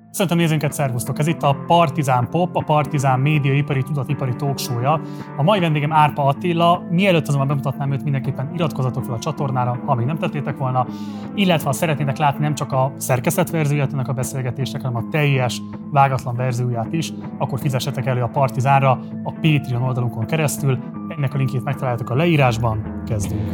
Szerintem nézőinket, szervusztok! Ez itt a Partizán Pop, a Partizán médiaipari tudatipari talkshow-ja. A mai vendégem Árpa Attila, mielőtt azonban bemutatnám őt, mindenképpen iratkozzatok fel a csatornára, ha még nem tettétek volna, illetve ha szeretnétek látni nem csak a szerkesztett verzióját ennek a beszélgetésnek, hanem a teljes, vágatlan verzióját is, akkor fizessetek elő a Partizánra a Patreon oldalunkon keresztül. Ennek a linkjét megtaláljátok a leírásban. Kezdünk!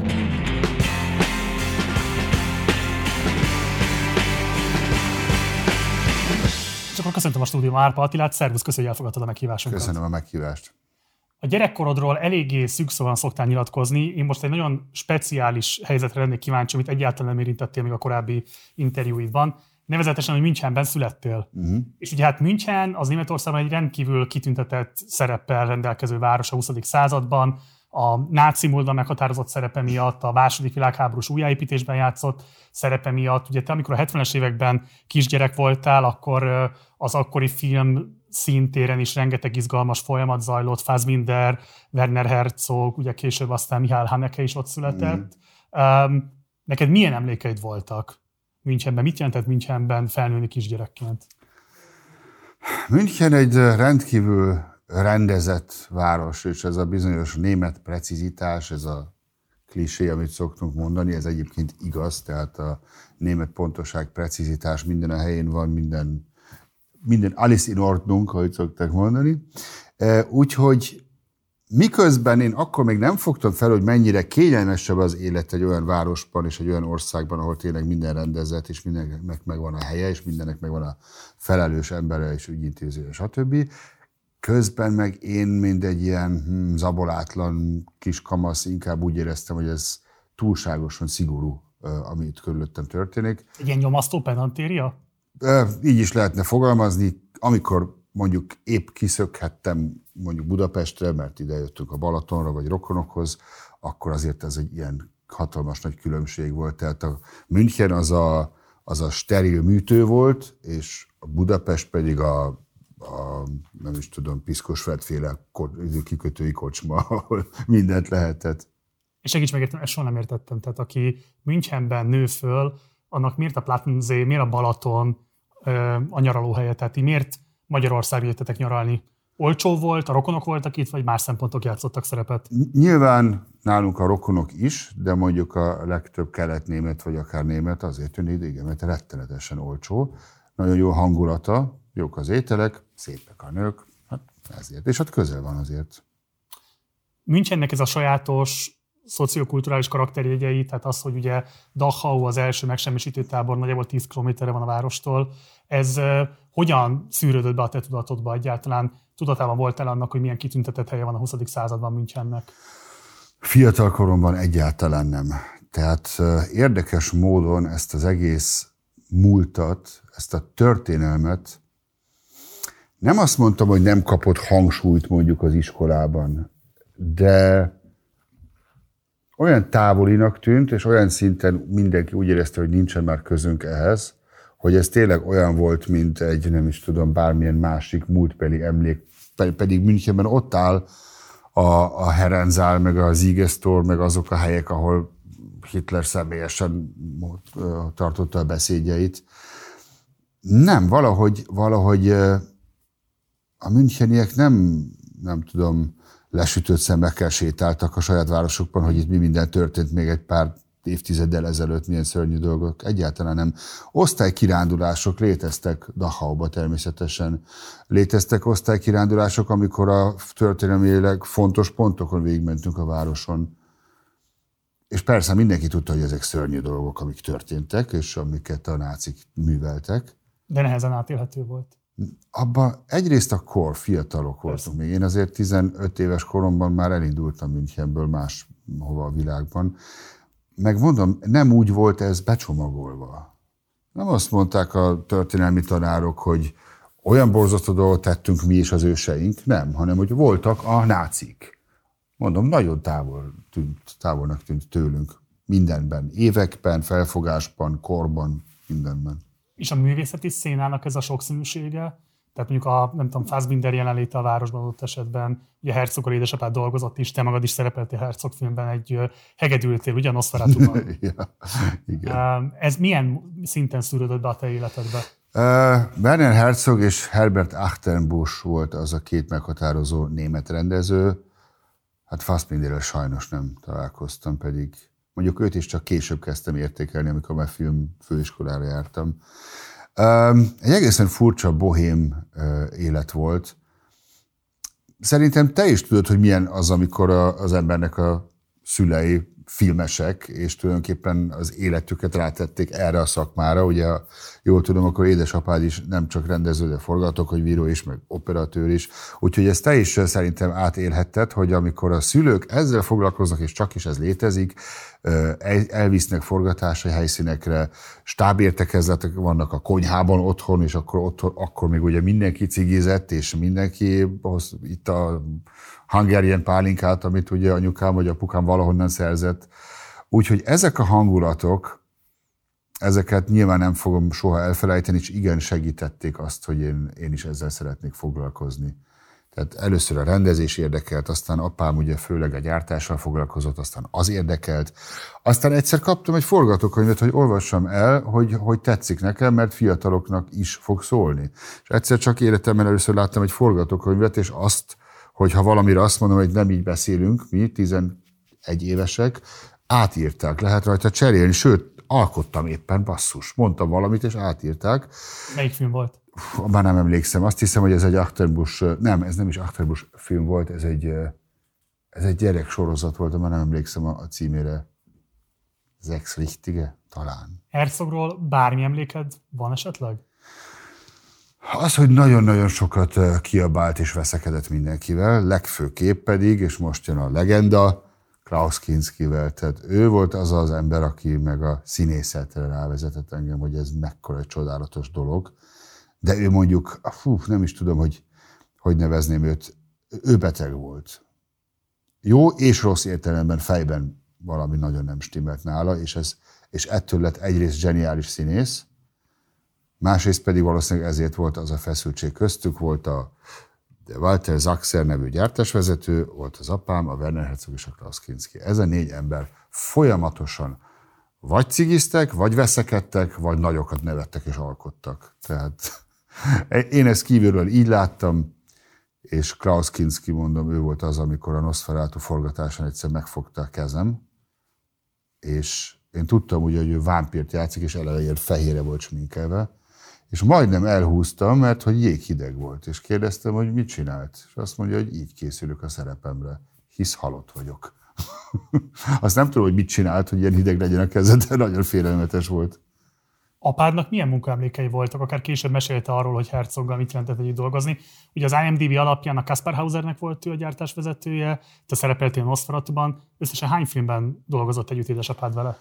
És akkor köszöntöm a stúdióban Árpa Attilát, szervusz, köszönjük, hogy elfogadtad a meghívásunkat. Köszönöm a meghívást. A gyerekkorodról eléggé szűkszóan szoktál nyilatkozni. Én most egy nagyon speciális helyzetre lennék kíváncsi, amit egyáltalán nem érintettél még a korábbi interjúidban. Nevezetesen, hogy Münchenben születtél. És ugye hát München az Németországban egy rendkívül kitüntetett szereppel rendelkező város a 20. században. A náci múltban meghatározott szerepe miatt, a II. Világháborús újjáépítésben játszott szerepe miatt. Ugye te, amikor a 70-es években kisgyerek voltál, akkor az akkori film színtéren is rengeteg izgalmas folyamat zajlott. Fassbinder, Werner Herzog, ugye később aztán Mihály Haneke is ott született. Neked milyen emlékeid voltak Münchenben? Mit jelentett Münchenben felnőni kisgyerekként? München egy rendkívül rendezett város, és ez a bizonyos német precizitás, ez a klisé, amit szoktunk mondani, ez egyébként igaz, tehát a német pontosság, precizitás minden a helyén van, minden alles in Ordnung, ahogy szokták mondani. Úgyhogy miközben én akkor még nem fogtam fel, hogy mennyire kényelmesebb az élet egy olyan városban és egy olyan országban, ahol tényleg minden rendezett, és mindennek megvan a helye, és mindennek megvan a felelős embere és ügyintézője, stb. Közben meg én, mint egy ilyen zabolátlan kis kamasz, inkább úgy éreztem, hogy ez túlságosan szigorú, amit körülöttem történik. Egy ilyen nyomasztó pedantéria? Így is lehetne fogalmazni. Amikor mondjuk épp kiszökhettem mondjuk Budapestre, mert ide jöttünk a Balatonra vagy rokonokhoz, akkor azért ez egy ilyen hatalmas nagy különbség volt. Tehát a München az a steril műtő volt, és a Budapest pedig a nem is tudom, Piszkos-Fedt-féle kikötői kocsma, ahol mindent lehetett. És segíts meg, ezt soha nem értettem. Tehát aki Münchenben nő föl, annak miért a Plattensee, miért a Balaton a nyaralóhelye? Tehát miért Magyarországra jöttetek nyaralni? Olcsó volt, a rokonok voltak itt, vagy más szempontok játszottak szerepet? Nyilván nálunk a rokonok is, de mondjuk a legtöbb kelet-német, vagy akár német azért jön ide, igen, mert rettenetesen olcsó. Nagyon jó hangulata, jók az ételek, szépek a nők, hát ezért. És ott közel van azért. Münchennek ez a sajátos szociokulturális karakterjegyei, tehát az, hogy ugye Dachau az első megsemmisítő tábor, nagyjából 10 kilométerre van a várostól. Ez hogyan szűrődött be a te tudatodba egyáltalán? Tudatában voltál annak, hogy milyen kitüntetett helye van a 20. században Münchennek? Fiatal koromban egyáltalán nem. Tehát érdekes módon ezt az egész múltat, ezt a történelmet nem azt mondtam, hogy nem kapott hangsúlyt mondjuk az iskolában, de olyan távolinak tűnt, és olyan szinten mindenki úgy érezte, hogy nincsen már közünk ehhez, hogy ez tényleg olyan volt, mint egy, nem is tudom, bármilyen másik múltbeli emlék, pedig Münchenben ott áll a Herrensaal, meg a Siegestor, meg azok a helyek, ahol Hitler személyesen tartotta a beszédjeit. Nem, valahogy a müncheniek nem tudom, lesütött szemekkel sétáltak a saját városukban, hogy itt mi minden történt még egy pár évtizeddel ezelőtt, milyen szörnyű dolgok. Egyáltalán nem. Osztálykirándulások léteztek Dachauba természetesen. Léteztek osztálykirándulások, amikor a történelmileg fontos pontokon végigmentünk a városon. És persze mindenki tudta, hogy ezek szörnyű dolgok, amik történtek, és amiket a nácik műveltek. De nehezen átélhető volt. Abban egyrészt akkor fiatalok voltunk még. Én azért 15 éves koromban már elindultam Münchenből máshova a világban. Megmondom, nem úgy volt ez becsomagolva. Nem azt mondták a történelmi tanárok, hogy olyan borzasztó dolgot tettünk mi és az őseink, nem, hanem hogy voltak a nácik. Mondom, nagyon távolnak tűnt tőlünk mindenben, években, felfogásban, korban, mindenben. És a művészeti szénának ez a sokszínűsége, tehát mondjuk a, nem tudom, Fassbinder jelenléte a városban adott esetben, ugye Herzoggal édesapád dolgozott is, te magad is szerepeltél Herzog filmben, egy hegedültél, ugye Nosferatuban. Ja, igen. Ez milyen szinten szűrődött be a te életedbe? Werner Herzog és Herbert Achternbusch volt az a két meghatározó német rendező. Hát Fassbinderrel sajnos nem találkoztam, pedig mondjuk őt is csak később kezdtem értékelni, amikor már film főiskolára jártam. Egy egészen furcsa bohém élet volt. Szerintem te is tudod, hogy milyen az, amikor az embernek a szülei filmesek, és tulajdonképpen az életüket rátették erre a szakmára. Ugye, jól tudom, akkor édesapád is nem csak rendező, de forgatókönyvíró is, meg operatőr is. Úgyhogy ezt te is szerintem átélhetted, hogy amikor a szülők ezzel foglalkoznak, és csak is ez létezik, elvisznek forgatási helyszínekre, stábértekezletek vannak a konyhában otthon, és akkor még ugye mindenki cigizett, és mindenki itt a Hungarian pálinkát, amit ugye anyukám vagy apukám valahonnan szerzett. Úgyhogy ezek a hangulatok, ezeket nyilván nem fogom soha elfelejteni, és igen segítették azt, hogy én is ezzel szeretnék foglalkozni. Tehát először a rendezés érdekelt, aztán apám ugye főleg a gyártással foglalkozott, aztán az érdekelt. Aztán egyszer kaptam egy forgatókönyvet, hogy olvassam el, hogy tetszik nekem, mert fiataloknak is fog szólni. És egyszer csak életemben először láttam egy forgatókönyvet, és azt, hogy ha valamire azt mondom, hogy nem így beszélünk, mi 11 évesek, átírták, lehet rajta cserélni, sőt, alkottam éppen, basszus. Mondtam valamit, és átírták. Melyik film volt? Már nem emlékszem. Azt hiszem, hogy ez egy Achternbusch, nem, ez nem is Achternbusch film volt, ez egy gyereksorozat volt, már nem emlékszem a címére. Sechs Richtige? Talán. Herzogról bármi emléked van esetleg? Az, hogy nagyon-nagyon sokat kiabált és veszekedett mindenkivel, legfőképp pedig, és most jön a legenda, Klaus Kinskivel. Tehát ő volt az az ember, aki meg a színészetre rávezetett engem, hogy ez mekkora egy csodálatos dolog. De ő mondjuk, nem is tudom, hogy nevezném őt, ő beteg volt. Jó és rossz értelemben fejben valami nagyon nem stimmelt nála, és ettől lett egyrészt zseniális színész, másrészt pedig valószínűleg ezért volt az a feszültség köztük, volt a Walter Zaxer nevű gyártásvezető, volt az apám, a Werner Herzog és a Klaus Kinski. Ez a 4 ember folyamatosan vagy cigiztek, vagy veszekedtek, vagy nagyokat nevettek és alkottak. Tehát én ezt kívülről így láttam, és Klaus Kinski, mondom, ő volt az, amikor a Nosferatu forgatáson egyszer megfogta a kezem, és én tudtam ugye, hogy ő vámpírt játszik, és elején fehérre volt sminkelve, és majdnem elhúztam, mert hogy jéghideg volt, és kérdeztem, hogy mit csinált, és azt mondja, hogy így készülök a szerepemre, hisz halott vagyok. Azt nem tudom, hogy mit csinált, hogy ilyen hideg legyen a kezed, de nagyon félelmetes volt. Apádnak milyen munkaemlékei voltak? Akár később mesélte arról, hogy Herzoggal mit jelentett együtt dolgozni. Ugye az IMDb alapján a Kaspar Hausernek volt ő a gyártásvezetője, te szerepeltél Nosferatuban. Összesen hány filmben dolgozott együtt édesapád vele?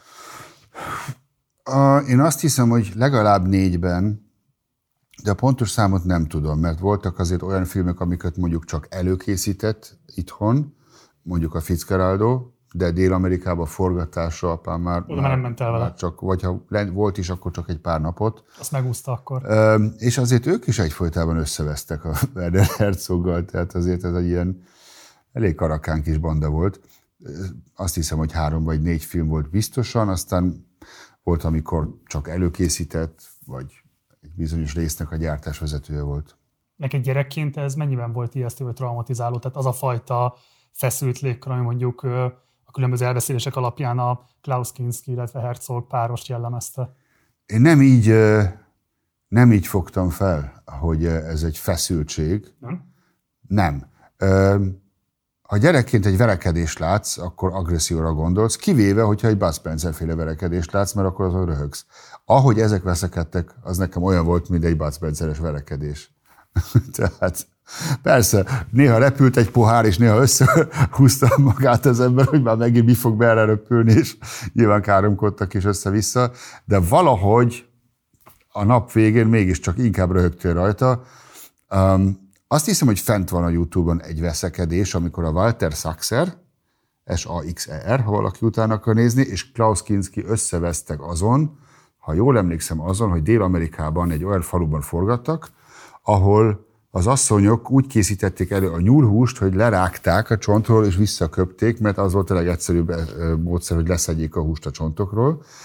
Én azt hiszem, hogy legalább 4-ben, de a pontos számot nem tudom, mert voltak azért olyan filmek, amiket mondjuk csak előkészített itthon, mondjuk a Fitzgeraldo, de Dél-Amerikában forgatásra apám már nem ment el vele. Csak, vagy ha volt is, akkor csak egy pár napot. Azt megúszta akkor. És azért ők is egyfolytában összevesztek a Werner Herzoggal, tehát azért ez egy ilyen elég karakán kis banda volt. Azt hiszem, hogy 3 vagy 4 film volt biztosan, aztán volt, amikor csak előkészített, vagy egy bizonyos résznek a gyártásvezetője volt. Neked gyerekként ez mennyiben volt ijesztő vagy traumatizáló? Tehát az a fajta feszült légkör, ami mondjuk a különböző elbeszélések alapján a Klaus Kinski, illetve Herzog párost jellemezte. Én nem így fogtam fel, hogy ez egy feszültség. Nem. Ha gyerekként egy verekedést látsz, akkor agresszióra gondolsz, kivéve, hogyha egy Bud Spencer-féle verekedést látsz, mert akkor azon röhögsz. Ahogy ezek veszekedtek, az nekem olyan volt, mint egy Bud Spencer-es verekedés. Tehát persze, néha repült egy pohár, és néha összehúzta magát az ember, hogy már megint mi fog be erre röpülni, és nyilván káromkodtak is össze-vissza, de valahogy a nap végén mégiscsak inkább röhögtél rajta. Azt hiszem, hogy fent van a YouTube-on egy veszekedés, amikor a Walter Saxer, S-A-X-E-R, ha valaki utána akar nézni, és Klaus Kinski összevesztek azon, ha jól emlékszem azon, hogy Dél-Amerikában egy olyan faluban forgattak, ahol az asszonyok úgy készítették elő a nyúlhúst, hogy lerágták a csontról és visszaköpték, mert az volt a legegyszerűbb módszer, hogy leszedjék a húst a csontokról.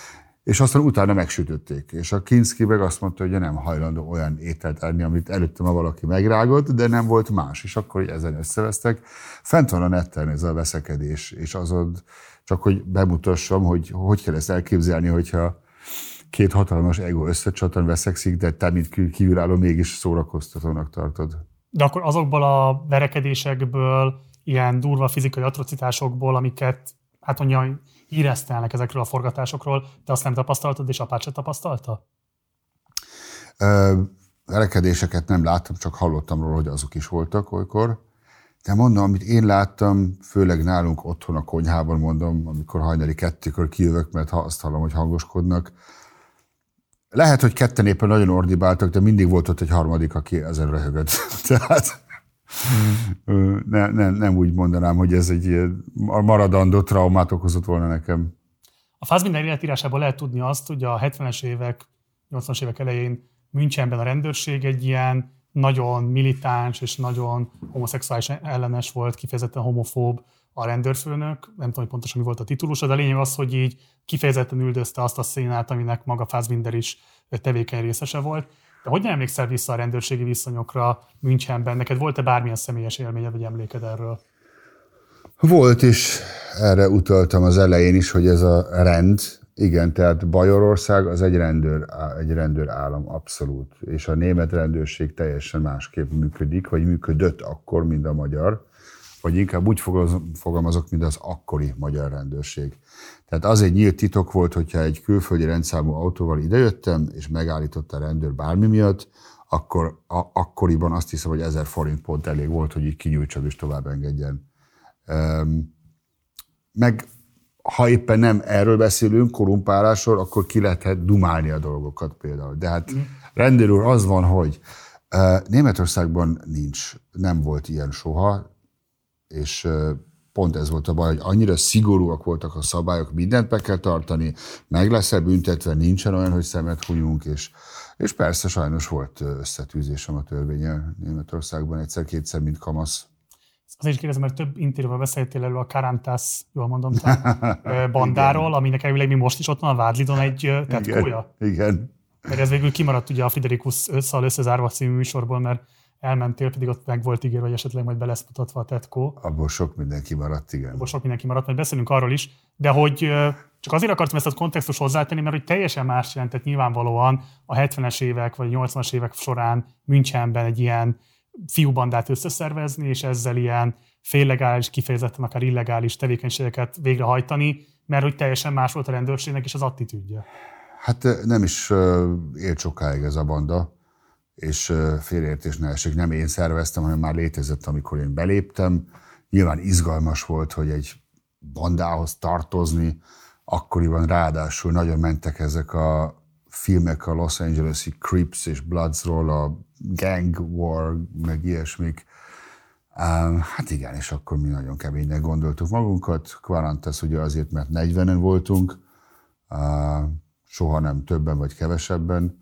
és aztán utána megsütötték. És a Kinski meg azt mondta, hogy nem hajlandó olyan ételt enni, amit előtte ma valaki megrágott, de nem volt más. És akkor ezen összevesztek. Fent van a netten ez a veszekedés, és azon csak, hogy bemutassam, hogy kell ezt elképzelni, hogyha két hatalmas ego összecsatan veszekszik, de te, mint kívülálló, mégis szórakoztatónak tartod. De akkor azokból a verekedésekből, ilyen durva fizikai atrocitásokból, amiket, hát mondjam, híresztelnek ezekről a forgatásokról, te azt nem tapasztaltad, és apád se tapasztalta? Verekedéseket nem láttam, csak hallottam róla, hogy azok is voltak olykor. De mondom, amit én láttam, főleg nálunk otthon a konyhában, mondom, amikor hajnali 2-kor kijövök, mert azt hallom, hogy hangoskodnak. Lehet, hogy ketten éppen nagyon ordibáltak, de mindig volt ott egy harmadik, aki ezen röhögött. Tehát nem úgy mondanám, hogy ez egy maradandó traumát okozott volna nekem. A Fassbinder életírásából lehet tudni azt, hogy a 70-es évek, 80-as évek elején Münchenben a rendőrség egy ilyen nagyon militáns és nagyon homoszexuális ellenes volt, kifejezetten homofób a rendőrfőnök. Nem tudom, hogy pontosan mi volt a titulusa, de a lényeg az, hogy így kifejezetten üldözte azt a szénát, aminek maga Fassbinder is tevékeny részese volt. De hogyan emlékszel vissza a rendőrségi viszonyokra Münchenben? Neked volt-e bármilyen személyes élményed, vagy emléked erről? Volt, és erre utaltam az elején is, hogy ez a rend, igen, tehát Bajorország az egy rendőrállam, abszolút. És a német rendőrség teljesen másképp működik, vagy működött akkor, mint a magyar, vagy inkább úgy fogalmazok, mint az akkori magyar rendőrség. Tehát az egy nyílt titok volt, hogyha egy külföldi rendszámú autóval idejöttem, és megállította a rendőr bármi miatt, akkor akkoriban azt hiszem, hogy 1000 forint pont elég volt, hogy így kinyújtsam és tovább engedjen. Meg ha éppen nem erről beszélünk, korumpálásról, akkor ki lehet dumálni a dolgokat például. De hát rendőr úr, az van, hogy Németországban nem volt ilyen soha, és pont ez volt a baj, hogy annyira szigorúak voltak a szabályok, mindent be kell tartani, meg leszel büntetve, nincsen olyan, hogy szemet hunyunk, és persze sajnos volt összetűzésem a törvénnyel Németországban, egyszer-kétszer, mint kamasz. Azért is kérdezem, mert több interjúban beszéltél erről a Karantász, jól mondom, bandáról, aminek elvileg mi most is ott van a Vádlidon egy tetkója. Igen. Mert ez végül kimaradt ugye a Friderikus-szal összezárva című műsorból, mert elmentél, pedig ott meg volt ígérve, hogy esetleg majd be lesz mutatva a tetkó. Abból sok minden kimaradt, igen. Abból sok minden kimaradt, majd beszélünk arról is, de hogy csak azért akartam ezt a kontextus hozzátenni, mert hogy teljesen más jelentett nyilvánvalóan a 70-es évek vagy 80-as évek során Münchenben egy ilyen fiúbandát összeszervezni, és ezzel ilyen féllegális, kifejezetten akár illegális tevékenységeket végrehajtani, mert hogy teljesen más volt a rendőrségnek is az attitűdje. Hát nem is élt sokáig ez a banda, és félreértés ne esik, nem én szerveztem, hanem már létezett, amikor én beléptem. Nyilván izgalmas volt, hogy egy bandához tartozni, akkoriban ráadásul nagyon mentek ezek a filmek a Los Angeles-i Crips és Bloodsról, a Gang War, meg ilyesmik. Hát igen, és akkor mi nagyon keménynek gondoltuk magunkat. Quarantas ugye azért, mert 40-en voltunk, soha nem többen vagy kevesebben.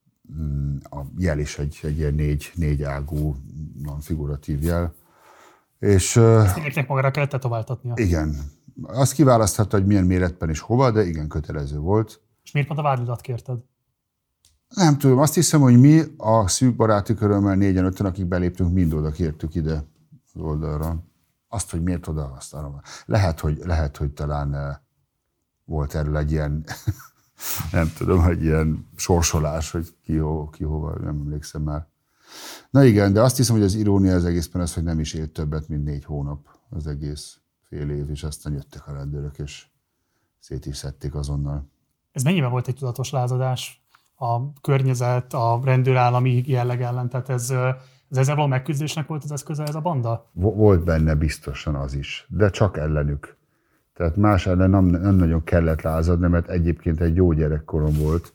A jel is egy ilyen négy ágú, non-figuratív jel. És mindenkinek magára kellett tetováltatnia. Igen. Azt kiválaszthatta, hogy milyen méretben és hova, de igen, kötelező volt. És miért pont a Vádlidat kérted? Nem tudom, azt hiszem, hogy mi a szűk baráti körömmel 4-5-en, akik beléptünk, mind oda kértük ide az oldalra. Azt, hogy miért oda, azt arra. Lehet, hogy talán volt erről egy ilyen, nem tudom, egy ilyen sorsolás, hogy ki hova, nem emlékszem már. Na igen, de azt hiszem, hogy az irónia az egészben az, hogy nem is élt többet, mint 4 hónap az egész fél év, és aztán jöttek a rendőrök, és szét is szedték azonnal. Ez mennyiben volt egy tudatos lázadás? A környezet, a rendőrállami jelleg ellen, tehát ez ezzel való megküzdésnek volt az eszköze ez a banda? Volt benne biztosan az is, de csak ellenük. Tehát más ellen nem nagyon kellett lázadni, mert egyébként egy jó gyerekkorom volt.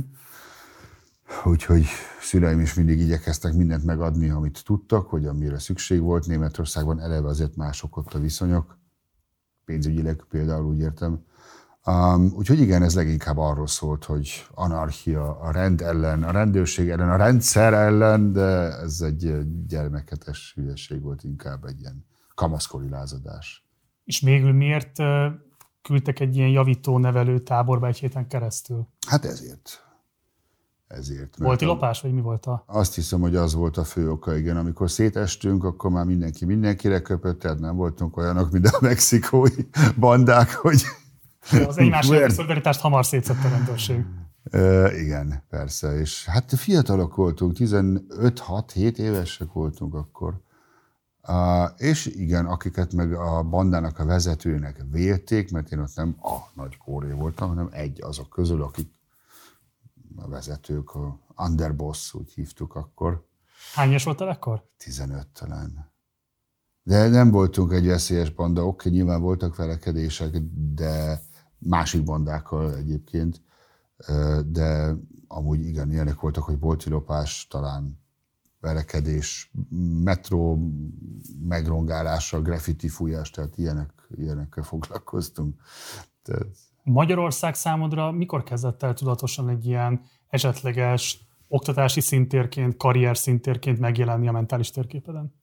Úgyhogy szüleim is mindig igyekeztek mindent megadni, amit tudtak, hogy amire szükség volt. Németországban eleve azért mások ott a viszonyok, pénzügyileg például úgy értem. Úgyhogy igen, ez leginkább arról szólt, hogy anarchia, a rend ellen, a rendőrség ellen, a rendszer ellen, de ez egy gyermeketes hülyeség volt, inkább egy ilyen kamaszkori lázadás. És végül miért küldtek egy ilyen javító-nevelő táborba egy héten keresztül. Hát ezért. Volt lopás, vagy mi volt Azt hiszem, hogy az volt a fő oka, igen. Amikor szétestünk, akkor már mindenkire köpött, tehát nem voltunk olyanok, mint a mexikói bandák, hogy... Az egymásra szolidaritást hamar szétszett a rendőrség. Igen, persze. És hát fiatalok voltunk, 15-6-7 évesek voltunk akkor. És igen, akiket meg a bandának a vezetőnek vélték, mert én ott nem a nagy kóré voltam, hanem egy azok közül, akik a vezetők, a underboss, úgy hívtuk akkor. Hány éves voltál akkor? 15 talán. De nem voltunk egy veszélyes banda, oké, nyilván voltak verekedések, de másik bandákkal egyébként, de amúgy igen, ilyenek voltak, hogy boltilopás, talán verekedés, metró megrongálással, graffiti fújás, tehát ilyenekkel foglalkoztunk. Tehát... Magyarország számodra mikor kezdett el tudatosan egy ilyen esetleges oktatási szintérként, karrier szintérként megjelenni a mentális térképeden?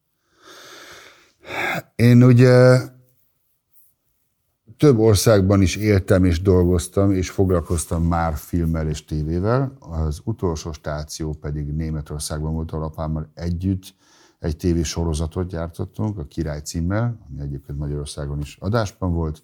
Én ugye több országban is éltem és dolgoztam, és foglalkoztam már filmmel és tévével. Az utolsó stáció pedig Németországban volt, ahol apámmal együtt egy tévésorozatot gyártottunk, a Király címmel, ami egyébként Magyarországon is adásban volt.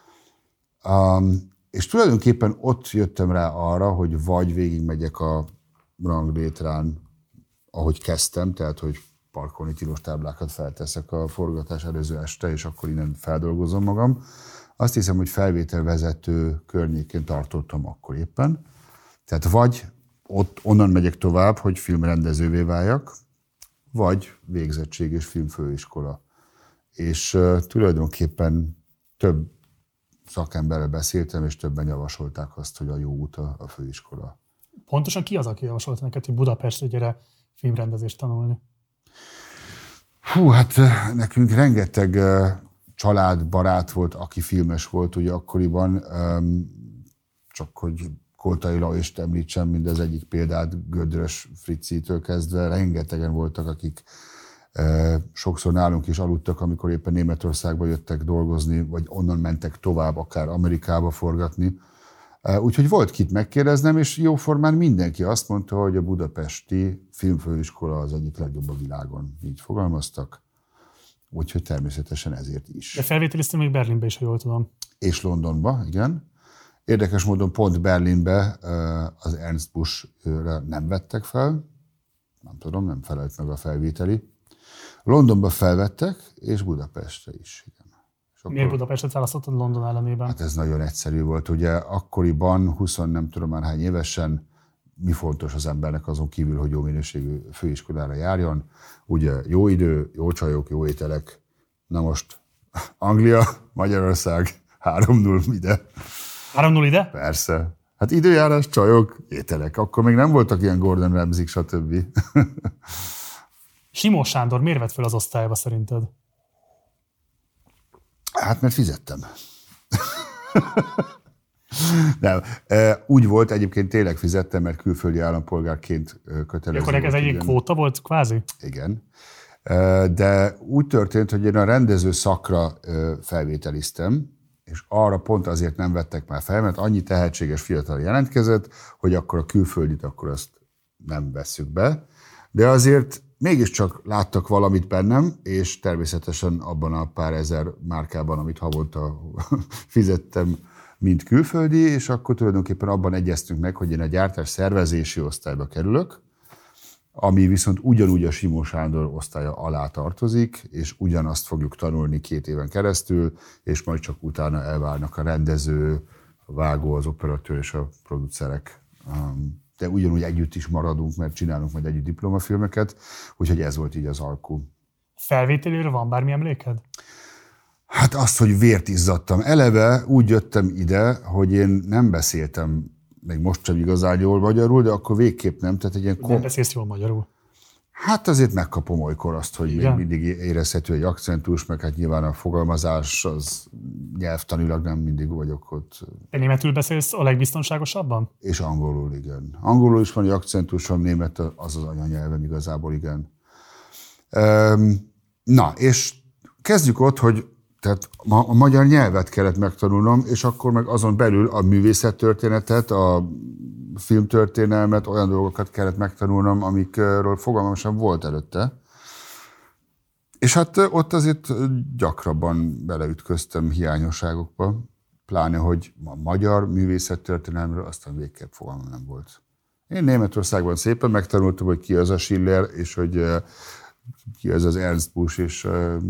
És tulajdonképpen ott jöttem rá arra, hogy vagy végigmegyek a ranglétrán, ahogy kezdtem, tehát hogy parkolni tilos táblákat felteszek a forgatás előző este, és akkor innen feldolgozom magam. Azt hiszem, hogy felvételvezető környékén tartottam akkor éppen. Tehát vagy onnan megyek tovább, hogy filmrendezővé váljak, vagy végzettség és filmfőiskola. És tulajdonképpen több szakemberrel beszéltem, és többen javasolták azt, hogy a jó út a főiskola. Pontosan ki az, aki javasolta neked, hogy Budapestre gyere filmrendezést tanulni? Hú, hát nekünk rengeteg családbarát volt, aki filmes volt ugye akkoriban, csak hogy Koltai Lajost említsem, mind az egyik példát, Gödrös Fricitől kezdve, rengetegen voltak, akik sokszor nálunk is aludtak, amikor éppen Németországba jöttek dolgozni, vagy onnan mentek tovább, akár Amerikába forgatni. Úgyhogy volt kit megkérdeznem, és jóformán mindenki azt mondta, hogy a budapesti filmfőiskola az egyik legjobb a világon. Így fogalmaztak. Úgyhogy természetesen ezért is. De felvételiztem még Berlinbe is, ha jól tudom. És Londonba, igen. Érdekes módon pont Berlinbe az Ernst Busch-re nem vettek fel. Nem tudom, nem felelt meg a felvételi. Londonba felvettek, és Budapestre is. Igen. Miért Budapestet választottad London ellenében? Hát ez nagyon egyszerű volt. Ugye akkoriban, 20 nem tudom már hány évesen, mi fontos az embernek azon kívül, hogy jó minőségű főiskolára járjon. Ugye jó idő, jó csajok, jó ételek. Na most Anglia, Magyarország, 3-0 ide. 3-0 ide? Persze. Hát időjárás, csajok, ételek. Akkor még nem voltak ilyen Gordon Ramsay, stb. Simó Sándor miért vett fel az osztályba szerinted? Hát mert fizettem. Nem. Úgy volt, egyébként tényleg fizettem, mert külföldi állampolgárként kötelező. Akkor ez egy kvóta volt kvázi? Igen. De úgy történt, hogy én a rendező szakra felvételiztem, és arra pont azért nem vettek már fel, mert annyi tehetséges fiatal jelentkezett, hogy akkor a külföldit, akkor azt nem vesszük be. De azért mégiscsak láttak valamit bennem, és természetesen abban a pár ezer márkában, amit havonta fizettem, mint külföldi, és akkor tulajdonképpen abban egyeztünk meg, hogy én a gyártás szervezési osztályba kerülök, ami viszont ugyanúgy a Simó Sándor osztálya alá tartozik, és ugyanazt fogjuk tanulni 2 éven keresztül, és majd csak utána elválnak a rendező, a vágó, az operatőr és a producerek. De ugyanúgy együtt is maradunk, mert csinálunk majd együtt diplomafilmeket, úgyhogy ez volt így az alkú. Felvételére van bármi emléked? Hát azt, hogy vért izzadtam. Eleve úgy jöttem ide, hogy én nem beszéltem, még most sem igazán jól magyarul, de akkor végképp nem. Tehát egy ilyen nem beszélsz jól magyarul? Hát azért megkapom olykor azt, hogy még mindig érezhető egy akcentus, meg hát nyilván a fogalmazás az nyelvtanilag nem mindig vagyok ott. Te németül beszélsz a legbiztonságosabban? És angolul, igen. Angolul is van egy akcentusom, német az anyanyelvem igazából, igen. Na, és kezdjük ott, hogy Tehát a magyar nyelvet kellett megtanulnom, és akkor meg azon belül a művészettörténetet, a filmtörténelmet, olyan dolgokat kellett megtanulnom, amikről fogalmam sem volt előtte. És hát ott azért gyakrabban beleütköztem hiányosságokba, pláne, hogy a magyar művészettörténelmről aztán végképp fogalmam nem volt. Én Németországban szépen megtanultam, hogy ki az a Schiller, és hogy ki az az Ernst Busch, és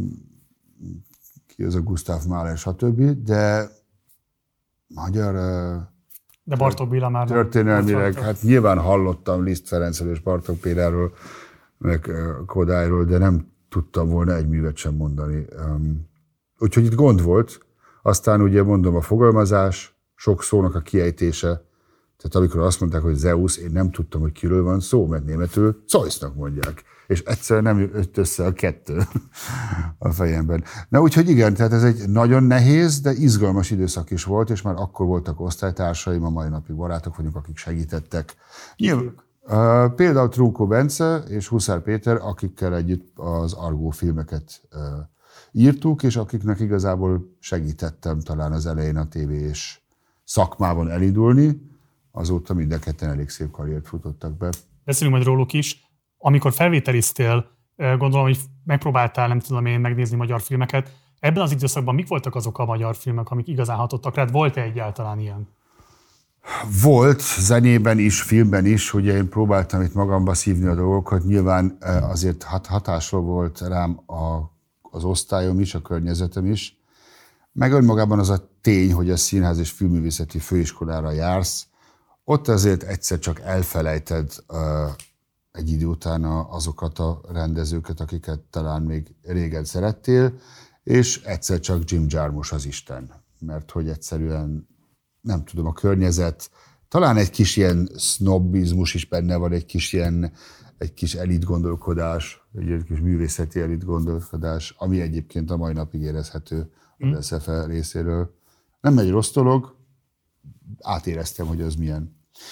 ki az a Gustav Mahler, stb. De magyar de Bartók Béla már történelmileg, hát nyilván hallottam Liszt Ferencről és Bartók Béláról, meg Kodályról, de nem tudtam volna egy művet sem mondani. Úgyhogy itt gond volt. Aztán ugye mondom a fogalmazás, sok szónak a kiejtése. Tehát amikor azt mondták, hogy Zeus, én nem tudtam, hogy kiről van szó, mert németül Zeusnak mondják. És egyszerűen nem jött össze a kettő a fejemben. Na úgyhogy igen, tehát ez egy nagyon nehéz, de izgalmas időszak is volt, és már akkor voltak osztálytársaim, a mai napig barátok vagyunk, akik segítettek. Például Trunkó Bence és Huszár Péter, akikkel együtt az Argó filmeket írtuk, és akiknek igazából segítettem talán az elején a tévés szakmában elindulni, azóta mind a ketten elég szép karriert futottak be. Beszélünk majd róluk is. Amikor felvételiztél, gondolom, hogy megpróbáltál, nem tudom én, megnézni magyar filmeket. Ebben az időszakban mik voltak azok a magyar filmek, amik igazán hatottak rád? Volt-e egyáltalán ilyen? Volt, zenében is, filmben is, ugye én próbáltam itt magamba szívni a dolgokat. Nyilván azért hatásról volt rám az osztályom is, a környezetem is. Meg önmagában az a tény, hogy a Színház és Filmművészeti Főiskolára jársz, ott azért egyszer csak elfelejted egy idő után azokat a rendezőket, akiket talán még régen szerettél, és egyszer csak Jim Jarmusch az Isten. Mert hogy egyszerűen, nem tudom, a környezet, talán egy kis ilyen sznobizmus is benne van, egy kis elit gondolkodás, egy kis művészeti elit gondolkodás, ami egyébként a mai napig érezhető az SFE részéről. Nem egy rossz dolog, átéreztem, hogy az milyen.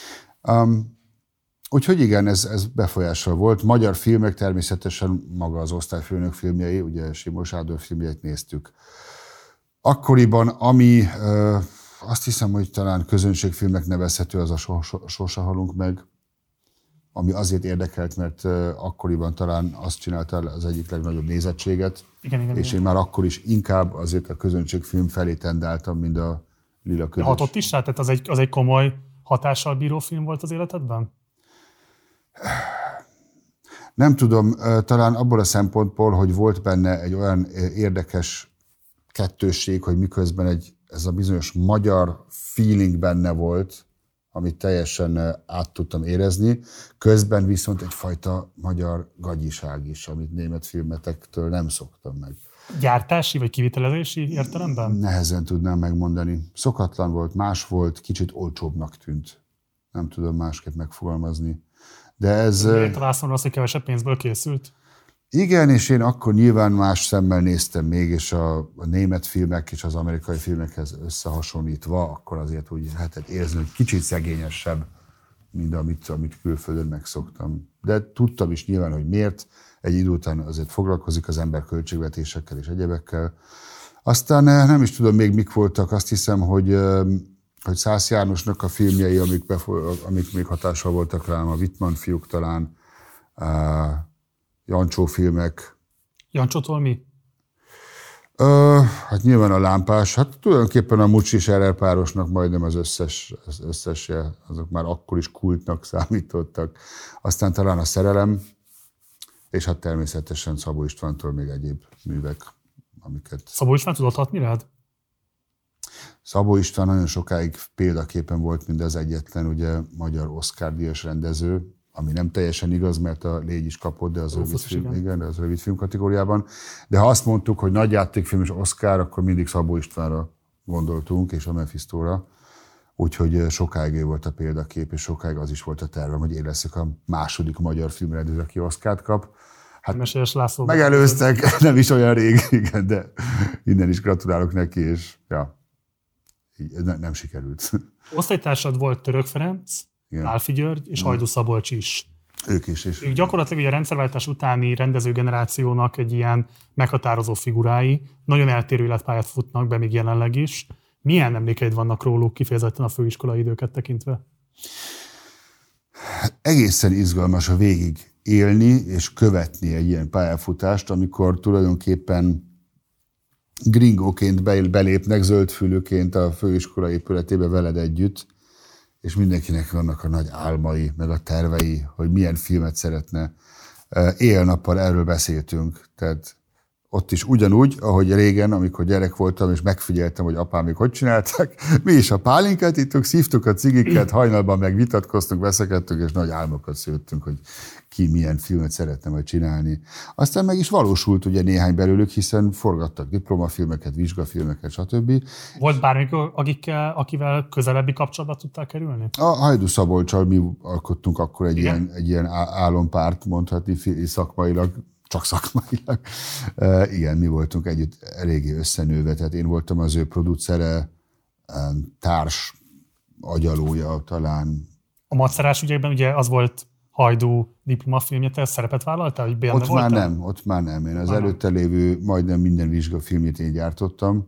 Úgyhogy igen, ez befolyással volt. Magyar filmek természetesen maga az osztályfőnök filmjei, ugye Simos Sándor filmjeit néztük. Akkoriban, ami azt hiszem, hogy talán közönségfilmnek nevezhető, az a Sose halunk meg, ami azért érdekelt, mert akkoriban talán azt csinálta az egyik legnagyobb nézettséget, igen. Én már akkor is inkább azért a közönségfilm felé tendáltam, mint a Lila Ködös. Hatott is rá? Tehát az egy komoly hatással bíró film volt az életedben? Nem tudom, talán abból a szempontból, hogy volt benne egy olyan érdekes kettősség, hogy miközben ez a bizonyos magyar feeling benne volt, amit teljesen át tudtam érezni, közben viszont egyfajta magyar gagyiság is, amit német filmetektől nem szoktam meg. Gyártási vagy kivitelezési értelemben? Nehezen tudnám megmondani. Szokatlan volt, más volt, kicsit olcsóbbnak tűnt. Nem tudom másképp megfogalmazni. De ez... Miért válaszolni azt, hogy kevesebb pénzből készült? Igen, és én akkor nyilván más szemmel néztem még, és a német filmek és az amerikai filmekhez összehasonlítva, akkor azért úgy lehetett érzni, hogy kicsit szegényesebb, mint amit külföldön megszoktam. De tudtam is nyilván, hogy miért. Egy idő után azért foglalkozik az ember költségvetésekkel és egyebekkel. Aztán nem is tudom még mik voltak, azt hiszem, hogy Szász Jánosnak a filmjei, amik még hatással voltak rám, a Wittmann fiúk talán, Jancsó filmek. Jancsótól mi? Hát nyilván a Lámpás, hát tulajdonképpen a Mucsi Scherer párosnak majdnem az összesje, azok már akkor is kultnak számítottak. Aztán talán a Szerelem, és hát természetesen Szabó Istvántól még egyéb művek, amiket... Szabó István tudott hatni rád? Szabó István nagyon sokáig példaképpen volt, mint az egyetlen ugye magyar Oscar-díjas rendező, ami nem teljesen igaz, mert a Légy is kapott, de az rövid film kategóriában. De ha azt mondtuk, hogy nagy játékfilm és Oscar, akkor mindig Szabó Istvánra gondoltunk, és a Mephistóra. Úgyhogy sokáig ő volt a példakép, és sokáig az is volt a tervem, hogy én leszek a második magyar filmrendező, aki Oscart kap. Hát megelőztek, nem is olyan rég, igen, de innen is gratulálok neki, és ja, nem sikerült. Osztálytársad volt Török Ferenc, Álfi György és Hajdú Szabolcs is. Ők is. És... Ők gyakorlatilag ugye a rendszerváltás utáni rendezőgenerációnak egy ilyen meghatározó figurái, nagyon eltérő életpályát futnak be még jelenleg is. Milyen emlékeid vannak róluk, kifejezetten a főiskolai időket tekintve? Egészen izgalmas a végig élni és követni egy ilyen pályafutást, amikor tulajdonképpen gringóként belépnek zöldfülőként a főiskola épületébe veled együtt, és mindenkinek vannak a nagy álmai, meg a tervei, hogy milyen filmet szeretne. Éjjel-nappal erről beszéltünk. Tehát ott is ugyanúgy, ahogy régen, amikor gyerek voltam, és megfigyeltem, hogy apámék hogy csinálták, mi is a pálinkát ittuk, szívtuk a cigiket, hajnalban meg vitatkoztunk, veszekedtünk, és nagy álmokat szőttünk, hogy ki milyen filmet szeretne majd csinálni. Aztán meg is valósult ugye néhány belőlük, hiszen forgattak diplomafilmeket, vizsgafilmeket, stb. Volt bármikor, akivel közelebbi kapcsolatba tudtál kerülni? A Hajdú Szabolccsal mi alkottunk akkor egy ilyen álompárt, mondhatni szakmailag, csak szakmailag. Igen, mi voltunk együtt eléggé összenőve, tehát én voltam az ő producere, társ agyalója talán. A Macerás ügyekben ugye az volt Hajdú diplomafilmje, te szerepet vállaltál, hogy benne voltál? Ott már nem. Én az előtte lévő majdnem minden vizsgafilmjét én gyártottam.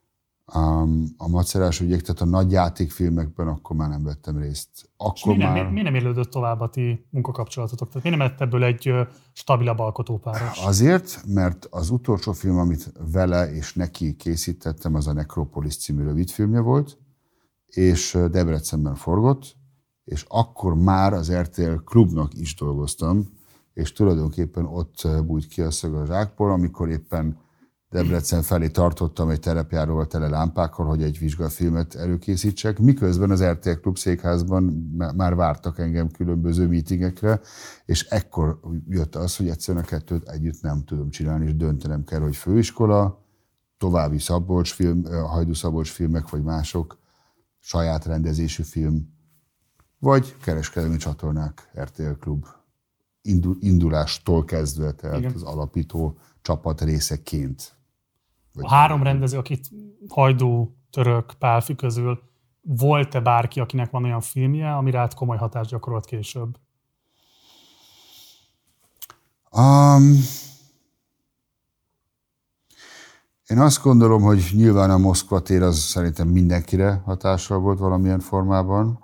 A Macerás ügyek, tehát a nagy játékfilmekben akkor már nem vettem részt. Miért nem élődött tovább a ti munkakapcsolatotok? Tehát miért nem lett ebből egy stabilabb alkotópáros? Azért, mert az utolsó film, amit vele és neki készítettem, az a Necropolis című rövidfilmje volt, és Debrecenben forgott, és akkor már az RTL Klubnak is dolgoztam, és tulajdonképpen ott bújt ki a szög a zsákból, amikor éppen Debrecen felé tartottam egy terepjáróval tele lámpákkal, hogy egy vizsgafilmet előkészítsek, miközben az RTL Klub székházban már vártak engem különböző meetingekre, és ekkor jött az, hogy egyszerűen a kettőt együtt nem tudom csinálni, és döntenem kell, hogy főiskola, további Hajdú Szabolcs filmek, vagy mások, saját rendezésű film, vagy kereskedelmi csatornák, RTL Klub. Indulástól kezdve, tehát igen. Az alapító csapat részeként. A három rendező, akit Hajdú, Török, Pálffy közül, volt-e bárki, akinek van olyan filmje, ami rád komoly hatást gyakorolt később? Én azt gondolom, hogy nyilván a Moszkva tér az szerintem mindenkire hatással volt valamilyen formában.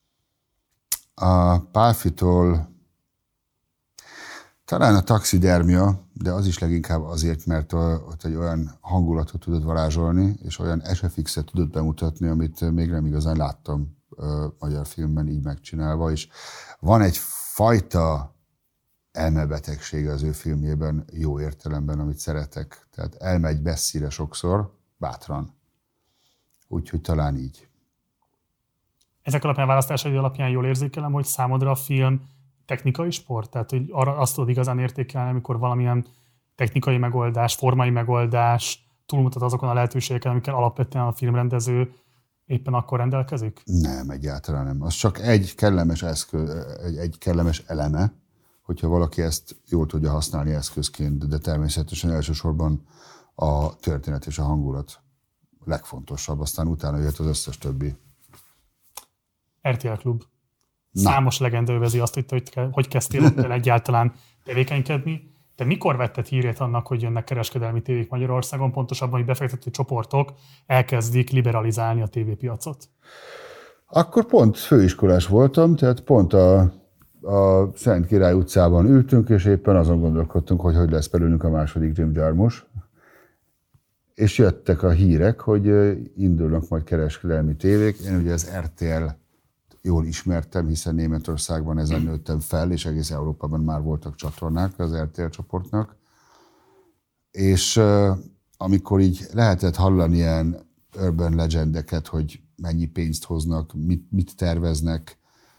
A Pálffytól talán a Taxidermia, de az is leginkább azért, mert ott egy olyan hangulatot tudott varázsolni, és olyan SFX-et tudott bemutatni, amit még nem igazán láttam magyar filmben így megcsinálva, és van egy fajta elmebetegsége az ő filmjében, jó értelemben, amit szeretek. Tehát elmegy messzire sokszor, bátran. Úgyhogy talán így. Ezek alapján, választásai alapján jól érzékelem, hogy számodra a film technikai sport? Tehát, hogy arra azt tudod igazán értékelni, amikor valamilyen technikai megoldás, formai megoldás túlmutat azokon a lehetőségeken, amikkel alapvetően a filmrendező éppen akkor rendelkezik? Nem, egyáltalán nem. Az csak egy kellemes eszköz, egy kellemes eleme, hogyha valaki ezt jól tudja használni eszközként, de természetesen elsősorban a történet és a hangulat legfontosabb, aztán utána jött az összes többi. RTL Klub. Számos legenda övezi azt, hogy kezdtél el egyáltalán tevékenykedni. De mikor vetted hírét annak, hogy jönnek kereskedelmi tévék Magyarországon, pontosabban, hogy befektető csoportok elkezdik liberalizálni a tévépiacot? Akkor pont főiskolás voltam, tehát pont a Szent Király utcában ültünk, és éppen azon gondolkodtunk, hogy lesz belőlünk a második Jim Jarmusch. És jöttek a hírek, hogy indulnak majd kereskedelmi tévék. Én ugye az RTL jól ismertem, hiszen Németországban ezen nőttem fel, és egész Európában már voltak csatornák az RTL csoportnak. És amikor így lehetett hallani ilyen urban legendeket, hogy mennyi pénzt hoznak, mit terveznek,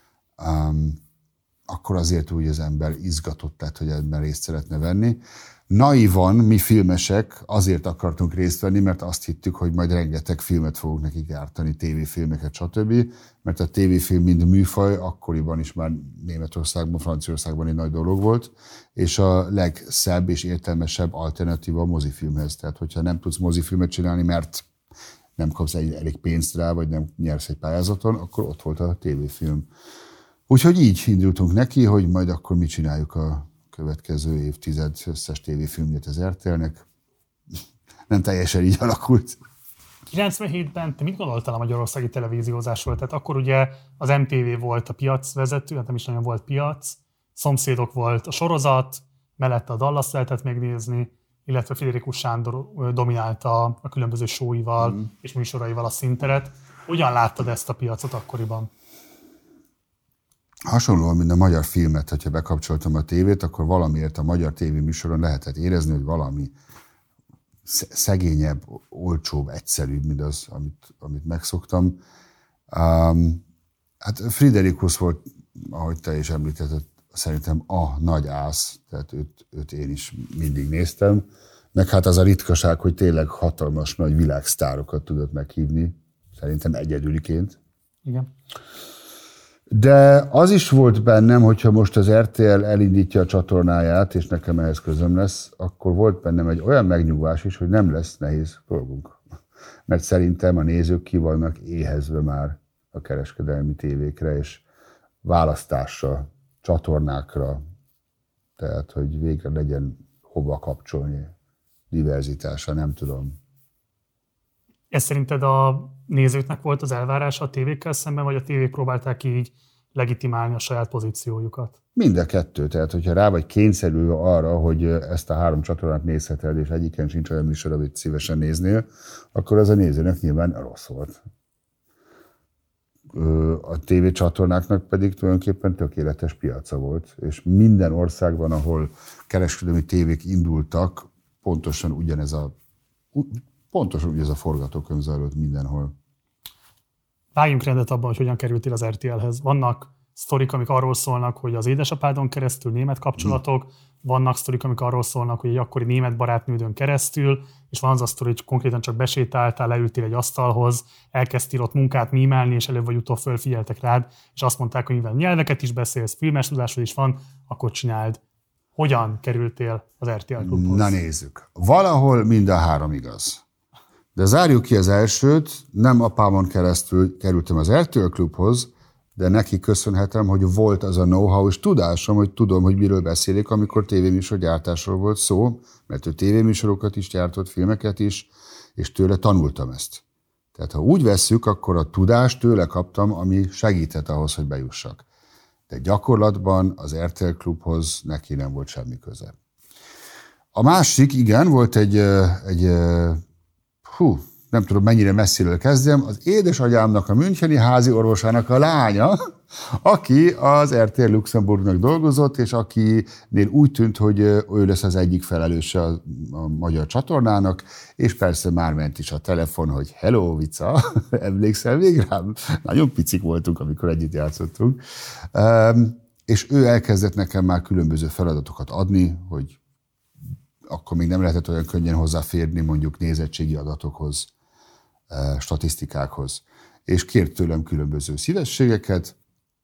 akkor azért úgy az ember izgatott lett, hogy ebben részt szeretne venni. Naivan, mi filmesek azért akartunk részt venni, mert azt hittük, hogy majd rengeteg filmet fogunk nekik gyártani, tévéfilmeket, stb. Mert a tévéfilm mind műfaj, akkoriban is már Németországban, Franciaországban egy nagy dolog volt, és a legszebb és értelmesebb alternatíva a mozifilmhez. Tehát, hogyha nem tudsz mozifilmet csinálni, mert nem kapsz elég pénzt rá, vagy nem nyersz egy pályázaton, akkor ott volt a tévéfilm. Úgyhogy így indultunk neki, hogy majd akkor mi csináljuk a következő évtized összes tévéfilmjét az RTL-nek. Nem teljesen így alakult. 97-ben te mit gondoltál a magyarországi televíziózásról? Tehát akkor ugye az MTV volt a piacvezető, hát nem is nagyon volt piac, Szomszédok volt a sorozat, mellette a Dallas lehetett megnézni, illetve Friderikus Sándor dominálta a különböző showival és műsoraival a színteret. Hogyan láttad ezt a piacot akkoriban? Hasonlóan, mint a magyar filmet, hogyha bekapcsoltam a tévét, akkor valamiért a magyar tévéműsoron lehetett érezni, hogy valami szegényebb, olcsóbb, egyszerűbb, mint az, amit megszoktam. Hát Friderikus volt, ahogy te is említetted, szerintem a nagy ász, tehát őt én is mindig néztem. Meg hát az a ritkaság, hogy tényleg hatalmas nagy világsztárokat tudott meghívni, szerintem egyedüliként. Igen. De az is volt bennem, hogyha most az RTL elindítja a csatornáját, és nekem ehhez közöm lesz, akkor volt bennem egy olyan megnyugvás is, hogy nem lesz nehéz dolgunk. Mert szerintem a nézők ki vannak éhezve már a kereskedelmi tévékre, és választásra, csatornákra, tehát, hogy végre legyen hova kapcsolni, diverzitásra, nem tudom. Ez szerinted a nézőknek volt az elvárása a tévékkel szemben, vagy a tévék próbálták így legitimálni a saját pozíciójukat? Mind a kettő. Tehát, hogyha rá vagy kényszerülve arra, hogy ezt a 3 csatornát nézheted, és egyiken sincs olyan műsor, amit szívesen néznél, akkor az a nézőnek nyilván rossz volt. A tévécsatornáknak pedig tulajdonképpen tökéletes piaca volt, és minden országban, ahol kereskedelmi tévék indultak, pontosan ugyanez a forgatókönyv zajlott mindenhol. Vágjunk rendet abban, hogy hogyan kerültél az RTL-hez. Vannak sztorik, amik arról szólnak, hogy az édesapádon keresztül német kapcsolatok, vannak sztorik, amik arról szólnak, hogy egy akkori német barátnődön keresztül, és van az a sztori, hogy konkrétan csak besétáltál, leültél egy asztalhoz, elkezdtél ott munkát mímálni, és előbb vagy utóbb fölfigyeltek rád, és azt mondták, hogy mivel nyelveket is beszélsz, filmes tudásod is van, akkor csináld. Hogyan kerültél az RTL klubhoz? Na nézzük. Valahol mind a 3 igaz. De zárjuk ki az elsőt, nem apámon keresztül kerültem az RTL klubhoz, de neki köszönhetem, hogy volt az a know-how és tudásom, hogy tudom, hogy miről beszélik, amikor tévéműsor gyártásról volt szó, mert ő tévéműsorokat is gyártott, filmeket is, és tőle tanultam ezt. Tehát ha úgy vesszük, akkor a tudást tőle kaptam, ami segített ahhoz, hogy bejussak. De gyakorlatban az RTL klubhoz neki nem volt semmi köze. A másik, igen, volt egy nem tudom mennyire messziről kezdjem, az édesanyámnak a müncheni házi orvosának a lánya, aki az RTL Luxemburgnak dolgozott, és akinél úgy tűnt, hogy ő lesz az egyik felelőse a magyar csatornának, és persze már ment is a telefon, hogy hello, Vica, emlékszel még rám? Nagyon picik voltunk, amikor együtt játszottunk. És ő elkezdett nekem már különböző feladatokat adni, hogy akkor még nem lehetett olyan könnyen hozzáférni mondjuk nézettségi adatokhoz, statisztikákhoz. És kért tőlem különböző szívességeket,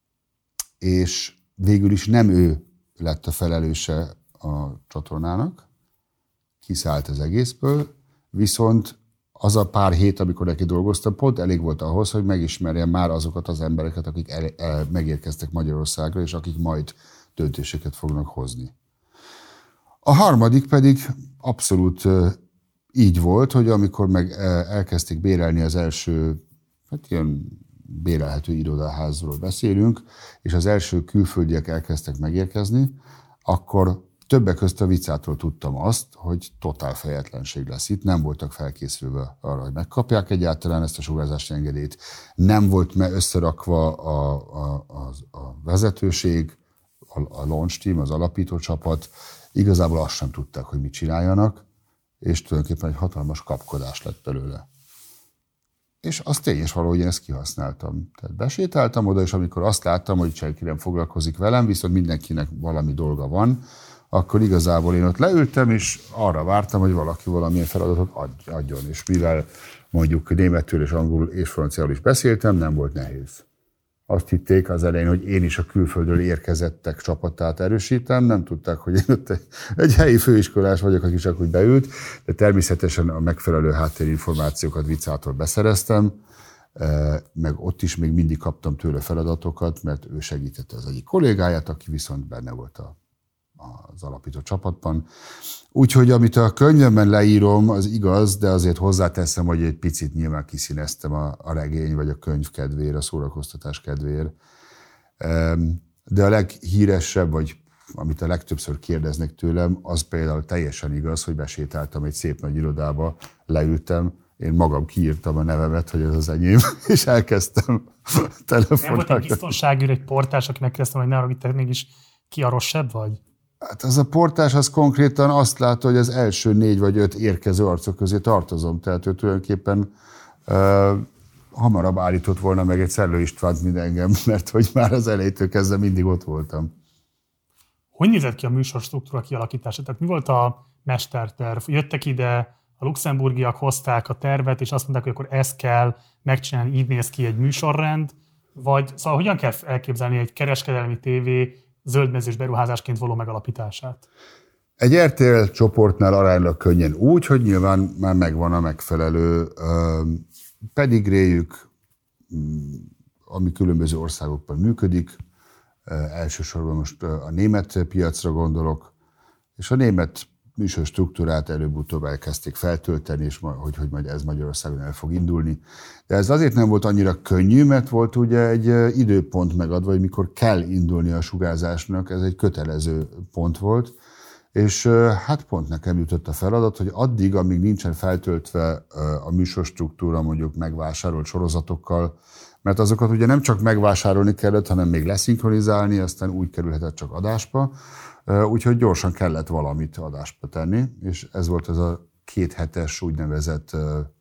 és végül is nem ő lett a felelőse a csatornának, kiszállt az egészből, viszont az a pár hét, amikor neki dolgoztam, pont elég volt ahhoz, hogy megismerjem már azokat az embereket, akik megérkeztek Magyarországra, és akik majd döntéseket fognak hozni. A harmadik pedig abszolút így volt, hogy amikor meg elkezdték bérelni az első, hát ilyen bérelhető irodaházról beszélünk, és az első külföldiek elkezdtek megérkezni, akkor többek közt a Vicától tudtam azt, hogy totál fejetlenség lesz itt, nem voltak felkészülve arra, hogy megkapják egyáltalán ezt a sugárzási engedélyt, nem volt összerakva a vezetőség, a launch team, az alapító csapat, igazából azt sem tudták, hogy mit csináljanak, és tulajdonképpen egy hatalmas kapkodás lett belőle. És az tény és való, hogy én ezt kihasználtam. Tehát besétáltam oda, és amikor azt láttam, hogy senki nem foglalkozik velem, viszont mindenkinek valami dolga van, akkor igazából én ott leültem, és arra vártam, hogy valaki valamilyen feladatot adjon. És mivel mondjuk németül és angolul és franciául is beszéltem, nem volt nehéz. Azt hitték az elején, hogy én is a külföldről érkezettek csapatát erősítem, nem tudták, hogy én ott egy helyi főiskolás vagyok, aki csak úgy beült, de természetesen a megfelelő háttérinformációkat Vicától beszereztem, meg ott is még mindig kaptam tőle feladatokat, mert ő segítette az egyik kollégáját, aki viszont benne volt az alapító csapatban. Úgyhogy amit a könyvemben leírom, az igaz, de azért hozzáteszem, hogy egy picit nyilván kiszíneztem a regény vagy a könyv kedvéért, a szórakoztatás kedvéért. De a leghíresebb, vagy amit a legtöbbször kérdeznek tőlem, az például teljesen igaz, hogy besétáltam egy szép nagy irodába, leültem, én magam kiírtam a nevemet, hogy ez az enyém, és elkezdtem telefonálni. Nem volt egy biztonságűr, egy portás, aki megkérdeztem, hogy ne arra, hogy te mégis ki a rosszabb vagy? Hát az a portás, az konkrétan azt látta, hogy az első 4 vagy 5 érkező arcok közé tartozom. Tehát ő tulajdonképpen hamarabb állított volna meg egy Szellő Istvánt, mint engem, mert hogy már az elejétől kezdve mindig ott voltam. Hogy nézett ki a műsor struktúra kialakítása? Tehát mi volt a mesterterv? Jöttek ide, a luxemburgiak hozták a tervet, és azt mondták, hogy akkor ezt kell megcsinálni, így néz ki egy műsorrend, vagy szóval hogyan kell elképzelni egy kereskedelmi tévé zöldmezős beruházásként való megalapítását? Egy RTL csoportnál aránylag könnyen úgy, hogy nyilván már megvan a megfelelő pedigréjük, ami különböző országokban működik. Elsősorban most a német piacra gondolok, és a német műsor struktúrát előbb-utóbb elkezdték feltölteni, és hogy majd ez Magyarországon el fog indulni. De ez azért nem volt annyira könnyű, mert volt ugye egy időpont megadva, hogy mikor kell indulni a sugárzásnak, ez egy kötelező pont volt, és hát pont nekem jutott a feladat, hogy addig, amíg nincsen feltöltve a műsor struktúra mondjuk megvásárolt sorozatokkal, mert azokat ugye nem csak megvásárolni kellett, hanem még leszinkronizálni, aztán úgy kerülhetett csak adásba, úgyhogy gyorsan kellett valamit adásba tenni, és ez volt az a 2 hetes úgynevezett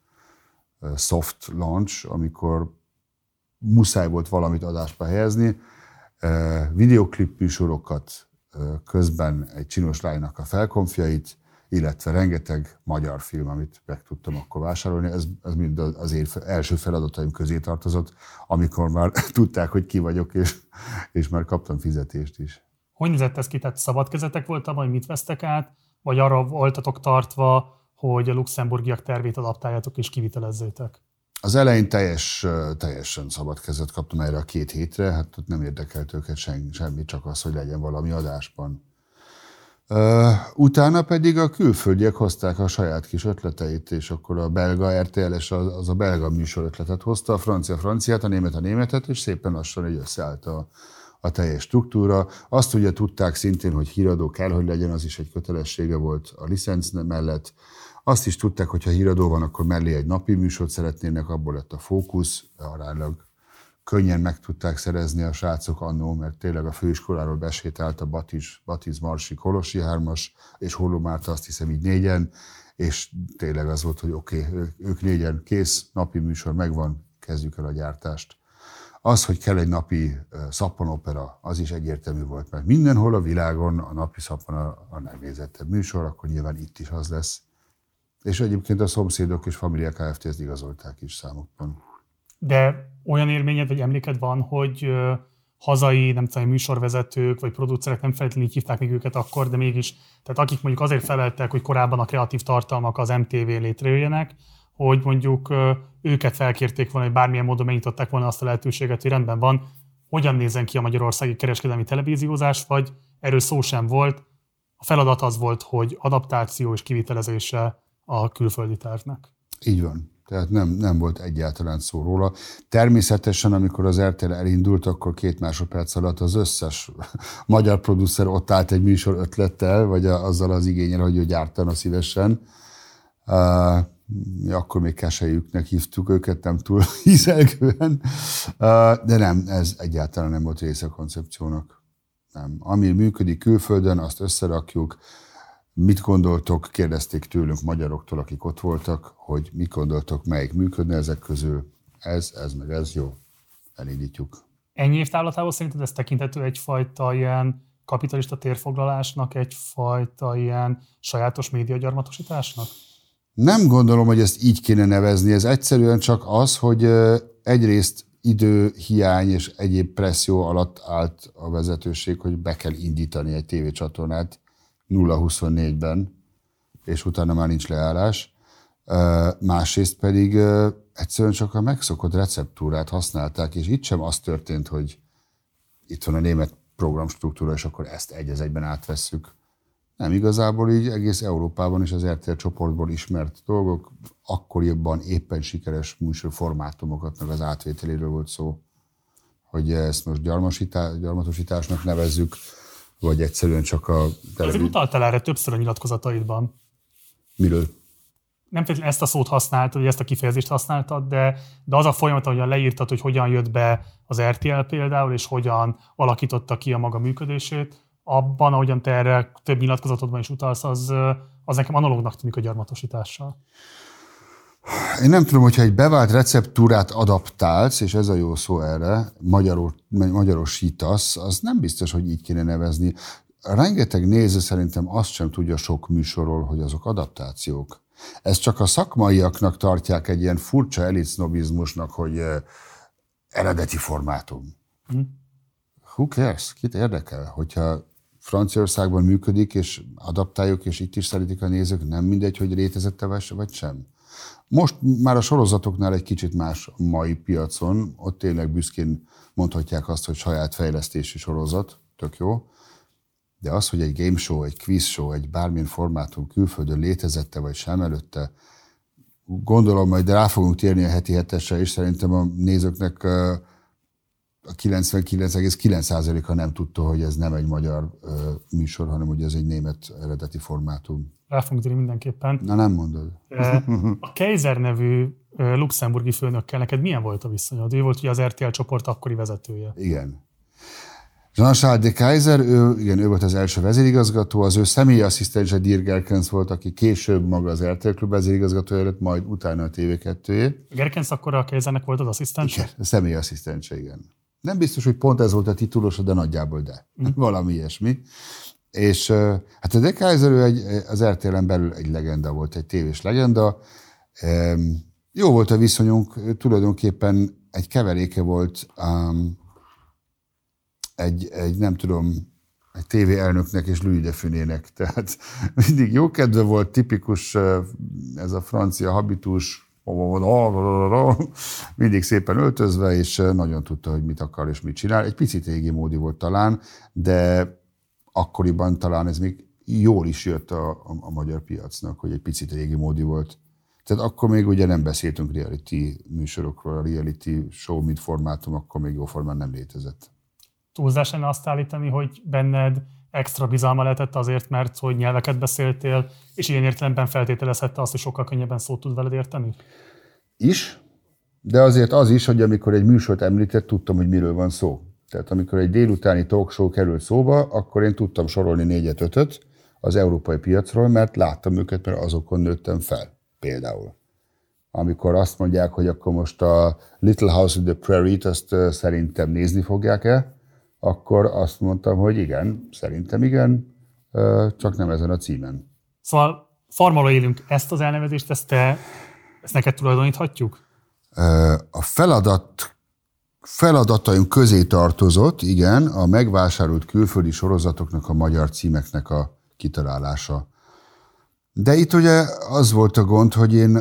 soft launch, amikor muszáj volt valamit adásba helyezni, videoklip műsorokat, közben egy csinos lánynak a felkonfjait, illetve rengeteg magyar film, amit meg tudtam akkor vásárolni. Ez mind az én első feladataim közé tartozott, amikor már tudták, hogy ki vagyok, és már kaptam fizetést is. Hogy nézett ez ki? Tehát szabad kezetek voltam, hogy mit vesztek át, vagy arra voltatok tartva, hogy a luxemburgiak tervét adaptáljátok és kivitelezzétek? Az elején teljesen szabad kezet kaptam erre a 2 hétre, hát ott nem érdekelt őket semmi, csak az, hogy legyen valami adásban. Utána pedig a külföldiek hozták a saját kis ötleteit, és akkor a belga RTL-es az a belga műsor ötletet hozta, a franciát, a németet, és szépen lassan így összeállt a teljes struktúra. Azt ugye tudták szintén, hogy híradó kell, hogy legyen, az is egy kötelessége volt a licenc mellett. Azt is tudták, hogy ha híradó van, akkor mellé egy napi műsort szeretnének, abból lett a fókusz, aránylag könnyen meg tudták szerezni a srácok annó, mert tényleg a főiskoláról besétált a Batiz Marsi Kolosi 3-as, és Holló Márta, azt hiszem így 4-en, és tényleg az volt, hogy oké, ők 4-en, kész, napi műsor megvan, kezdjük el a gyártást. Az, hogy kell egy napi szappanopera, az is egyértelmű volt, mert mindenhol a világon a napi szappan a legnézettebb műsor, akkor nyilván itt is az lesz. És egyébként a Szomszédok és Familia Kft. Ezt igazolták is számukban. De olyan élményed vagy emléked van, hogy hazai, nem tudom, műsorvezetők vagy producerek nem feltétlenül így hívták még őket akkor, de mégis, tehát akik mondjuk azért feleltek, hogy korábban a kreatív tartalmak az MTV létrejöjjenek, hogy mondjuk őket felkérték volna, hogy bármilyen módon megnyitották volna azt a lehetőséget, hogy rendben van, hogyan nézzen ki a magyarországi kereskedelmi televíziózás, vagy erről szó sem volt. A feladat az volt, hogy adaptáció és kivitelezése a külföldi tervnek. Így van. Tehát nem volt egyáltalán szó róla. Természetesen, amikor az RTL elindult, akkor 2 másodperc alatt az összes magyar producer ott állt egy műsor ötlettel, vagy azzal az igénnyel, hogy ő gyártana szívesen. Akkor még Keselyüknek hívtuk őket, nem túl hízelgően. De nem, ez egyáltalán nem volt része a koncepciónak. Nem. Ami működik külföldön, azt összerakjuk. Mit gondoltok, kérdezték tőlünk magyaroktól, akik ott voltak, hogy mit gondoltok, melyik működne ezek közül. Ez meg ez, jó, elindítjuk. Ennyi év távlatából szerinted ez tekinthető egyfajta ilyen kapitalista térfoglalásnak, egyfajta ilyen sajátos médiagyarmatosításnak? Nem gondolom, hogy ezt így kéne nevezni. Ez egyszerűen csak az, hogy egyrészt időhiány és egyéb presszió alatt állt a vezetőség, hogy be kell indítani egy tévécsatornát 0-24-ben, és utána már nincs leállás. Másrészt pedig egyszerűen csak a megszokott receptúrát használták, és itt sem az történt, hogy itt van a német programstruktúra, és akkor ezt egy az egyben átvesszük. Nem, igazából így egész Európában és az RTL csoportból ismert dolgok, akkoriban éppen sikeres műsorformátumoknak az átvételéről volt szó. Hogy ezt most gyarmatosításnak nevezzük, vagy egyszerűen csak a... Azért utaltál erre többször a nyilatkozataidban. Miről? Nem feltétlenül ezt a szót használtad, vagy ezt a kifejezést használtad, de az a folyamat, ahogyan leírtad, hogy hogyan jött be az RTL például, és hogyan alakította ki a maga működését, abban, ahogyan te erre több nyilatkozatodban is utalsz, az nekem analógnak tűnik a gyarmatosítással. Én nem tudom, hogyha egy bevált receptúrát adaptálsz, és ez a jó szó erre, magyarosítasz, az nem biztos, hogy így kéne nevezni. Rengeteg néző szerintem azt sem tudja sok műsorról, hogy azok adaptációk. Ez csak a szakmaiaknak tartják egy ilyen furcsa elitsznobizmusnak, hogy eredeti formátum. Who cares? Kit érdekel? Hogyha Franciaországban működik, és adaptáljuk, és itt is szeretik a nézők, nem mindegy, hogy rétezette vagy sem. Most már a sorozatoknál egy kicsit más a mai piacon, ott tényleg büszkén mondhatják azt, hogy saját fejlesztési sorozat, tök jó, de az, hogy egy game show, egy quiz show, egy bármilyen formátum külföldön létezette vagy sem előtte, gondolom majd rá fogunk térni a heti hetesre, és szerintem a nézőknek a 99,9%-a nem tudta, hogy ez nem egy magyar műsor, hanem hogy ez egy német eredeti formátum. Rá fogunk térni mindenképpen. Na nem mondod. A Kaiser nevű luxemburgi főnökkel neked milyen volt a viszonyod? Ő volt ugye az RTL csoport akkori vezetője. Igen. Jean-Charles de Kaiser, ő volt az első vezérigazgató, az ő személyi asszisztense Dirk Gerckens volt, aki később maga az RTL Klub vezérigazgatója lett, majd utána a TV2-jé. Gerckens akkor a Kaisernek volt az asszisztense? Igen, a személyi asszisztense, igen. Nem biztos, hogy pont ez volt a titulosa, de nagyjából de. Valami ilyesmi. És hát a de Kaiser az RTL-en belül egy legenda volt, egy tévés legenda. Jó volt a viszonyunk, tulajdonképpen egy keveréke volt egy nem tudom, egy tévéelnöknek és Louis de Funès-nek. Tehát mindig jó kedve volt, tipikus ez a francia habitus, mindig szépen öltözve, és nagyon tudta, hogy mit akar és mit csinál. Egy picit régi módi volt talán, de akkoriban talán ez még jól is jött a magyar piacnak, hogy egy picit régi módi volt. Tehát akkor még ugye nem beszéltünk reality műsorokról, a reality show, mint formátum, akkor még jóformán nem létezett. Túlzás lenne azt állítani, hogy benned extra bizalma lehetett azért, mert hogy nyelveket beszéltél, és ilyen értelemben feltételezhette azt, hogy sokkal könnyebben szót tud veled érteni? Is, de azért az is, hogy amikor egy műsort említett, tudtam, hogy miről van szó. Tehát amikor egy délutáni talk show került szóba, akkor én tudtam sorolni 4-5-öt az európai piacról, mert láttam őket, mert azokon nőttem fel, például. Amikor azt mondják, hogy akkor most a Little House on the Prairie-t azt szerintem nézni fogják-e, akkor azt mondtam, hogy igen, szerintem igen, csak nem ezen a címen. Szóval Farmról élünk, ezt az elnevezést, ezt neked tulajdoníthatjuk? A feladataim közé tartozott, igen, a megvásárolt külföldi sorozatoknak a magyar címeknek a kitalálása. De itt ugye az volt a gond, hogy én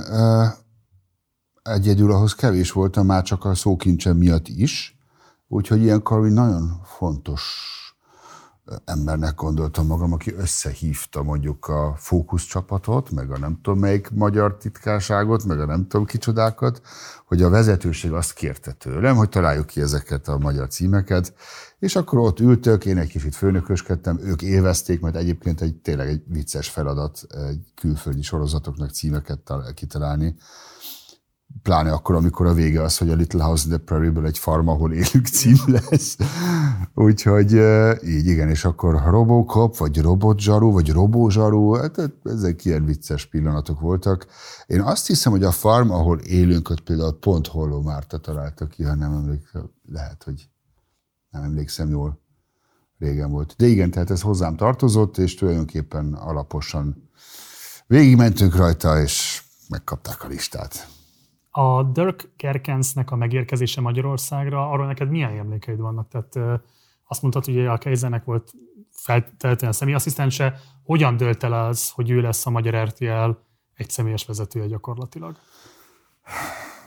egyedül ahhoz kevés voltam, már csak a szókincsem miatt is, úgyhogy ilyenkor nagyon fontos embernek gondoltam magam, aki összehívta mondjuk a fókuszcsapatot, meg a nem tudom melyik magyar titkárságot, meg a nem tudom kicsodákat, hogy a vezetőség azt kérte tőlem, hogy találjuk ki ezeket a magyar címeket, és akkor ott ültök, én egy kicsit főnököskedtem, ők élvezték, mert egyébként tényleg egy vicces feladat egy külföldi sorozatoknak címeket kitalálni. Pláne akkor, amikor a vége az, hogy a Little House on the Prairie-ből egy farm, ahol élünk cím lesz. Úgyhogy így igen, és akkor Robocop, vagy Robotzsaru, vagy Robozsaru, hát ezek ilyen vicces pillanatok voltak. Én azt hiszem, hogy a farm, ahol élünk, ott például pont Holló Márta találta ki, ha nem emlékszem, lehet, hogy nem emlékszem jól, régen volt. De igen, tehát ez hozzám tartozott, és tulajdonképpen alaposan végigmentünk rajta, és megkapták a listát. A Dirk Gerckensnek a megérkezése Magyarországra, arról neked milyen emlékeid vannak? Tehát azt mondtad, hogy a Kaisernek volt feltétlenül a személyasszisztense. Hogyan dőlt el az, hogy ő lesz a magyar RTL egy személyes vezetője gyakorlatilag?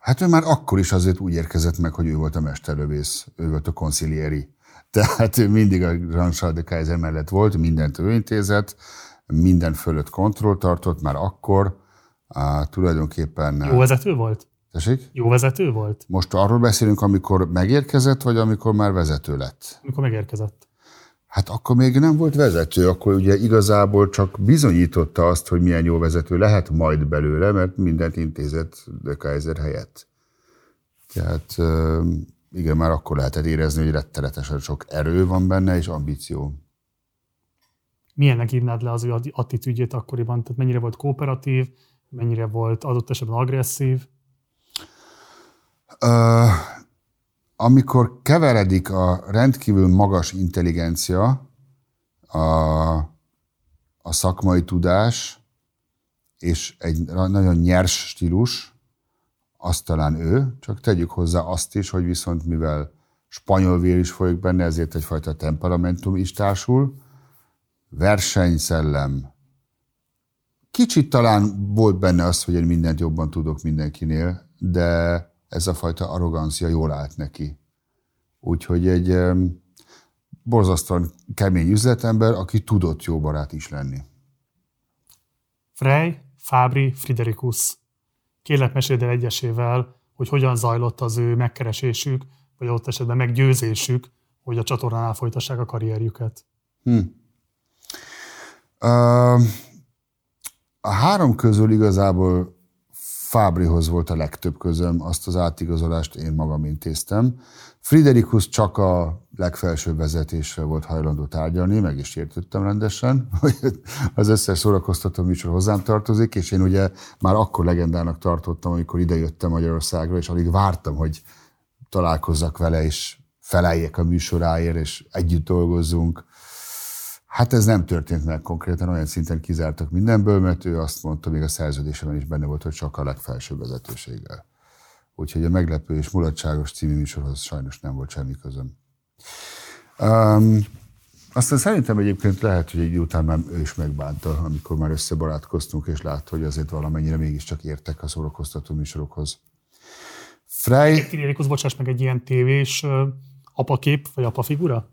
Hát ő már akkor is azért úgy érkezett meg, hogy ő volt a mesterlövész, ő volt a consiglieri. Tehát ő mindig a Jean-Charles de Keyser mellett volt, mindent ő intézett, minden fölött kontrollt tartott, már akkor tulajdonképpen... Jó vezető volt? Tessék? Jó vezető volt? Most arról beszélünk, amikor megérkezett, vagy amikor már vezető lett? Amikor megérkezett. Hát akkor még nem volt vezető, akkor ugye igazából csak bizonyította azt, hogy milyen jó vezető lehet majd belőle, mert mindent intézett de Keyser helyett. Tehát igen, már akkor lehetett érezni, hogy rettenetesen sok erő van benne, és ambíció. Milyennek írnád le az ő attitűdjét akkoriban? Tehát mennyire volt kooperatív, mennyire volt adott esetben agresszív? Amikor keveredik a rendkívül magas intelligencia, a szakmai tudás, és egy nagyon nyers stílus, az talán ő, csak tegyük hozzá azt is, hogy viszont mivel spanyol vér is folyik benne, ezért egyfajta temperamentum is társul, versenyszellem. Kicsit talán volt benne az, hogy én mindent jobban tudok mindenkinél, de ez a fajta arrogancia jól állt neki. Úgyhogy egy borzasztóan kemény üzletember, aki tudott jó barát is lenni. Frey, Fábry, Fridericus. Kérlek, meséld el egyesével, hogy hogyan zajlott az ő megkeresésük, vagy ott esetben meggyőzésük, hogy a csatornánál folytassák a karrierjüket. A három közül igazából Fábryhoz volt a legtöbb közöm, azt az átigazolást én magam intéztem. Fridericus csak a legfelsőbb vezetésre volt hajlandó tárgyalni, meg is értettem rendesen, hogy az összes szórakoztató műsor hozzám tartozik, és én ugye már akkor legendának tartottam, amikor idejöttem Magyarországra, és alig vártam, hogy találkozzak vele, és feleljek a műsoráért, és együtt dolgozzunk. Hát ez nem történt meg konkrétan, olyan szinten kizártak mindenből, mert ő azt mondta, még a szerződésében is benne volt, hogy csak a legfelsőbb vezetőséggel. Úgyhogy a Meglepő és Mulatságos című műsorhoz sajnos nem volt semmi közöm. Aztán szerintem egyébként lehet, hogy egy idő után már ő is megbánta, amikor már összebarátkoztunk, és látta, hogy azért valamennyire mégiscsak értek a szórakoztató műsorokhoz. Frey... Fridericus, bocsáss meg, egy ilyen tévés apakép, vagy apafigura?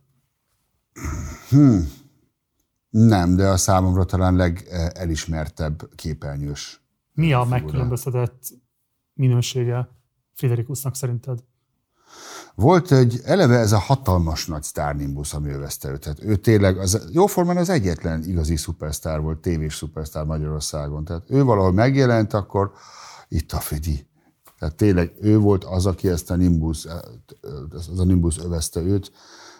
Nem, de a számomra talán legelismertebb képernyős. Mi a megkülönböztetett minősége Fridericusnak szerinted? Volt eleve ez a hatalmas nagy sztárnimbus, ami övezte őt. Tehát ő tényleg jóformán az egyetlen igazi szupersztár volt, tévés szupersztár Magyarországon. Tehát ő valahol megjelent, akkor itt a Fridi. Tehát tényleg ő volt az, aki ezt a nimbus övezte őt.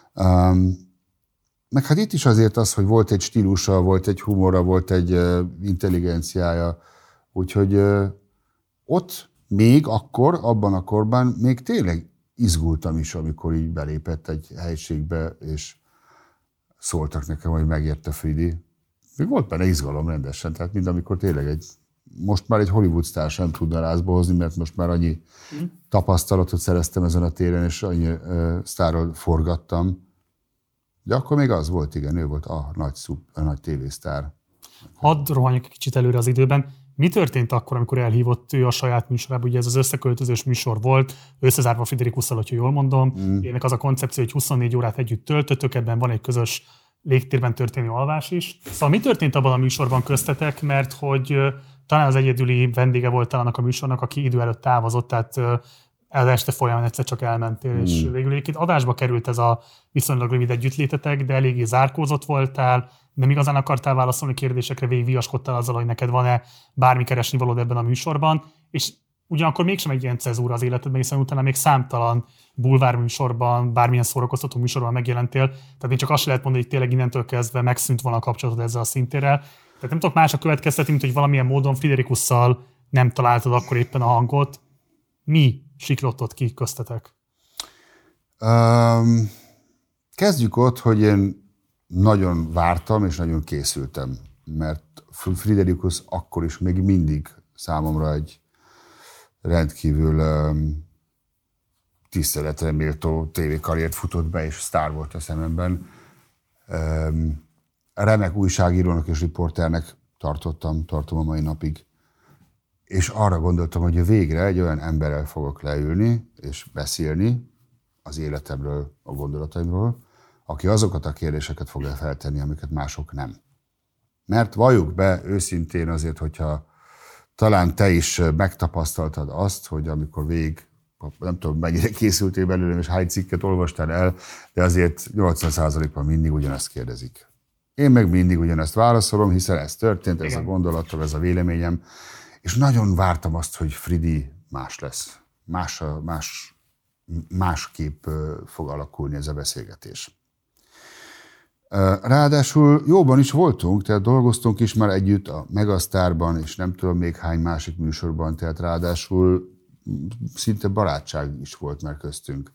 Meg hát itt is azért az, hogy volt egy stílusa, volt egy humora, volt egy intelligenciája. Úgyhogy ott még akkor, abban a korban még tényleg izgultam is, amikor így belépett egy helységbe, és szóltak nekem, hogy megérte Fridi. Még volt benne izgalom rendesen, tehát mind amikor tényleg most már egy Hollywood sztár sem tudna rázba hozni, mert most már annyi tapasztalatot szereztem ezen a téren, és annyi sztárral forgattam. De akkor még az volt, igen, ő volt a nagy tévésztár. Hadd rohanjak egy kicsit előre az időben. Mi történt akkor, amikor elhívott ő a saját műsorába? Ugye ez az összeköltözős műsor volt, összezárva Friderikusszal, hogyha jól mondom. Ennek az a koncepció, hogy 24 órát együtt töltöttök, ebben van egy közös légtérben történő alvás is. Szóval mi történt abban a műsorban köztetek, mert hogy talán az egyedüli vendége volt talán a műsornak, aki idő előtt távozott, tehát az este folyamán egyszer csak elmentél, és végül egyébként adásba került ez a viszonylag rövid együttlétetek, de eléggé zárkózott voltál, nem igazán akartál válaszolni kérdésekre, végig viaskodtál azzal, hogy neked van-e bármi keresni valód ebben a műsorban, és ugyanakkor mégsem egy ilyen cezúra az életedben, hiszen utána még számtalan bulvárműsorban, bármilyen szórakoztató műsorban megjelentél, tehát még csak azt lehet mondani, hogy tényleg innentől kezdve megszűnt volna a kapcsolatod ezzel a szintérrel. Tehát nem tudok másra következtetni, mint hogy valamilyen módon Friderikusszal nem találtad akkor éppen a hangot. Mi siklottott ki köztetek? Kezdjük ott, hogy én nagyon vártam és nagyon készültem, mert Fridericus akkor is még mindig számomra egy rendkívül tiszteletre méltó tévékarriert futott be, és sztár volt a szememben. Remek újságírónak és riporternek tartom a mai napig. És arra gondoltam, hogy végre egy olyan emberrel fogok leülni és beszélni az életemről, a gondolataimról, aki azokat a kérdéseket fogja feltenni, amiket mások nem. Mert valljuk be őszintén azért, hogyha talán te is megtapasztaltad azt, hogy amikor nem tudom, mennyire készültél belőlem, és hány cikket olvastál el, de azért 80%-ban mindig ugyanezt kérdezik. Én meg mindig ugyanezt válaszolom, hiszen ez történt, ez a gondolatom, ez a véleményem, és nagyon vártam azt, hogy Fridi más lesz. Másképp fog alakulni ez a beszélgetés. Ráadásul jóban is voltunk, tehát dolgoztunk is már együtt a Megasztárban, és nem tudom még hány másik műsorban, tehát ráadásul szinte barátság is volt már köztünk.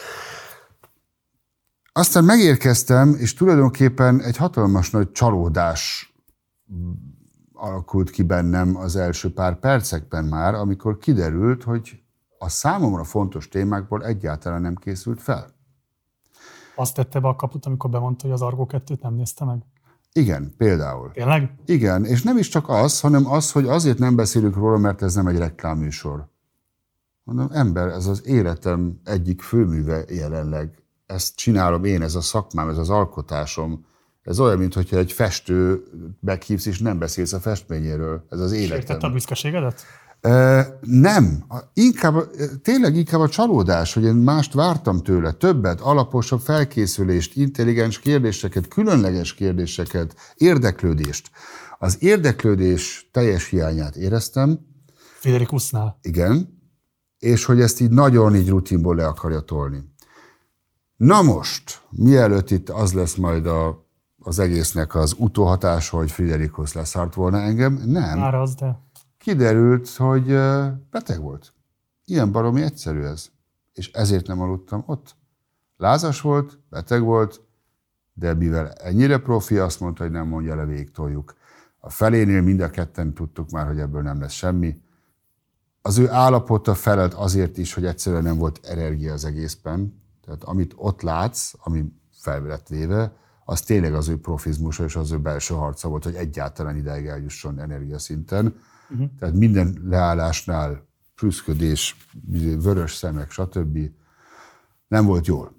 Aztán megérkeztem, és tulajdonképpen egy hatalmas nagy csalódás alakult ki bennem az első pár percekben már, amikor kiderült, hogy a számomra fontos témákból egyáltalán nem készült fel. Azt tette be a kaput, amikor bemondta, hogy az Argo 2-t nem nézte meg? Igen, például. Tényleg? Igen, és nem is csak az, hanem az, hogy azért nem beszélünk róla, mert ez nem egy reklámműsor. Mondom, ember, ez az életem egyik főműve jelenleg. Ezt csinálom én, ez a szakmám, ez az alkotásom. Ez olyan, mintha egy festő meghívsz, és nem beszélsz a festményéről. Ez az életem. Sértette a büszkeségedet? Nem. Tényleg inkább a csalódás, hogy én mást vártam tőle. Többet, alaposabb felkészülést, intelligens kérdéseket, különleges kérdéseket, érdeklődést. Az érdeklődés teljes hiányát éreztem. Friderikusznál. Igen. És hogy ezt így nagyon így rutinból le akarja tolni. Na most, mielőtt itt az lesz majd az egésznek az utóhatása, hogy Friderikus leszart volna engem, nem. Már az, de... Kiderült, hogy beteg volt. Ilyen baromi egyszerű ez. És ezért nem aludtam ott. Lázas volt, beteg volt, de mivel ennyire profi, azt mondta, hogy nem mondja le, végig toljuk. A felénél mind a ketten tudtuk már, hogy ebből nem lesz semmi. Az ő állapota felelt azért is, hogy egyszerűen nem volt energia az egészben. Tehát amit ott látsz, ami fel lett véve, az tényleg az ő profizmusa és az ő belső harca volt, hogy egyáltalán ideig eljusson energiaszinten. Tehát minden leállásnál prüszködés, vörös szemek, stb. Nem volt jól.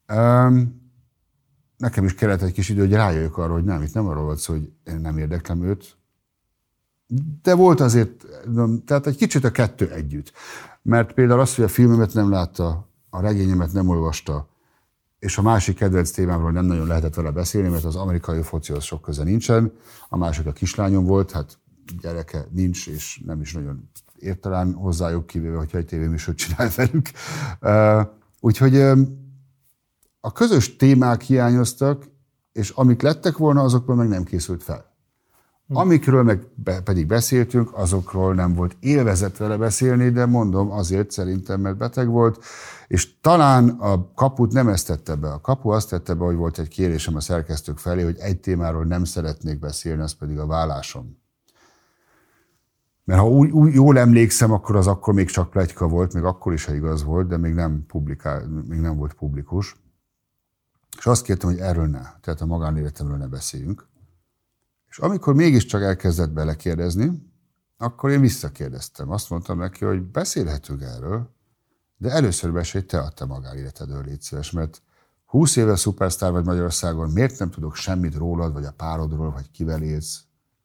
Nekem is kellett egy kis idő, hogy rájöjjök arra, hogy nem, itt nem arról volt szó, hogy én nem érdeklem őt. De volt azért, tehát egy kicsit a kettő együtt. Mert például az, hogy a filmemet nem látta, a regényemet nem olvasta, és a másik kedvenc témámról nem nagyon lehetett vele beszélni, mert az amerikai focihoz sok köze nincsen. A másik a kislányom volt, hát gyereke nincs, és nem is nagyon ért talán hozzájuk, kivéve, hogyha egy tévéműsort csinál velük. Úgyhogy a közös témák hiányoztak, és amik lettek volna, azokból meg nem készült fel. Amikről meg pedig beszéltünk, azokról nem volt élvezet vele beszélni, de mondom azért szerintem, mert beteg volt, és talán a kaput nem ezt tette be. A kapu azt tette be, hogy volt egy kérésem a szerkesztők felé, hogy egy témáról nem szeretnék beszélni, az pedig a vállásom. Mert ha úgy jól emlékszem, akkor az akkor még csak pletyka volt, még akkor is, ha igaz volt, de még nem volt publikus. És azt kértem, hogy erről ne, tehát a magánéletemről ne beszéljünk. És amikor mégiscsak elkezdett belekérdezni, akkor én visszakérdeztem. Azt mondtam neki, hogy beszélhetünk erről, de először beszélj te a te magánéletedről, légy szíves, mert 20 éve szupersztár vagy Magyarországon, miért nem tudok semmit rólad, vagy a párodról, vagy kivel élsz?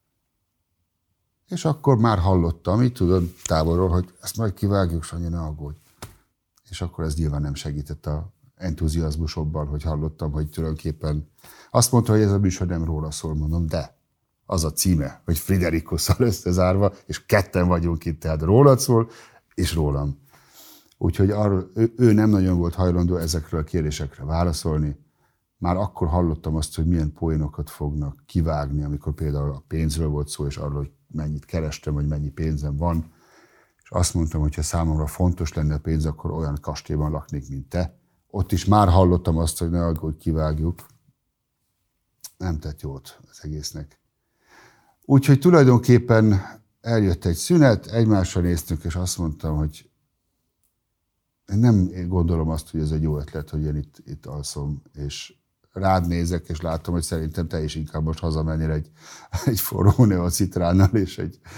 És akkor már hallottam, így tudod, távolról, hogy ezt majd kivágjuk, Sanyi, ne aggódj. És akkor ez nyilván nem segített a entuziazmusomban, hogy hallottam, hogy tulajdonképpen azt mondta, hogy ez a műsor nem róla szól, mondom, de az a címe, hogy Friderikusszal összezárva, és ketten vagyunk itt, tehát rólad szól, és rólam. Úgyhogy ő nem nagyon volt hajlandó ezekről a kérdésekre válaszolni. Már akkor hallottam azt, hogy milyen poénokat fognak kivágni, amikor például a pénzről volt szó, és arról, hogy mennyit kerestem, vagy mennyi pénzem van. És azt mondtam, hogy ha számomra fontos lenne a pénz, akkor olyan kastélyban laknék, mint te. Ott is már hallottam azt, hogy ne aggódj, kivágjuk. Nem tett jót az egésznek. Úgyhogy tulajdonképpen eljött egy szünet, egymásra néztünk, és azt mondtam, hogy nem gondolom azt, hogy ez egy jó ötlet, hogy én itt alszom, és rád nézek, és látom, hogy szerintem te is inkább most hazamennél egy forró neocitránnal, és egy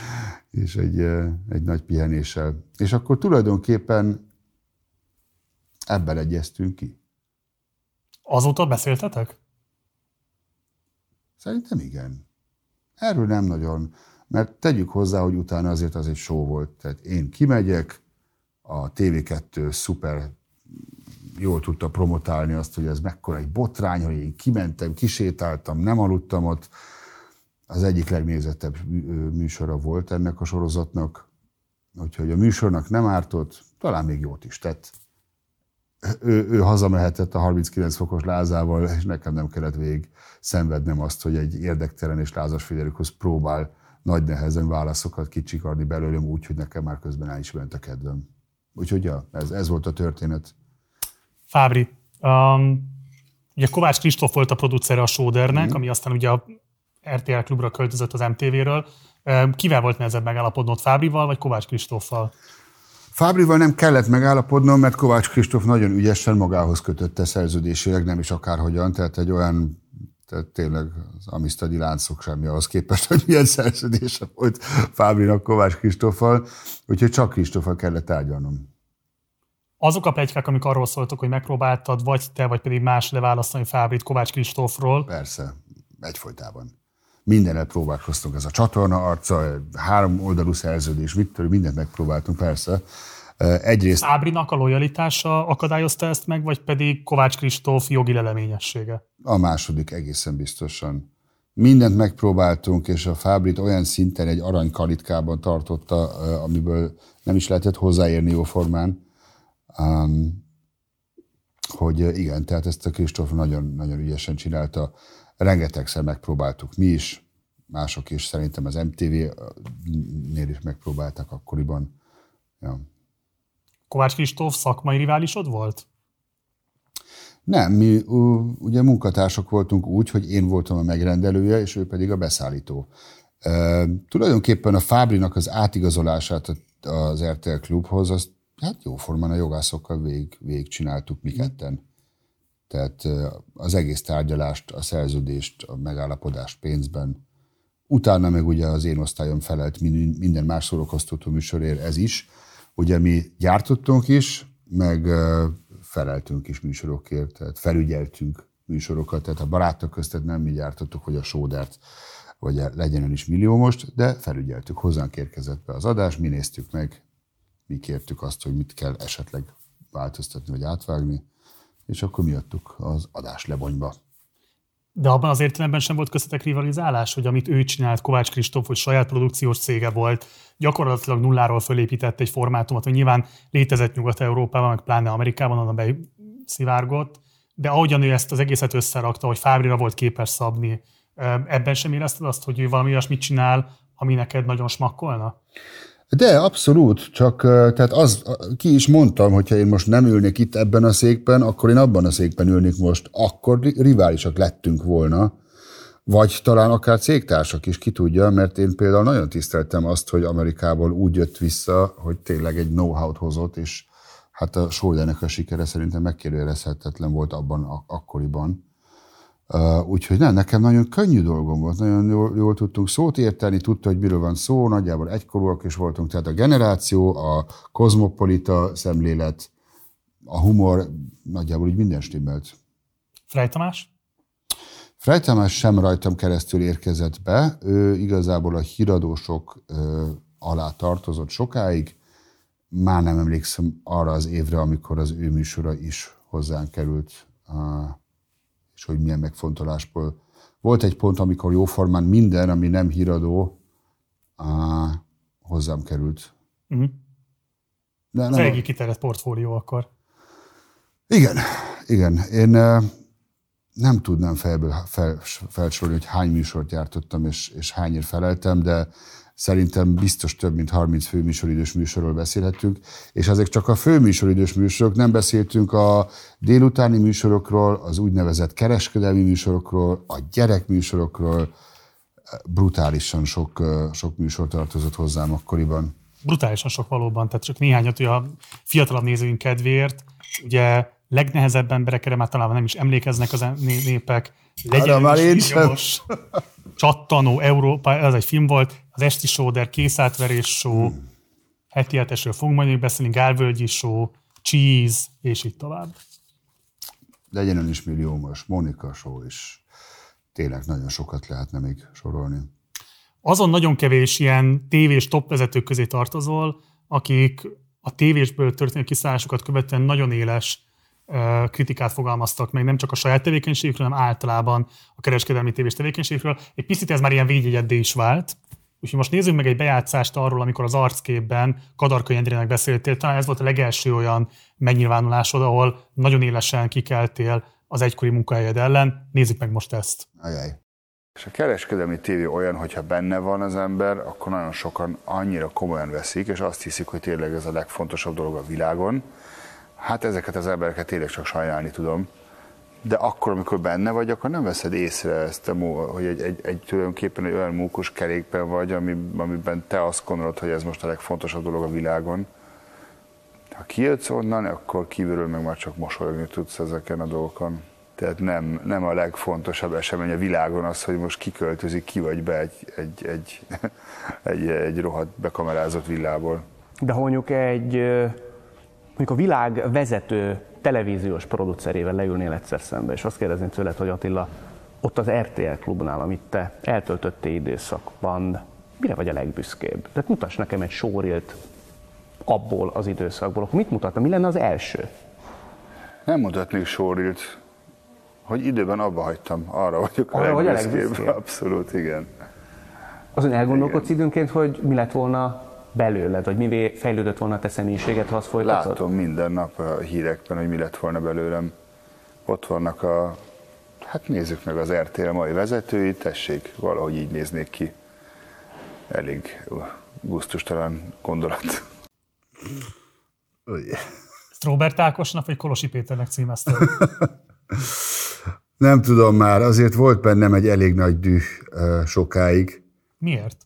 és egy nagy pihenéssel. És akkor tulajdonképpen ebben egyeztünk ki. Azóta beszéltetek? Szerintem igen. Erről nem nagyon, mert tegyük hozzá, hogy utána azért az egy show volt. Tehát én kimegyek, a TV2 szuper jól tudta promotálni azt, hogy ez mekkora egy botrány, hogy én kimentem, kisétáltam, nem aludtam ott. Az egyik legnézettebb műsora volt ennek a sorozatnak, úgyhogy a műsornak nem ártott, talán még jót is tett. Ő hazamehetett a 39 fokos lázával, és nekem nem kellett végig szenvednem azt, hogy egy érdektelen és lázas Friderikus próbál nagy nehezen válaszokat kicsikarni belőlem úgy, hogy nekem már közben el is ment a kedvem. Úgyhogy ja, ez volt a történet. Fábri, ugye Kovács Kristóf volt a producere a Sódernek, ami aztán ugye a RTL Klubra költözött az MTV-ről. Kivel volt nehezebb megállapodnod, Fábrival vagy Kovács Kristóffal? Fábrival nem kellett megállapodnom, mert Kovács Kristóf nagyon ügyesen magához kötötte szerződésileg, nem is akárhogyan, tehát egy olyan, tehát tényleg az amisztadi láncok semmi ahhoz képest, hogy milyen szerződése volt Fábrinak Kovács Kristóffal, úgyhogy csak Kristóffal kellett tárgyalnom. Azok a pletykák, amik arról szóltak, hogy megpróbáltad, vagy te, vagy pedig más leválasztani Fábrit Kovács Kristófról. Persze, egyfolytában. Mindennel próbálkoztunk, ez a csatorna arca, 3 oldalú szerződés, mindent megpróbáltunk, persze. Egyrészt... Fábrinak a lojalitása akadályozta ezt meg, vagy pedig Kovács Kristóf jogi leleményessége? A második egészen biztosan. Mindent megpróbáltunk, és a Fábrit olyan szinten egy aranykalitkában tartotta, amiből nem is lehetett hozzáérni jóformán, hogy igen, tehát ezt a Kristóf nagyon ügyesen csinálta. Rengetegszer megpróbáltuk mi is, mások is, szerintem az MTV-nél is megpróbáltak akkoriban. Ja. Kovács Kristóf szakmai riválisod volt? Nem, mi ugye munkatársak voltunk úgy, hogy én voltam a megrendelője, és ő pedig a beszállító. Tulajdonképpen a Fábrinak az átigazolását az RTL Klubhoz, azt hát jóformán a jogászokkal végig csináltuk mi ketten. Tehát az egész tárgyalást, a szerződést, a megállapodást pénzben. Utána meg ugye az én osztályom felelt minden más szórakoztató műsorért, ez is. Ugye mi gyártottunk is, meg feleltünk is műsorokért, tehát felügyeltünk műsorokat. Tehát a barátok köztet nem mi gyártottuk, hogy a Sódert, vagy legyen is millió most, de felügyeltük, hozzánk érkezett be az adás, mi néztük meg, mi kértük azt, hogy mit kell esetleg változtatni, vagy átvágni, és akkor mi adtuk az adás lebonyba. De abban az értelemben sem volt köztetek rivalizálás, hogy amit ő csinált, Kovács Kristóf, hogy saját produkciós cége volt, gyakorlatilag nulláról fölépített egy formátumot, hogy nyilván létezett Nyugat-Európában, meg pláne Amerikában, onnan beszivárgott, de ahogyan ő ezt az egészet összerakta, hogy Fábrira volt képes szabni, ebben sem érezted azt, hogy ő valami olyasmit csinál, ami neked nagyon smakkolna? De abszolút, csak tehát ki is mondtam, hogyha én most nem ülnék itt ebben a székben, akkor én abban a székben ülnék most, akkor riválisak lettünk volna, vagy talán akár cégtársak is, ki tudja, mert én például nagyon tiszteltem azt, hogy Amerikából úgy jött vissza, hogy tényleg egy know-how-t hozott, és hát a Sódernek a sikere szerintem megkérdőjelezhetetlen volt abban akkoriban. Úgyhogy nekem nagyon könnyű dolgom volt, nagyon jól tudtunk szót érteni, tudta, hogy miről van szó, nagyjából egykorúak is voltunk, tehát a generáció, a kozmopolita szemlélet, a humor, nagyjából így minden stimmelt. Frey Tamás? Frey Tamás sem rajtam keresztül érkezett be, ő igazából a híradósok alá tartozott sokáig, már nem emlékszem arra az évre, amikor az ő műsora is hozzánk került, és hogy milyen megfontolásból. Volt egy pont, amikor jóformán minden, ami nem híradó, hozzám került. Uh-huh. Ez eléggé kiterjedt portfólió akkor. Igen. Én nem tudnám fejből felsorolni, hogy hány műsort gyártottam, és hányért feleltem, de szerintem biztos több mint 30 főműsoridős műsorról beszélhetünk, és ezek csak a főműsoridős műsorok, nem beszéltünk a délutáni műsorokról, az úgynevezett kereskedelmi műsorokról, a gyerekműsorokról, brutálisan sok műsor tartozott hozzám akkoriban. Brutálisan sok valóban, tehát csak néhányat, hogy a fiatalabb nézőink kedvéért, ugye legnehezebb emberekre már talán nem is emlékeznek az népek, legyen is Csattanó, Európa, ez egy film volt, az Esti Sóder, Készátverés show, heti hetesről fogunk majd még beszélni, Gálvölgyi show, Cheese, és így tovább. Legyen ön is milliómos, Monika show is. Tényleg nagyon sokat lehetne még sorolni. Azon nagyon kevés ilyen tévés topvezetők közé tartozol, akik a tévésből történő kiszállásokat követően nagyon éles kritikát fogalmaztak meg, nem csak a saját tevékenységükről, hanem általában a kereskedelmi tévés tevékenységről. Egy picit ez már ilyen védjegyeddé is vált. Úgyhogy most nézzünk meg egy bejátszást arról, amikor az Arcképben Kadarkai Endrének beszéltél. Talán ez volt a legelső olyan megnyilvánulásod, ahol nagyon élesen kikeltél az egykori munkahelyed ellen. Nézzük meg most ezt. Ajaj. És a kereskedelmi tévé olyan, hogyha benne van az ember, akkor nagyon sokan annyira komolyan veszik, és azt hiszik, hogy tényleg ez a legfontosabb dolog a világon. Hát ezeket az embereket tényleg csak sajnálni tudom. De akkor, amikor benne vagy, akkor nem veszed észre ezt, hogy egy tulajdonképpen egy olyan mókus kerékben vagy, amiben te azt gondolod, hogy ez most a legfontosabb dolog a világon. Ha kijössz onnan, akkor kívülről meg már csak mosolyogni tudsz ezeken a dolgokon. Tehát nem a legfontosabb esemény a világon az, hogy most kiköltözik ki vagy be egy rohadt bekamerázott villából. De ha mondjuk a világ vezető televíziós producerével leülnél egyszer szembe, és azt kérdezném tőled, hogy Attila, ott az RTL Klubnál, amit te eltöltöttél időszakban, mire vagy a legbüszkébb? Tehát mutass nekem egy showreelt abból az időszakból, akkor mit mutatna? Mi lenne az első? Nem mutatnék showreelt, hogy időben abba hagytam, arra vagyok a legbüszkébb. Abszolút, igen. Azon elgondolkodsz időnként, hogy mi lett volna belőled, vagy mivé fejlődött volna a te személyiséget, ha azt folytatod? Látom minden nap a hírekben, hogy mi lett volna belőlem. Ott vannak hát nézzük meg az RTL mai vezetői, tessék, valahogy így néznék ki. Elég gusztustalan gondolat. Ezt Róbert Ákosnak vagy Kolosi Péternek címezted? Nem tudom már, azért volt bennem egy elég nagy düh sokáig. Miért?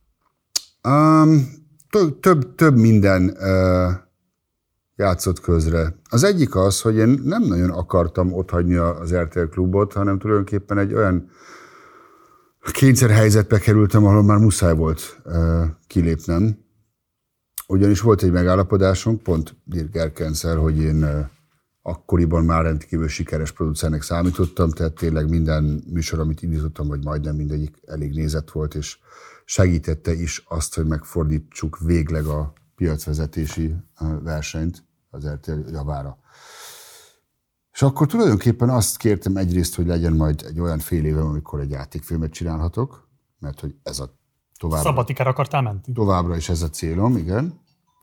Több minden játszott közre. Az egyik az, hogy én nem nagyon akartam otthagyni az RTL Klubot, hanem tulajdonképpen egy olyan kényszerhelyzetbe kerültem, ahol már muszáj volt kilépnem. Ugyanis volt egy megállapodásunk, pont Dirk Gerkenszel, hogy én akkoriban már rendkívül sikeres producernek számítottam, tehát tényleg minden műsor, amit indítottam, vagy majdnem mindegyik elég nézett volt, és segítette is azt, hogy megfordítsuk végleg a piacvezetési versenyt az RTL javára. És akkor tulajdonképpen azt kértem egyrészt, hogy legyen majd egy olyan fél évem, amikor egy játékfilmet csinálhatok, mert hogy ez a Szabatikára akartál menni? Továbbra is ez a célom, igen.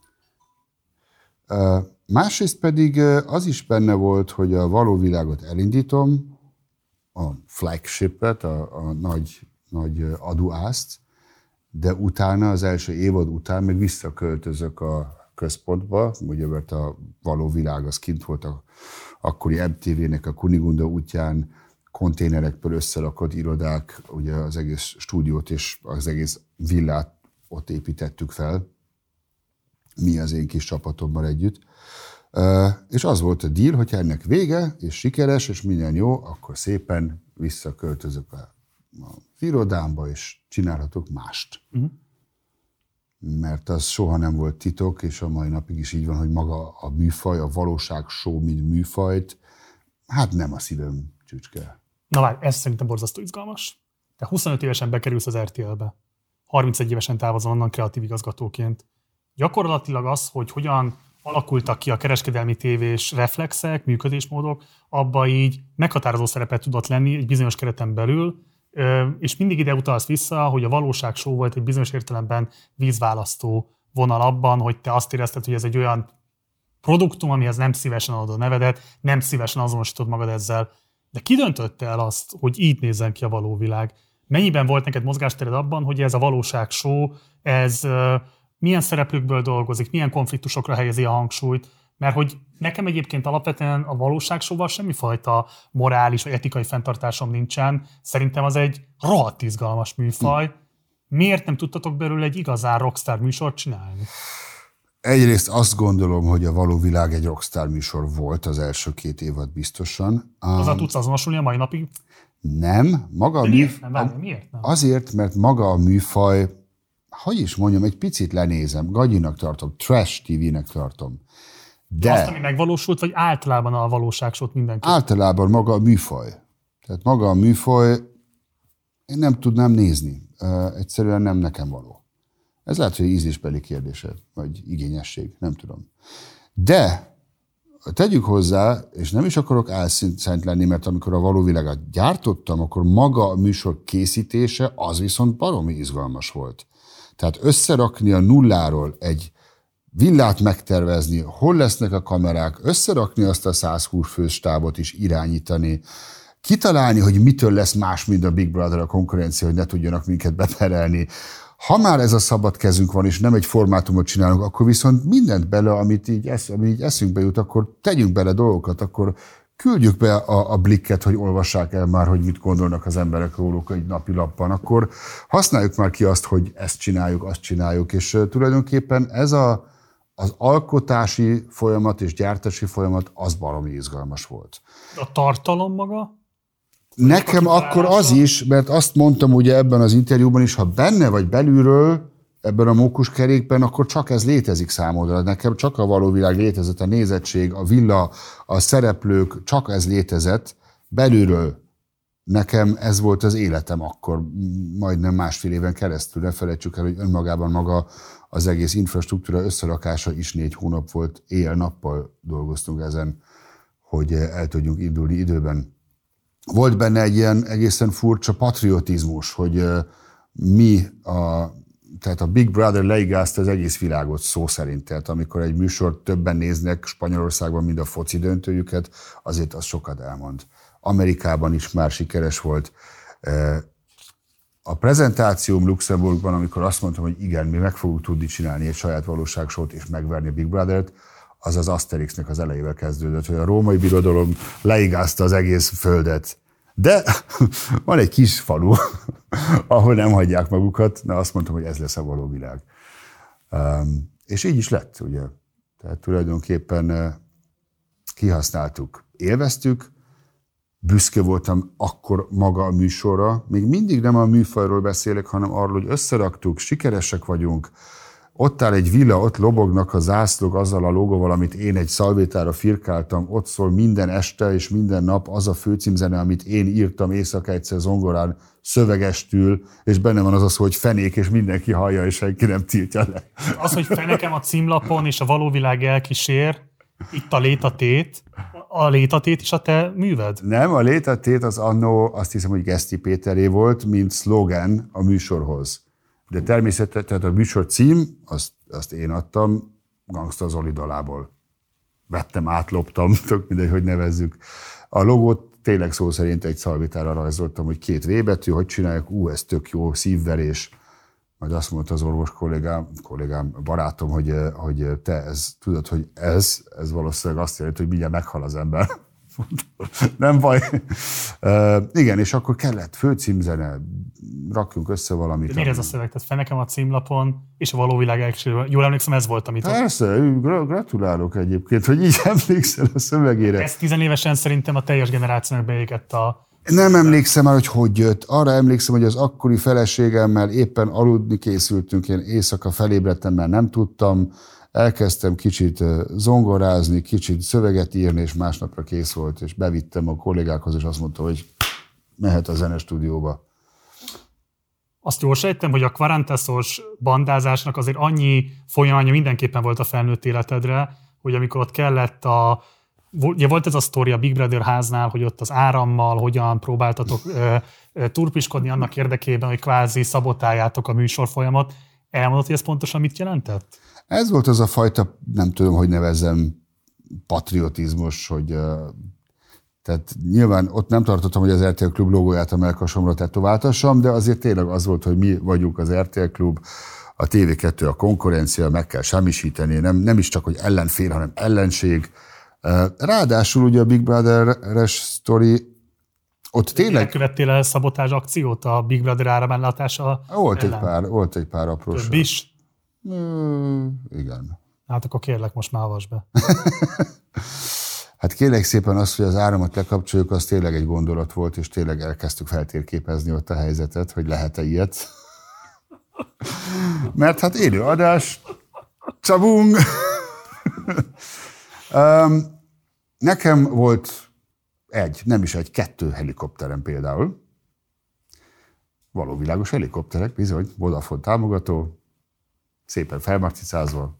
Másrészt pedig az is benne volt, hogy a való világot elindítom, a flagship-et, a nagy aduászt, de utána, az első évad után meg visszaköltözök a központba, ugye, mert a való világ az kint volt a akkori MTV-nek a Kunigunda útján, konténerekből összerakott irodák, ugye az egész stúdiót és az egész villát ott építettük fel, mi az én kis csapatommal együtt. És az volt a deal, hogyha ennek vége, és sikeres, és minden jó, akkor szépen visszaköltözök az irodámba, és csinálhatok mást. Uh-huh. Mert az soha nem volt titok, és a mai napig is így van, hogy maga a műfaj, a valóság show, mint műfajt, hát nem a szívem csücske. Na várj, ez szerintem borzasztó izgalmas. Te 25 évesen bekerülsz az RTL-be. 31 évesen távozol onnan kreatív igazgatóként. Gyakorlatilag az, hogy hogyan alakultak ki a kereskedelmi tévés reflexek, működésmódok, abba így meghatározó szerepet tudott lenni egy bizonyos kereten belül, és mindig ide utalsz vissza, hogy a valóság show volt egy bizonyos értelemben vízválasztó vonal abban, hogy te azt érezted, hogy ez egy olyan produktum, amihez nem szívesen adod a nevedet, nem szívesen azonosítod magad ezzel. De ki döntötte el azt, hogy így nézzen ki a való világ? Mennyiben volt neked mozgástered abban, hogy ez a valóság show, ez milyen szereplőkből dolgozik, milyen konfliktusokra helyezi a hangsúlyt? Mert hogy nekem egyébként alapvetően a valóság showval semmifajta morális vagy etikai fenntartásom nincsen. Szerintem az egy rohadt izgalmas műfaj. Miért nem tudtatok belőle egy igazán rockstar műsort csinálni? Egyrészt azt gondolom, hogy a való világ egy rockstar műsor volt az első 2 évad biztosan. Azzal tudsz azonosulni a mai napig? Nem, maga miért nem? Azért, mert maga a műfaj, hogy is mondjam, egy picit lenézem, gagyinak tartom, trash TV-nek tartom. De azt, ami megvalósult, vagy általában a valóságsót mindenki? Általában maga a műfaj. Tehát maga a műfaj, én nem tudnám nézni. Egyszerűen nem nekem való. Ez lehet, hogy ízlésbeli kérdése, vagy igényesség, nem tudom. De tegyük hozzá, és nem is akarok álszent lenni, mert amikor a való világot gyártottam, akkor maga a műsor készítése az viszont baromi izgalmas volt. Tehát összerakni a nulláról egy villát megtervezni, hol lesznek a kamerák, összerakni azt a 120 fős stábot is irányítani, kitalálni, hogy mitől lesz más, mint a Big Brother, a konkurencia, hogy ne tudjanak minket beperelni. Ha már ez a szabad kezünk van, és nem egy formátumot csinálunk, akkor viszont mindent bele, amit így eszünkbe jut, akkor tegyünk bele dolgokat, akkor küldjük be a blikket, hogy olvassák el már, hogy mit gondolnak az emberek róluk egy napi lapban, akkor használjuk már ki azt, hogy ezt csináljuk, azt csináljuk, és tulajdonképpen ez az alkotási folyamat és gyártási folyamat az baromi izgalmas volt. A tartalom maga? Nekem akkor az is, mert azt mondtam ugye ebben az interjúban is, ha benne vagy belülről, ebben a mókuskerékben, akkor csak ez létezik számodra. Nekem csak a való világ létezett, a nézettség, a villa, a szereplők, csak ez létezett belülről. Nekem ez volt az életem akkor, majdnem 1,5 éven keresztül. Ne felejtsük el, hogy önmagában maga az egész infrastruktúra összerakása is 4 hónap volt. Éjjel-nappal dolgoztunk ezen, hogy el tudjunk indulni időben. Volt benne egy ilyen egészen furcsa patriotizmus, hogy tehát a Big Brother leigázta az egész világot szó szerint. Tehát amikor egy műsort többen néznek Spanyolországban, mint a foci döntőjüket, azért az sokat elmond. Amerikában is már sikeres volt. A prezentációm Luxemburgban, amikor azt mondtam, hogy igen, mi meg fogunk tudni csinálni egy saját valóságsót és megverni a Big Brothert, az az Asterixnek az elejével kezdődött, hogy a római birodalom leigázta az egész földet. De van egy kis falu, ahol nem hagyják magukat, na azt mondtam, hogy ez lesz a való világ. És így is lett, ugye. Tehát tulajdonképpen kihasználtuk, élveztük, büszke voltam akkor maga a műsorra, még mindig nem a műfajról beszélek, hanem arról, hogy összeraktuk, sikeresek vagyunk, ott áll egy villa, ott lobognak a zászlók azzal a logóval, amit én egy szalvétára firkáltam, ott szól minden este és minden nap az a főcímzene, amit én írtam éjszaka egyszer zongorán szövegestül, és benne van az a szó, hogy fenék, és mindenki hallja, és senki nem tiltja le. Az, hogy fenekem a címlapon, és a való világ elkísér, itt a létatét is a te műved? Nem, a létatét az annó, azt hiszem, hogy Geszti Péteré volt, mint szlogán a műsorhoz. De természetesen a műsor cím, azt én adtam, Gangsta Zoli dalából. Vettem, átloptam, tök mindegy, hogy nevezzük. A logót tényleg szó szerint egy szalvitára rajzoltam, hogy 2 V betű, hogy csinálják, ez tök jó, szívverés. Majd azt mondta az orvos kollégám, barátom, hogy te tudod, hogy ez valószínűleg azt jelenti, hogy mindjárt meghal az ember. Nem baj. Igen, és akkor kellett főcímzene, rakjunk össze valamit. De miért ez a szöveg? Tehát fenekem a címlapon, és a való világ elkísérve. Jól emlékszem, ez volt, amit... Persze, gratulálok egyébként, hogy így emlékszel a szövegére. Ez 10 évesen szerintem a teljes generációnak beégett a... Nem emlékszem már, hogy jött. Arra emlékszem, hogy az akkori feleségemmel éppen aludni készültünk, én éjszaka felébredtem, mert nem tudtam. Elkezdtem kicsit zongorázni, kicsit szöveget írni, és másnapra kész volt, és bevittem a kollégákhoz, és azt mondta, hogy mehet a zenestúdióba. Azt jól sejtem, hogy a Quaranteszos bandázásnak azért annyi folyamanya mindenképpen volt a felnőtt életedre, hogy amikor ott kellett ugye volt ez a sztori a Big Brother háznál, hogy ott az árammal hogyan próbáltatok turpiskodni annak érdekében, hogy kvázi szabotáljátok a műsorfolyamat. Elmondod, hogy ez pontosan mit jelentett? Ez volt az a fajta, nem tudom, hogy nevezzem, patriotizmus, hogy tehát nyilván ott nem tartottam, hogy az RTL Klub logóját a mellkasomra tetováltassam, de azért tényleg az volt, hogy mi vagyunk az RTL Klub, a TV2 a konkurencia, meg kell semmisíteni, nem is csak, hogy ellenfél, hanem ellenség. Ráadásul ugye a Big Brother-es sztori, ott tényleg... Követtél el szabotázs akciót a Big Brother áramállátása Volt egy pár apróság. Több is? Igen. Hát akkor kérlek, most már havasd be. Hát kérlek szépen azt, hogy az áramot lekapcsoljuk, az tényleg egy gondolat volt, és tényleg elkezdtük feltérképezni ott a helyzetet, hogy lehet-e ilyet. Mert hát élő adás, csabung! Nekem volt kettő helikopterem például. Való világos helikopterek, bizony, Vodafone támogató, szépen felmarcicázva.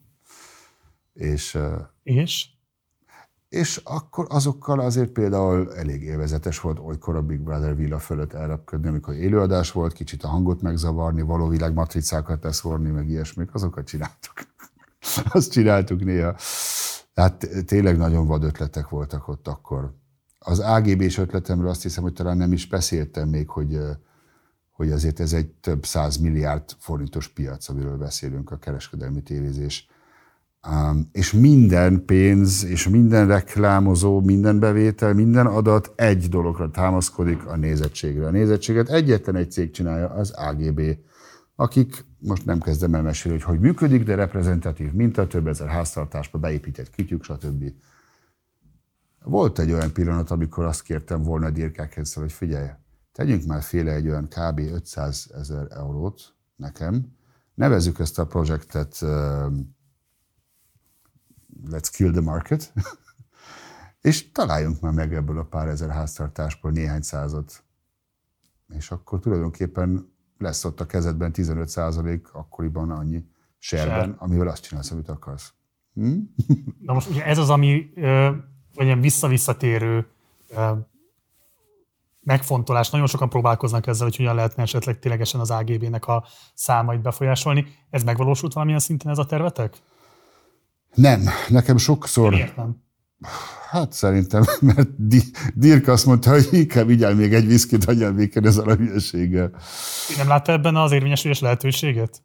És akkor azokkal azért például elég élvezetes volt olykor a Big Brother villa fölött elrepködni, amikor élőadás volt, kicsit a hangot megzavarni, való világ matricákat leszórni, meg ilyesmik, azokat csináltuk. Azt csináltuk néha. Tehát tényleg nagyon vad ötletek voltak ott akkor. Az AGB-s ötletemről azt hiszem, hogy talán nem is beszéltem még, hogy azért ez egy több 100 milliárd forintos piac, amiről beszélünk, a kereskedelmi tévézés. És minden pénz, és minden reklámozó, minden bevétel, minden adat egy dologra támaszkodik, a nézettségre. A nézettséget egyetlen egy cég csinálja, az AGB, akik, most nem kezdem el mesélni, hogy működik, de reprezentatív minta, több ezer háztartásba beépített kütyük, stb. Volt egy olyan pillanat, amikor azt kértem volna a Dirkákhez, hogy figyelj, tegyünk már félre egy olyan kb. 500 000 eurót nekem, nevezzük ezt a projektet Let's Kill the Market, és találjunk már meg ebből a pár ezer háztartásból néhány százat. És akkor tulajdonképpen lesz ott a kezedben 15% akkoriban annyi share-ben, amivel azt csinálsz, amit akarsz. Na most ugye ez az, ami olyan visszavisszatérő megfontolás. Nagyon sokan próbálkoznak ezzel, hogy hogyan lehetne esetleg ténylegesen az AGB-nek a számait befolyásolni. Ez megvalósult valamilyen szinten ez a tervetek? Nem. Nekem sokszor... Miért nem? Hát szerintem, mert Dirk azt mondta, hogy inkább vigyál még egy viszkit, hagyjál békén ezzel a hülyeséggel. Nem látta ebben az érvényesülés lehetőséget?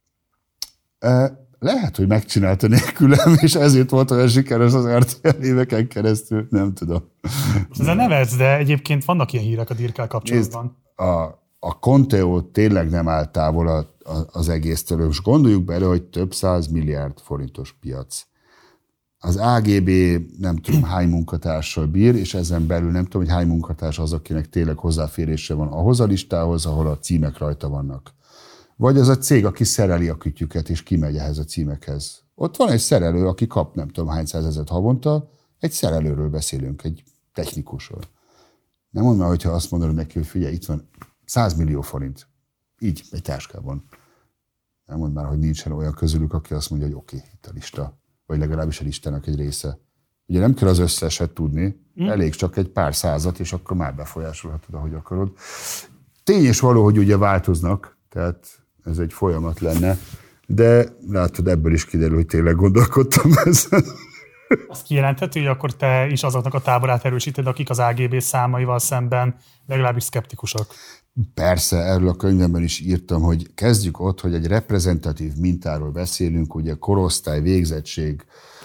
Lehet, hogy megcsinálta nélkülem, és ezért volt olyan sikeres az RTL éveken keresztül, nem tudom. Ezzel nevetsz, de egyébként vannak ilyen hírek a Dirkkel kapcsolatban. A Conteo tényleg nem áll távol az egésztől. Most gondoljuk bele, hogy több 100 milliárd forintos piac. Az AGB nem tudom hány munkatársal bír, és ezen belül nem tudom, hogy hány munkatárs az, akinek tényleg hozzáférése van ahhoz a listához, ahol a címek rajta vannak. Vagy az a cég, aki szereli a kütyüket, és kimegy ehhez a címekhez. Ott van egy szerelő, aki kap nem tudom hány százezret havonta, egy szerelőről beszélünk, egy technikusról. Nem mondd már, hogyha azt mondod neki, hogy figyelj, itt van 100 millió forint. Így, egy táskában. Nem mondd már, hogy nincsen olyan közülük, aki azt mondja, hogy oké, itt a lista. Vagy legalábbis a listának egy része. Ugye nem kell az összeset tudni, elég csak egy pár százat, és akkor már befolyásolhatod, ahogy akarod. Tény és való, hogy ugye változnak, tehát ez egy folyamat lenne, de látod, ebből is kiderül, hogy tényleg gondolkodtam ezen. Azt kijelenthető, hogy akkor te is azoknak a táborát erősíted, akik az AGB számaival szemben legalábbis szkeptikusak. Persze, erről a könyvemben is írtam, hogy kezdjük ott, hogy egy reprezentatív mintáról beszélünk, ugye korosztály, végzettség,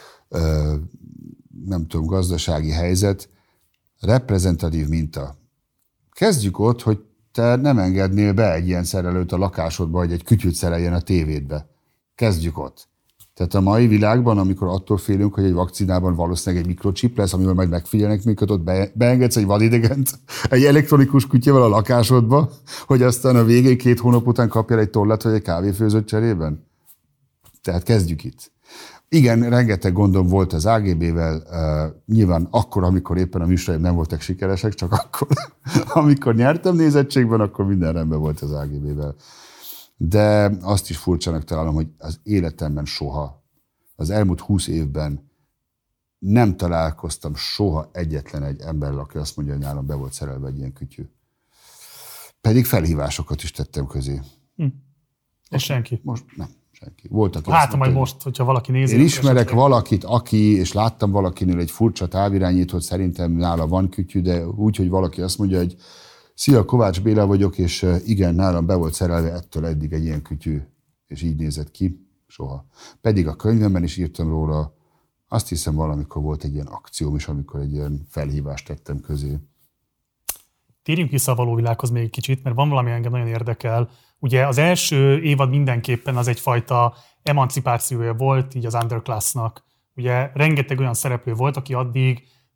nem tudom, gazdasági helyzet, reprezentatív minta. Kezdjük ott, hogy te nem engednél be egy ilyen szerelőt a lakásodba, hogy egy kütyűt szereljen a tévédbe. Kezdjük ott. Tehát a mai világban, amikor attól félünk, hogy egy vakcinában valószínűleg egy mikrochip lesz, amivel majd megfigyelnek minket, ott beengedsz egy vadidegent egy elektronikus kutyával a lakásodba, hogy aztán a végén 2 hónap után kapjál egy tollat vagy egy kávéfőzőt cserében? Tehát kezdjük itt. Igen, rengeteg gondom volt az AGB-vel, nyilván akkor, amikor éppen a műsoraim nem voltak sikeresek, csak akkor, amikor nyertem nézettségben, akkor minden rendben volt az AGB-vel. De azt is furcsának találom, hogy az életemben soha, az elmúlt 20 évben nem találkoztam soha egyetlen egy emberrel, aki azt mondja, hogy nálam be volt szerelve egy ilyen kütyű. Pedig felhívásokat is tettem közé. És senki? Most nem, senki. Volt, aki hát majd most, hogyha valaki nézi. Én ismerek valakit, és láttam valakinél egy furcsa távirányítót, szerintem nála van kütyű, de úgy, hogy valaki azt mondja, hogy szia, Kovács Béla vagyok, és igen, nálam be volt szerelve ettől eddig egy ilyen kütyű, és így nézett ki, soha. Pedig a könyvemben is írtam róla, azt hiszem valamikor volt egy ilyen akcióm is, amikor egy ilyen felhívást tettem közé. Térjünk vissza a való világhoz még egy kicsit, mert van valami engem nagyon érdekel. Ugye az első évad mindenképpen az egyfajta emancipációja volt így az underclassnak. Ugye rengeteg olyan szereplő volt, aki addig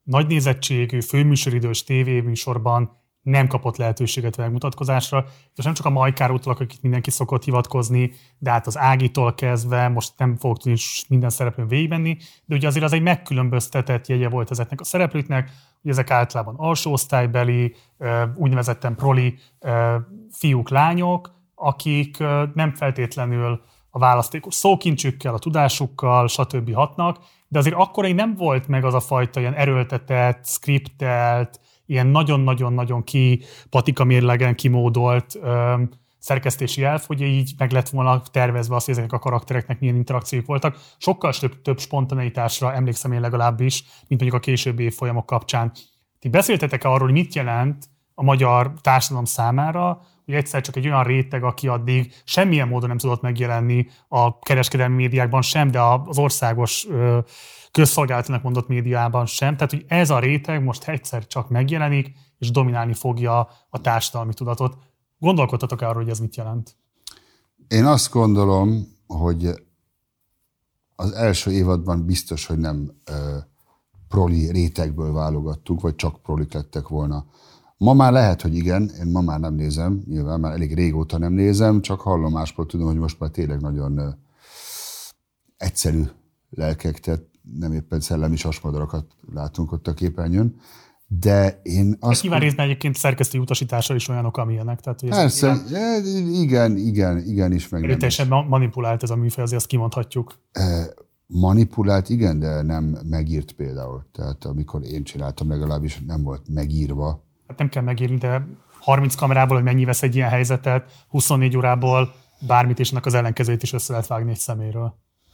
nagy nézettségű, főműsoridős tévéműsorban nem kapott lehetőséget megmutatkozásra. És nem csak a Majkára utalok, akit mindenki szokott hivatkozni, de hát az Ágitól kezdve, most nem fogok tudni minden szereplőn végigmenni, de ugye azért az egy megkülönböztetett jegye volt ezeknek a szereplőknek, hogy ezek általában alsó osztálybeli, úgynevezetten proli fiúk, lányok, akik nem feltétlenül a választékos szókincsükkel, a tudásukkal, stb. Hatnak, de azért akkor még nem volt meg az a fajta ilyen erőltetett, skriptelt, ilyen nagyon-nagyon-nagyon patika mérlegen kimódolt szerkesztési elv, hogy így meg lett volna tervezve azt, hogy ezeknek a karaktereknek milyen interakciók voltak. Sokkal több spontaneitásra emlékszem én legalábbis, mint mondjuk a későbbi évfolyamok kapcsán. Ti beszéltetek arról, hogy mit jelent a magyar társadalom számára, hogy egyszer csak egy olyan réteg, aki addig semmilyen módon nem tudott megjelenni a kereskedelmi médiákban sem, de az országos közszolgálatnak mondott médiában sem. Tehát, hogy ez a réteg most egyszer csak megjelenik, és dominálni fogja a társadalmi tudatot. Gondolkodtatok arról, hogy ez mit jelent? Én azt gondolom, hogy az első évadban biztos, hogy nem proli rétegből válogattuk, vagy csak prolik lettek volna. Ma már lehet, hogy igen, én ma már nem nézem, nyilván már elég régóta nem nézem, csak hallomásból tudom, hogy most már tényleg nagyon egyszerű lelkek, tehát nem éppen szellemi sasmadarakat látunk ott a képernyőn, de én azt... Nyilván részben egyébként szerkesztői utasítással is olyanok, amilyenek. Tehát, hogy persze, igen is, meg nem is. Manipulált ez a műfaj, azért azt kimondhatjuk. Manipulált, igen, de nem megírt például. Tehát amikor én csináltam, legalábbis nem volt megírva. Hát nem kell megírni, de 30 kamerából, hogy mennyi vesz egy ilyen helyzetet, 24 órából bármit és annak az ellenkezőjét is össze lehet vágni egy szeméről.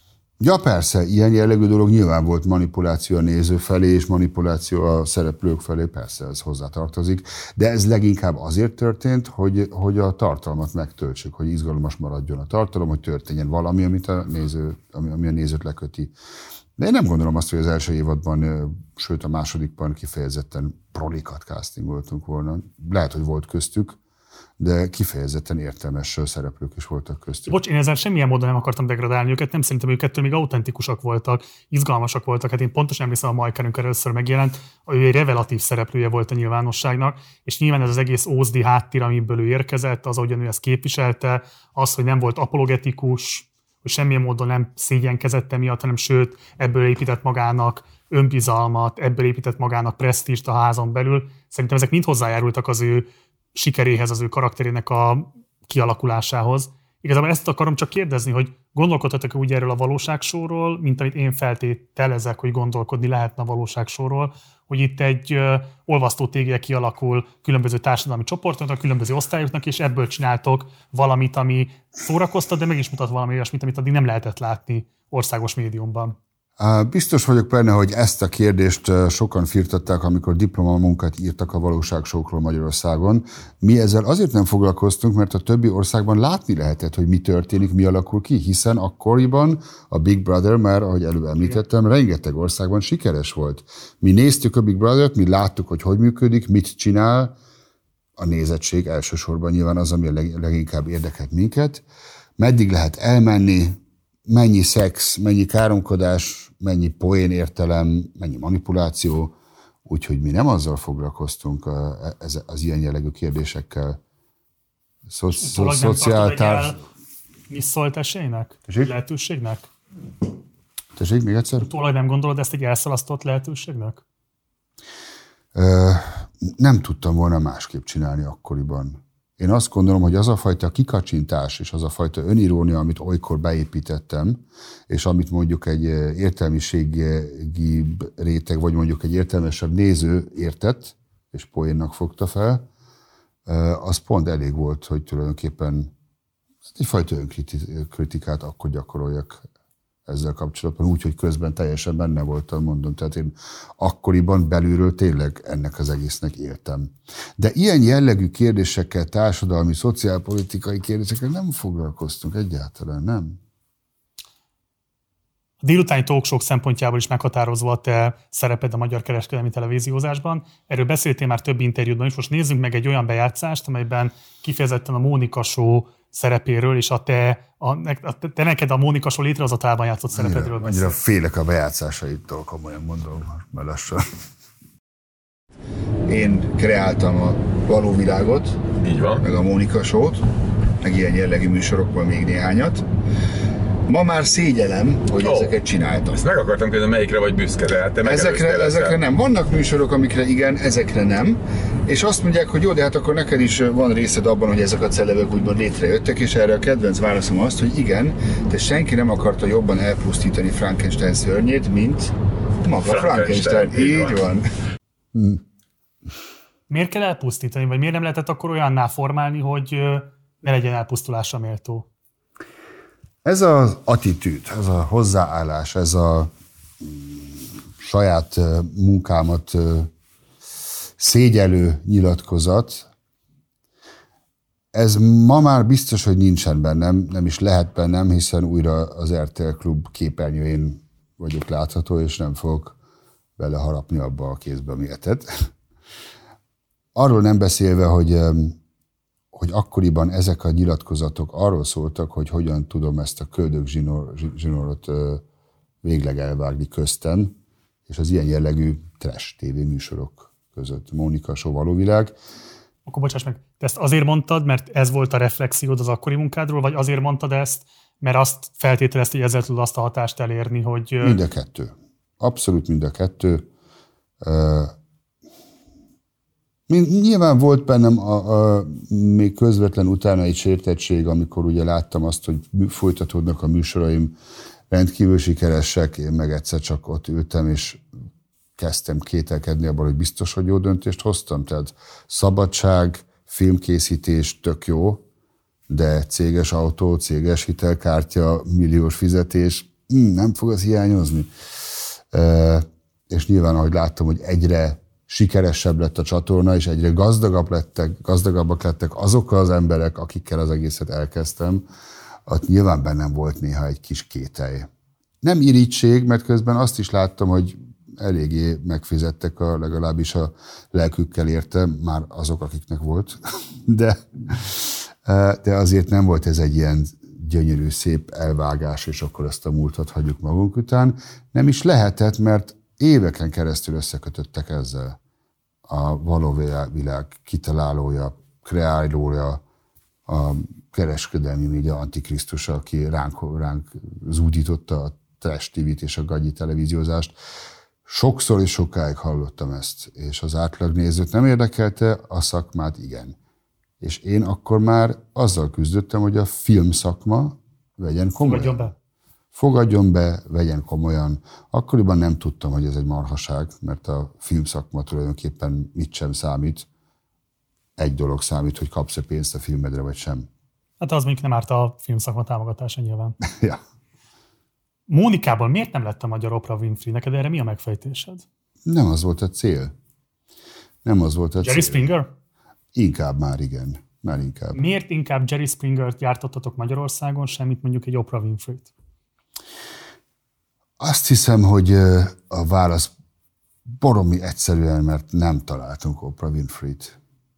Ja persze, ilyen jellegű dolog nyilván volt manipuláció a néző felé, és manipuláció a szereplők felé, persze ez hozzátartozik, de ez leginkább azért történt, hogy a tartalmat megtöltsük, hogy izgalmas maradjon a tartalom, hogy történjen valami, ami a nézőt leköti. De én nem gondolom azt, hogy az első évadban, sőt a másodikban kifejezetten prolikat castingoltunk volna. Lehet, hogy volt köztük, de kifejezetten értelmes szereplők is voltak köztük. Bocs, én ezzel semmilyen módon nem akartam degradálni őket, nem szerintem ők ettől még autentikusak voltak, izgalmasak voltak. Hát én pontosan emlékszem, a Majkánunk először megjelent, ő egy revelatív szereplője volt a nyilvánosságnak, és nyilván ez az egész ózdi háttér, amiből ő érkezett, az, ahogyan ő ezt képviselte, az, hogy nem volt apologetikus, hogy semmilyen módon nem szégyenkezett emiatt, hanem sőt, ebből épített magának önbizalmat, ebből épített magának presztízst a házon belül. Szerintem ezek mind hozzájárultak az ő sikeréhez, az ő karakterének a kialakulásához. Igazából ezt akarom csak kérdezni, hogy gondolkodhatok úgy erről a valóságsóról, mint amit én feltételezek, hogy gondolkodni lehetne a valóságsóról, hogy itt egy olvasztó tégely kialakul különböző társadalmi csoportoknak, különböző osztályoknak, és ebből csináltok valamit, ami szórakoztat, de meg is mutat valami olyasmit, amit addig nem lehetett látni országos médiumban. Biztos vagyok benne, hogy ezt a kérdést sokan firtatták, amikor diplomamunkát írtak a valóságsókról Magyarországon. Mi ezzel azért nem foglalkoztunk, mert a többi országban látni lehetett, hogy mi történik, mi alakul ki, hiszen akkoriban a Big Brother már, ahogy előbb említettem, rengeteg országban sikeres volt. Mi néztük a Big Brothert, mi láttuk, hogy működik, mit csinál. A nézettség elsősorban nyilván az, ami leginkább érdekelt minket. Meddig lehet elmenni, mennyi szex, mennyi káromkodás, mennyi poén értelem, mennyi manipuláció, úgyhogy mi nem azzal foglalkoztunk az ilyen jellegű kérdésekkel. Mi szólt esélynek? Lehetőségnek? Tessék, még egyszer? Utólag nem gondolod ezt egy elszalasztott lehetőségnek? Nem tudtam volna másképp csinálni akkoriban. Én azt gondolom, hogy az a fajta kikacsintás és az a fajta önirónia, amit olykor beépítettem, és amit mondjuk egy értelmiségi réteg, vagy mondjuk egy értelmesebb néző értett, és poénnak fogta fel, az pont elég volt, hogy tulajdonképpen egyfajta önkritikát akkor gyakoroljak ezzel kapcsolatban, úgyhogy közben teljesen benne voltam, mondom. Tehát én akkoriban belülről tényleg ennek az egésznek éltem. De ilyen jellegű kérdésekkel, társadalmi, szociálpolitikai kérdésekkel nem foglalkoztunk egyáltalán, nem. A délutáni talkshow szempontjából is meghatározva a te szereped a magyar kereskedelmi televíziózásban. Erről beszéltél már több interjútban is. Most nézzünk meg egy olyan bejátszást, amelyben kifejezetten a Mónika Show szerepéről, és te neked a Mónika Show létrehozatában játszott szerepedről beszél. Annyira félek a bejátszásaitól, komolyan mondom, mert lassan. én kreáltam a Való Világot, Így van. meg a Mónika Show-t, meg ilyen jellegű műsorokban még néhányat. Ma már szégyellem, hogy ezeket csináltam. Ezt meg akartam kérdezni, melyikre vagy büszke, de hát te ezekre nem. Vannak műsorok, amikre igen, ezekre nem. És azt mondják, hogy jó, de hát akkor neked is van részed abban, hogy ezek a celebek úgymond létrejöttek, és erre a kedvenc válaszom azt, hogy igen, de senki nem akarta jobban elpusztítani Frankenstein szörnyét, mint maga Frankenstein. Így van. Miért kell elpusztítani, vagy miért nem lehetett akkor olyanná formálni, hogy ne legyen elpusztulásra méltó? Ez az attitűd, ez a hozzáállás, ez a saját munkámat szégyellő nyilatkozat, ez ma már biztos, hogy nincsen bennem, nem is lehet bennem, hiszen újra az RTL Klub képernyőjén vagyok látható, és nem fogok vele harapni abba a kézbe, ami etet. Arról nem beszélve, hogy akkoriban ezek a nyilatkozatok arról szóltak, hogy hogyan tudom ezt a köldögzsinórot végleg elvágni köztem, és az ilyen jellegű trash tévéműsorok között. Mónika Show, Való Világ. Akkor bocsáss meg, te ezt azért mondtad, mert ez volt a reflexiód az akkori munkádról, vagy azért mondtad ezt, mert azt feltételezte, hogy ezzel tudod azt a hatást elérni, hogy... Mind a kettő. Abszolút mind a kettő. Nyilván volt bennem még közvetlen utána egy sértettség, amikor ugye láttam azt, hogy folytatódnak a műsoraim, rendkívül sikeresek, én meg egyszer csak ott ültem, és kezdtem kételkedni abban, hogy biztos, hogy jó döntést hoztam. Tehát szabadság, filmkészítés tök jó, de céges autó, céges hitelkártya, milliós fizetés, nem fog az hiányozni. És nyilván, ahogy láttam, hogy egyre sikeresebb lett a csatorna, és egyre gazdagabbak lettek azok az emberek, akikkel az egészet elkezdtem, ott nyilván bennem volt néha egy kis kételj. Nem irigység, mert közben azt is láttam, hogy eléggé megfizettek legalábbis a lelkükkel érte, már azok, akiknek volt, de azért nem volt ez egy ilyen gyönyörű, szép elvágás, és akkor ezt a múltat hagyjuk magunk után. Nem is lehetett, mert éveken keresztül összekötöttek ezzel. A Való Világ kitalálója, kreálója, a kereskedelmi média antikrisztus, aki ránk zúdította a trash TV-t és a gagyi televíziózást. Sokszor és sokáig hallottam ezt, és az átlagnézőt nem érdekelte, a szakmát igen. És én akkor már azzal küzdöttem, hogy a filmszakma vegyen komolyan. Fogadjon be, vegyen komolyan. Akkoriban nem tudtam, hogy ez egy marhaság, mert a filmszakma tulajdonképpen mit sem számít. Egy dolog számít, hogy kapsz-e pénzt a filmedre, vagy sem. Hát az mondjuk nem árt a filmszakma támogatása nyilván. Ja. Mónikából miért nem lett a magyar Oprah Winfrey? Neked erre mi a megfejtésed? Nem az volt a cél. Jerry Springer? Inkább már igen. Már inkább. Miért inkább Jerry Springert gyártottatok Magyarországon, semmit mondjuk egy Oprah Winfrey-t? Azt hiszem, hogy a válasz baromi egyszerűen, mert nem találtunk Oprah Winfrey-t.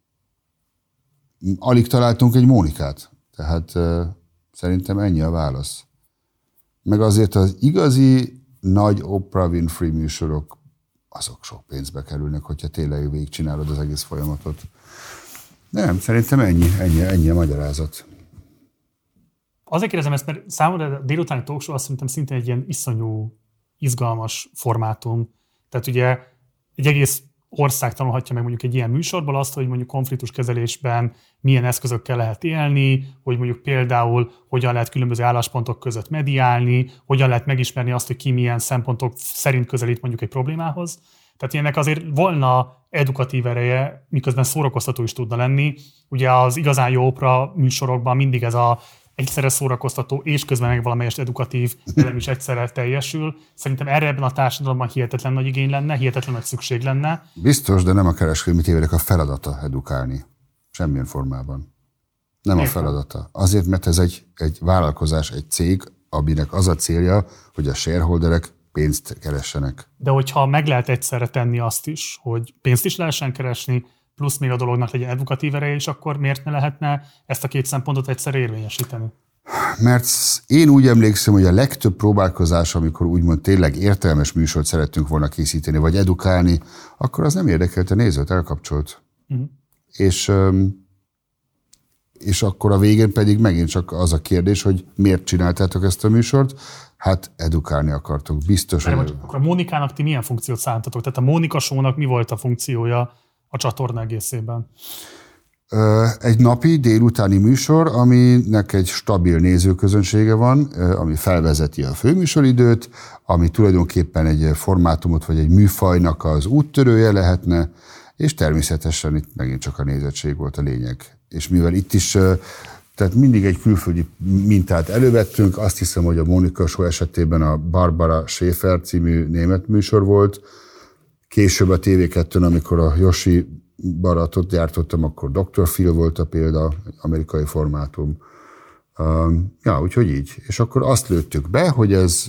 Alig találtunk egy Mónikát. Tehát szerintem ennyi a válasz. Meg azért az igazi nagy Oprah Winfrey műsorok, azok sok pénzbe kerülnek, hogyha tényleg végigcsinálod az egész folyamatot. Nem, szerintem ennyi a magyarázat. Azért kérdezem ezt, mert számomra a délutáni talk show azt szerintem szintén egy ilyen iszonyú, izgalmas formátum. Tehát ugye egy egész ország tanulhatja meg mondjuk egy ilyen műsorból azt, hogy mondjuk konfliktuskezelésben milyen eszközökkel lehet élni, hogy mondjuk például hogyan lehet különböző álláspontok között mediálni, hogyan lehet megismerni azt, hogy ki milyen szempontok szerint közelít mondjuk egy problémához. Tehát ennek azért volna edukatív ereje, miközben szórakoztató is tudna lenni. Ugye az igazán jó Oprah műsorokban mindig ez a egyszerre szórakoztató és közben meg valamelyest edukatív elem is egyszerre teljesül. Szerintem erre ebben a társadalomban hihetetlen nagy igény lenne, hihetetlen nagy szükség lenne. Biztos, de nem a kereskedelmi tévének a feladata edukálni. Semmilyen formában. Nem a feladata. Azért, mert ez egy vállalkozás, egy cég, aminek az a célja, hogy a shareholderek pénzt keressenek. De hogyha meg lehet egyszerre tenni azt is, hogy pénzt is lehessen keresni, plusz még a dolognak legyen edukatív ereje, és akkor miért ne lehetne ezt a két szempontot egyszerre érvényesíteni? Mert én úgy emlékszem, hogy a legtöbb próbálkozás, amikor úgymond tényleg értelmes műsort szerettünk volna készíteni, vagy edukálni, akkor az nem érdekelte a nézőt, elkapcsolt. És akkor a végén pedig megint csak az a kérdés, hogy miért csináltátok ezt a műsort? Hát edukálni akartok, biztos. Hogy... Akkor a Mónikának ti milyen funkciót szántatok? Tehát a Mónika Show-nak mi volt a funkciója a csatorna egészében? Egy napi, délutáni műsor, aminek egy stabil nézőközönsége van, ami felvezeti a főműsoridőt, ami tulajdonképpen egy formátumot vagy egy műfajnak az úttörője lehetne, és természetesen itt megint csak a nézettség volt a lényeg. És mivel itt is tehát mindig egy külföldi mintát elővettünk, azt hiszem, hogy a Mónika Show esetében a Barbara Schäfer című német műsor volt. Később a TV2-n, amikor a Yoshi Baratot gyártottam, akkor Dr. Phil volt a példa, amerikai formátum. Úgyhogy így. És akkor azt lőttük be, hogy ez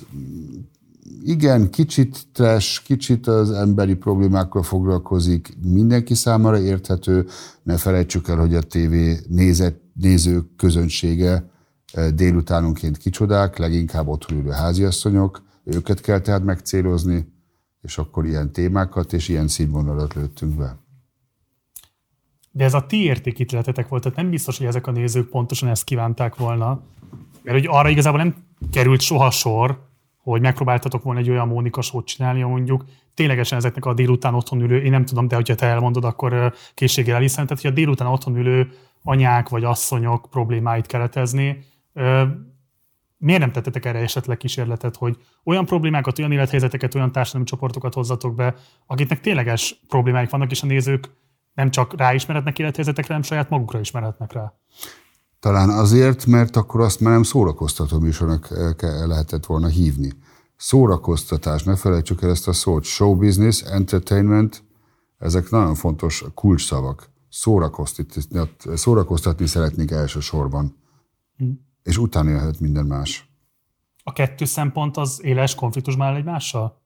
igen, kicsit trash, kicsit az emberi problémákkal foglalkozik, mindenki számára érthető. Ne felejtsük el, hogy a TV nézők közönsége délutánonként kicsodák, leginkább otthon ülő háziasszonyok, őket kell tehát megcélozni, és akkor ilyen témákat és ilyen színvonalat lőttünk be. De ez a ti értékítéletetek volt, tehát nem biztos, hogy ezek a nézők pontosan ezt kívánták volna, mert hogy arra igazából nem került soha sor, hogy megpróbáltatok volna egy olyan Mónika Show-t csinálni, mondjuk ténylegesen ezeknek a délután otthon ülő, én nem tudom, de hogyha te elmondod, akkor készséggel elhiszem, tehát hogy a délután otthon ülő anyák vagy asszonyok problémáit keretezni. Miért nem tettetek erre esetleg kísérletet, hogy olyan problémákat, olyan élethelyzeteket, olyan társadalmi csoportokat hozzatok be, akiknek tényleges problémáik vannak, és a nézők nem csak ráismeretnek élethelyzetekre, hanem saját magukra ismerhetnek rá? Talán azért, mert akkor azt már nem szórakoztató műsornak lehetett volna hívni. Szórakoztatás, ne felejtsük el ezt a szót. Show business, entertainment, ezek nagyon fontos kulcsszavak. Szórakoztatni szeretnék elsősorban. És utána jöhet minden más. A kettő szempont az éles konfliktusban áll egymással?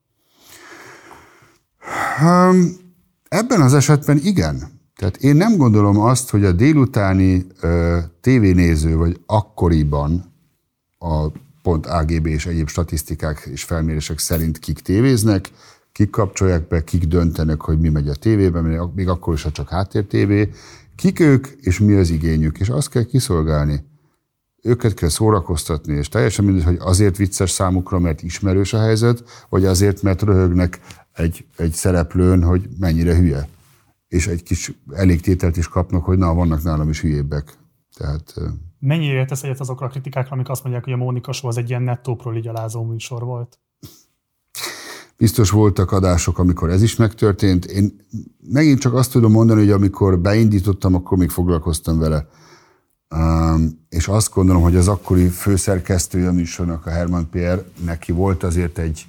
Ebben az esetben igen. Tehát én nem gondolom azt, hogy a délutáni tévénéző, vagy akkoriban a pont AGB és egyéb statisztikák és felmérések szerint kik tévéznek, kik kapcsolják be, kik döntenek, hogy mi megy a tévében, még akkor is, ha csak háttértévé, kik ők, és mi az igényük, és azt kell kiszolgálni. Őket kell szórakoztatni, és teljesen mindegy, hogy azért vicces számukra, mert ismerős a helyzet, vagy azért, mert röhögnek egy szereplőn, hogy mennyire hülye. És egy kis elégtételt is kapnak, hogy vannak nálam is hülyébbek. Tehát, mennyire értesz egyet azokra a kritikákra, amik azt mondják, hogy a Mónika Show az egy ilyen nettó proligyalázó műsor volt? Biztos voltak adások, amikor ez is megtörtént. Én megint csak azt tudom mondani, hogy amikor beindítottam, akkor még foglalkoztam vele. És azt gondolom, hogy az akkori főszerkesztője a műsornak, a Hermann Pierre, neki volt azért egy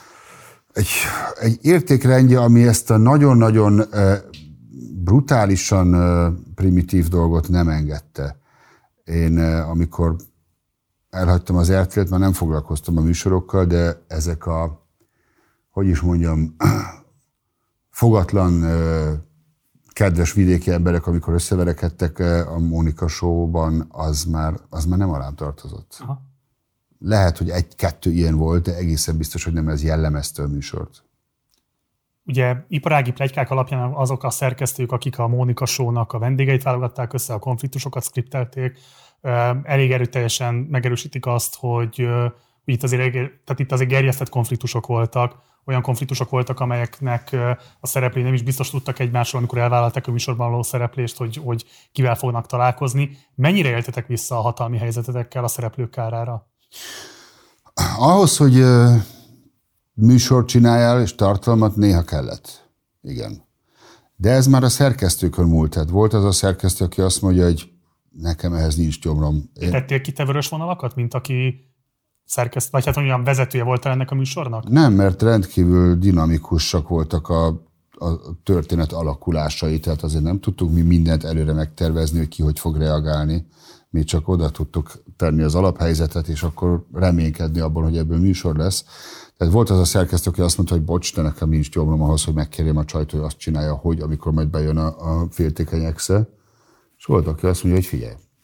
értékrendje, ami ezt a nagyon-nagyon brutálisan primitív dolgot nem engedte. Én amikor elhagytam az RTL-t, már nem foglalkoztam a műsorokkal, de ezek a, hogy is mondjam, fogatlan, kedves vidéki emberek, amikor összeverekedtek a Mónika Show-ban, az már nem alám tartozott. Aha. Lehet, hogy egy-kettő ilyen volt, de egészen biztos, hogy nem ez jellemezte a műsort. Ugye iparági pletykák alapján azok a szerkesztők, akik a Mónika Show-nak a vendégeit válogatták össze, a konfliktusokat skriptelték, elég erőteljesen megerősítik azt, hogy itt azért gerjesztett konfliktusok voltak, olyan konfliktusok voltak, amelyeknek a szereplői nem is biztos tudtak egymásról, amikor elvállalták a műsorban való szereplést, hogy kivel fognak találkozni. Mennyire éltetek vissza a hatalmi helyzetetekkel a szereplők kárára? Ahhoz, hogy műsort csináljál és tartalmat, néha kellett. Igen. De ez már a szerkesztőkön múlt. Tehát volt az a szerkesztő, aki azt mondja, hogy nekem ehhez nincs gyomrom. Tettél ki te vörös vonalakat, mint aki szerkesztő, vagy hát olyan vezetője voltál ennek a műsornak? Nem, mert rendkívül dinamikusak voltak a történet alakulásai, tehát azért nem tudtuk mi mindent előre megtervezni, hogy ki hogy fog reagálni. Mi csak oda tudtuk tenni az alaphelyzetet, és akkor reménykedni abban, hogy ebből műsor lesz. Tehát volt az a szerkesztő, aki azt mondta, hogy bocs, de nekem nincs gyomrom ahhoz, hogy megkérjem a csajt, hogy azt csinálja, hogy amikor majd bejön a féltékeny exe. És volt, aki azt mondja, hogy figyelj,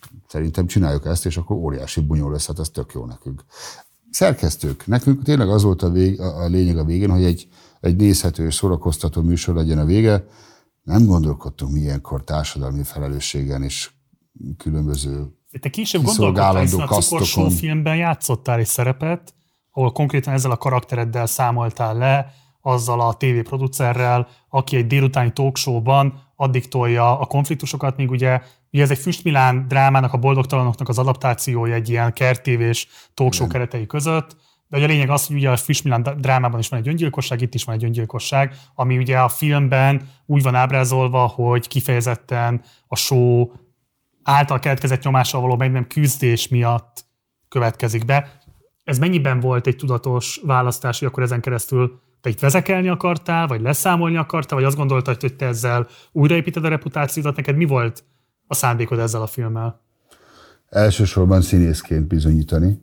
szerintem csináljuk ezt, és akkor óriási bunyó lesz, hát ez tök jó nekünk. Szerkesztők, nekünk tényleg az volt a lényeg a végén, hogy egy nézhető és szórakoztató műsor legyen a vége. Nem gondolkodtunk mi ilyenkor társadalmi felelősségen és különböző te később gondolkodtál, hiszen a Cukorsó filmben játszottál egy szerepet, ahol konkrétan ezzel a karaktereddel számoltál le, azzal a tévéproducerrel, aki egy délutáni talkshowban addig tolja a konfliktusokat, míg ugye ez egy Füstmilán drámának, a Boldogtalanoknak az adaptációja egy ilyen kerttévés talkshow keretei között, de ugye a lényeg az, hogy ugye a Füstmilán drámában is van egy öngyilkosság, itt is van egy öngyilkosság, ami ugye a filmben úgy van ábrázolva, hogy kifejezetten a show által keletkezett nyomással való meg nem küzdés miatt következik be. Ez mennyiben volt egy tudatos választás, hogy akkor ezen keresztül te itt vezekelni akartál, vagy leszámolni akartál, vagy azt gondoltad, hogy te ezzel újraépíted a reputációdat? Neked mi volt a szándékod ezzel a filmmel? Elsősorban színészként bizonyítani.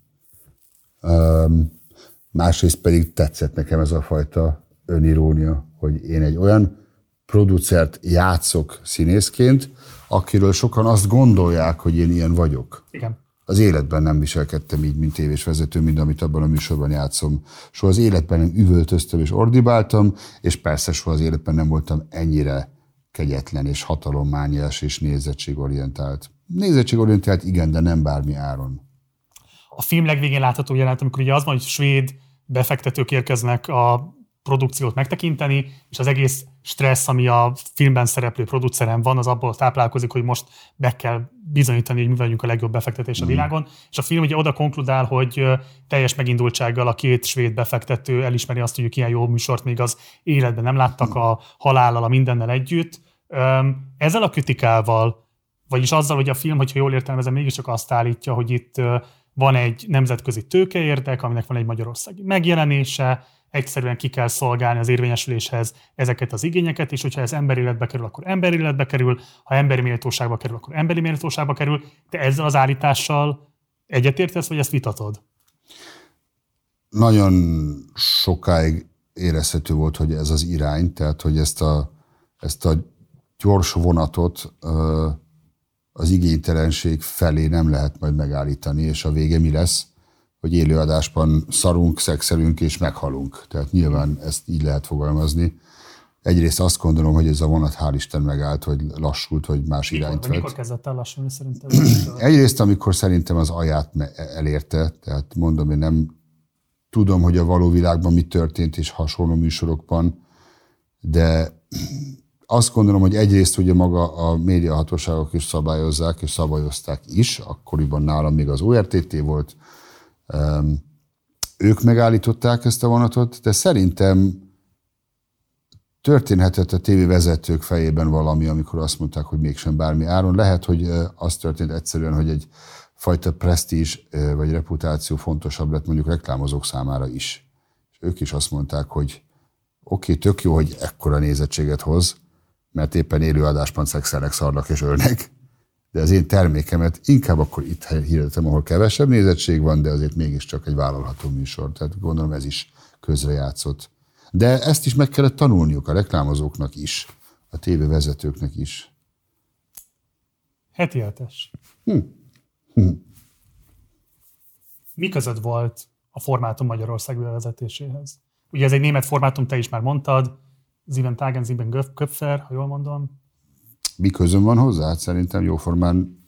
Másrészt pedig tetszett nekem ez a fajta önirónia, hogy én egy olyan producert játszok színészként, akiről sokan azt gondolják, hogy én ilyen vagyok. Igen. Az életben nem viselkedtem így, mint tévésvezető, mint amit abban a műsorban játszom. Soha az életben nem üvöltöztem és ordibáltam, és persze soha az életben nem voltam ennyire kegyetlen és hatalommániás és nézettségorientált. Nézettségorientált igen, de nem bármi áron. A film legvégén látható jelenet, amikor ugye az van, hogy svéd befektetők érkeznek a produkciót megtekinteni, és az egész stressz, ami a filmben szereplő produceren van, az abból táplálkozik, hogy most be kell bizonyítani, hogy mi vagyunk a legjobb befektetés a világon. És a film ugye oda konkludál, hogy teljes megindultsággal a két svéd befektető elismeri azt, hogy ők ilyen jó műsort még az életben nem láttak a halállal, a mindennel együtt. Ezzel a kritikával, vagyis azzal, hogy a film, hogyha jól értelmezem, mégiscsak azt állítja, hogy itt van egy nemzetközi tőkeérdek, aminek van egy magyarországi megjelenése, egyszerűen ki kell szolgálni az érvényesüléshez ezeket az igényeket, és hogyha ez emberi életbe kerül, akkor emberi életbe kerül, ha emberi méltóságba kerül, akkor emberi méltóságba kerül. Te ezzel az állítással egyetértesz, vagy ezt vitatod? Nagyon sokáig érezhető volt, hogy ez az irány, tehát hogy ezt a gyors vonatot az igénytelenség felé nem lehet majd megállítani, és a vége mi lesz? Hogy élőadásban szarunk, szexelünk és meghalunk. Tehát nyilván ezt így lehet fogalmazni. Egyrészt azt gondolom, hogy ez a vonat hál' Isten megállt, hogy lassult, hogy más irányt vett. Mikor kezdett el lassulni szerintem? Egyrészt, amikor szerintem az alját elérte, tehát mondom, én nem tudom, hogy a való világban mi történt és hasonló műsorokban, de azt gondolom, hogy egyrészt ugye maga a médiahatóságok is szabályozzák, és szabályozták is, akkoriban nálam még az ORTT volt, ők megállították ezt a vonatot, de szerintem történhetett a tévévezetők fejében valami, amikor azt mondták, hogy mégsem bármi áron. Lehet, hogy az történt egyszerűen, hogy egy fajta presztízs vagy reputáció fontosabb lett mondjuk reklámozók számára is. És ők is azt mondták, hogy oké, tök jó, hogy ekkora nézettséget hoz, mert éppen élőadásban szexelnek, szarnak és ölnek. De az én termékemet inkább akkor itt hirdetem, ahol kevesebb nézettség van, de azért mégiscsak egy vállalható műsor. Tehát gondolom ez is közrejátszott. De ezt is meg kellett tanulniuk a reklámozóknak is, a tévévezetőknek is. Heti hetes. Mi között volt a Formátum Magyarország bevezetéséhez? Ugye ez egy német formátum, te is már mondtad, Sieben Tagen, Sieben Köpfer, ha jól mondom. Mi közön van hozzá? Hát szerintem jóformán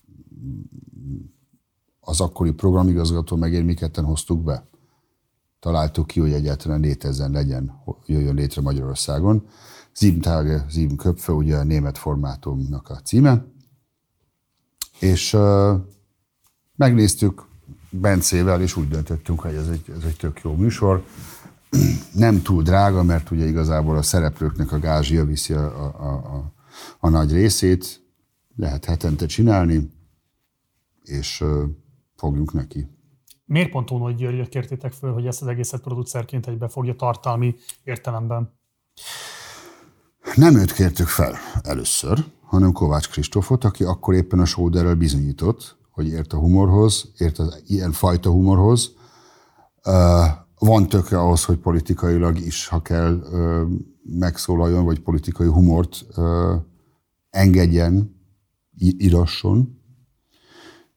az akkori programigazgató meg én mi ketten hoztuk be. Találtuk ki, hogy egyáltalán létezzen, jöjjön létre Magyarországon. Sieben Tage, Sieben Köpfe, ugye a német formátumnak a címe. És megnéztük Bencével, és úgy döntöttünk, hogy ez egy tök jó műsor. Nem túl drága, mert ugye igazából a szereplőknek a gázsia viszi a nagy részét, lehet hetente csinálni, és fogjunk neki. Miért pont Tónai Györgyöt kértétek föl, hogy ezt az egészet producerként egybe fogja tartalmi értelemben? Nem őt kértük fel először, hanem Kovács Kristófot, aki akkor éppen a Sóderrel bizonyított, hogy ért a humorhoz, ért az ilyen fajta humorhoz. Van tökre ahhoz, hogy politikailag is, ha kell, megszólaljon, vagy politikai humort engedjen, írasson.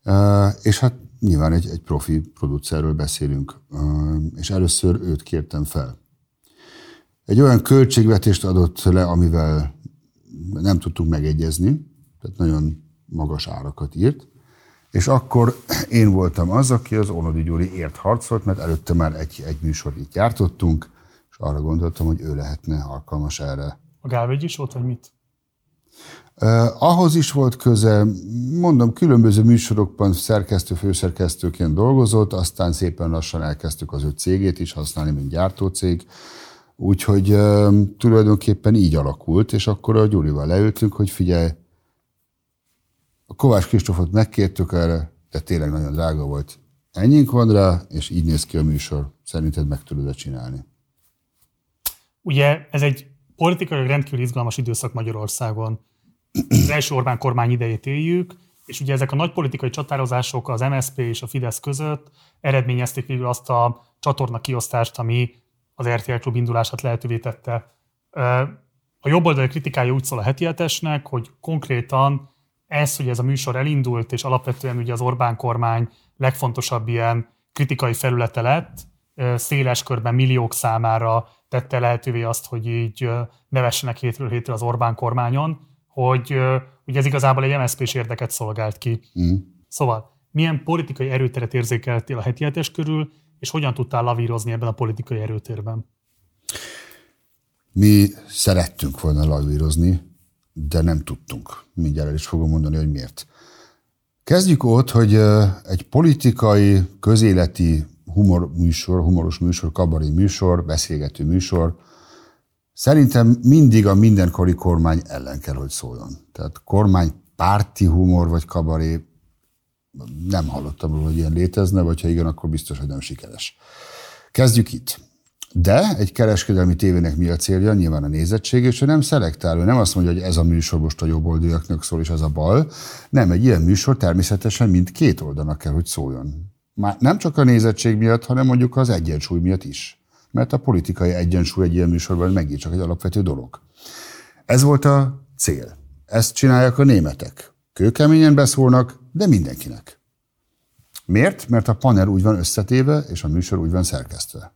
És hát nyilván egy profi producerről beszélünk, és először őt kértem fel. Egy olyan költségvetést adott le, amivel nem tudtunk megegyezni, tehát nagyon magas árakat írt, és akkor én voltam az, aki az Ónodi Gyuriért harcolt, mert előtte már egy műsort itt gyártottunk, és arra gondoltam, hogy ő lehetne alkalmas erre. A Gálvölgy is volt, vagy mit? Ahhoz is volt köze, mondom, különböző műsorokban főszerkesztőként dolgozott, aztán szépen lassan elkezdtük az ő cégét is használni, mint gyártócég. Úgyhogy tulajdonképpen így alakult, és akkor a Gyurival leültünk, hogy figyelj, a Kovács Kristófot megkértük erre, de tényleg nagyon drága volt. Ennyink van rá, és így néz ki a műsor. Szerinted meg tudod csinálni? Ugye ez egy politikai rendkívül izgalmas időszak Magyarországon. Az első Orbán kormány idejét éljük, és ugye ezek a nagy politikai csatározások az MSZP és a Fidesz között eredményezték végül azt a csatorna kiosztást, ami az RTL Klub indulását lehetővé tette. A jobboldali kritikája úgy szól a Heti Hetesnek, hogy konkrétan ez, hogy ez a műsor elindult, és alapvetően ugye az Orbán kormány legfontosabb ilyen kritikai felülete lett, széles körben milliók számára tette lehetővé azt, hogy így nevessenek hétről hétre az Orbán kormányon, hogy ugye ez igazából egy MSZP-s érdeket szolgált ki. Szóval milyen politikai erőteret érzékeltél a Heti Hetes körül, és hogyan tudtál lavírozni ebben a politikai erőtérben? Mi szerettünk volna lavírozni, de nem tudtunk. Mindjárt el is fogom mondani, hogy miért. Kezdjük ott, hogy egy politikai, közéleti humoros műsor, kabaré műsor, beszélgető műsor szerintem mindig a mindenkori kormány ellen kell, hogy szóljon. Tehát kormánypárti humor vagy kabaré nem hallottam róla, hogy ilyen létezne, vagy ha igen, akkor biztos, hogy nem sikeres. Kezdjük itt. De egy kereskedelmi tévének mi a célja? Nyilván a nézettség, és ő nem szelektál, ő nem azt mondja, hogy ez a műsor most a jobboldaliaknak szól, és az a bal. Nem, egy ilyen műsor természetesen mindkét oldalnak kell, hogy szóljon. Már nem csak a nézettség miatt, hanem mondjuk az egyensúly miatt is. Mert a politikai egyensúly egy ilyen műsorban megint csak egy alapvető dolog. Ez volt a cél. Ezt csinálják a németek. Kőkeményen beszólnak, de mindenkinek. Miért? Mert a panel úgy van összetéve, és a műsor úgy van szerkesztve.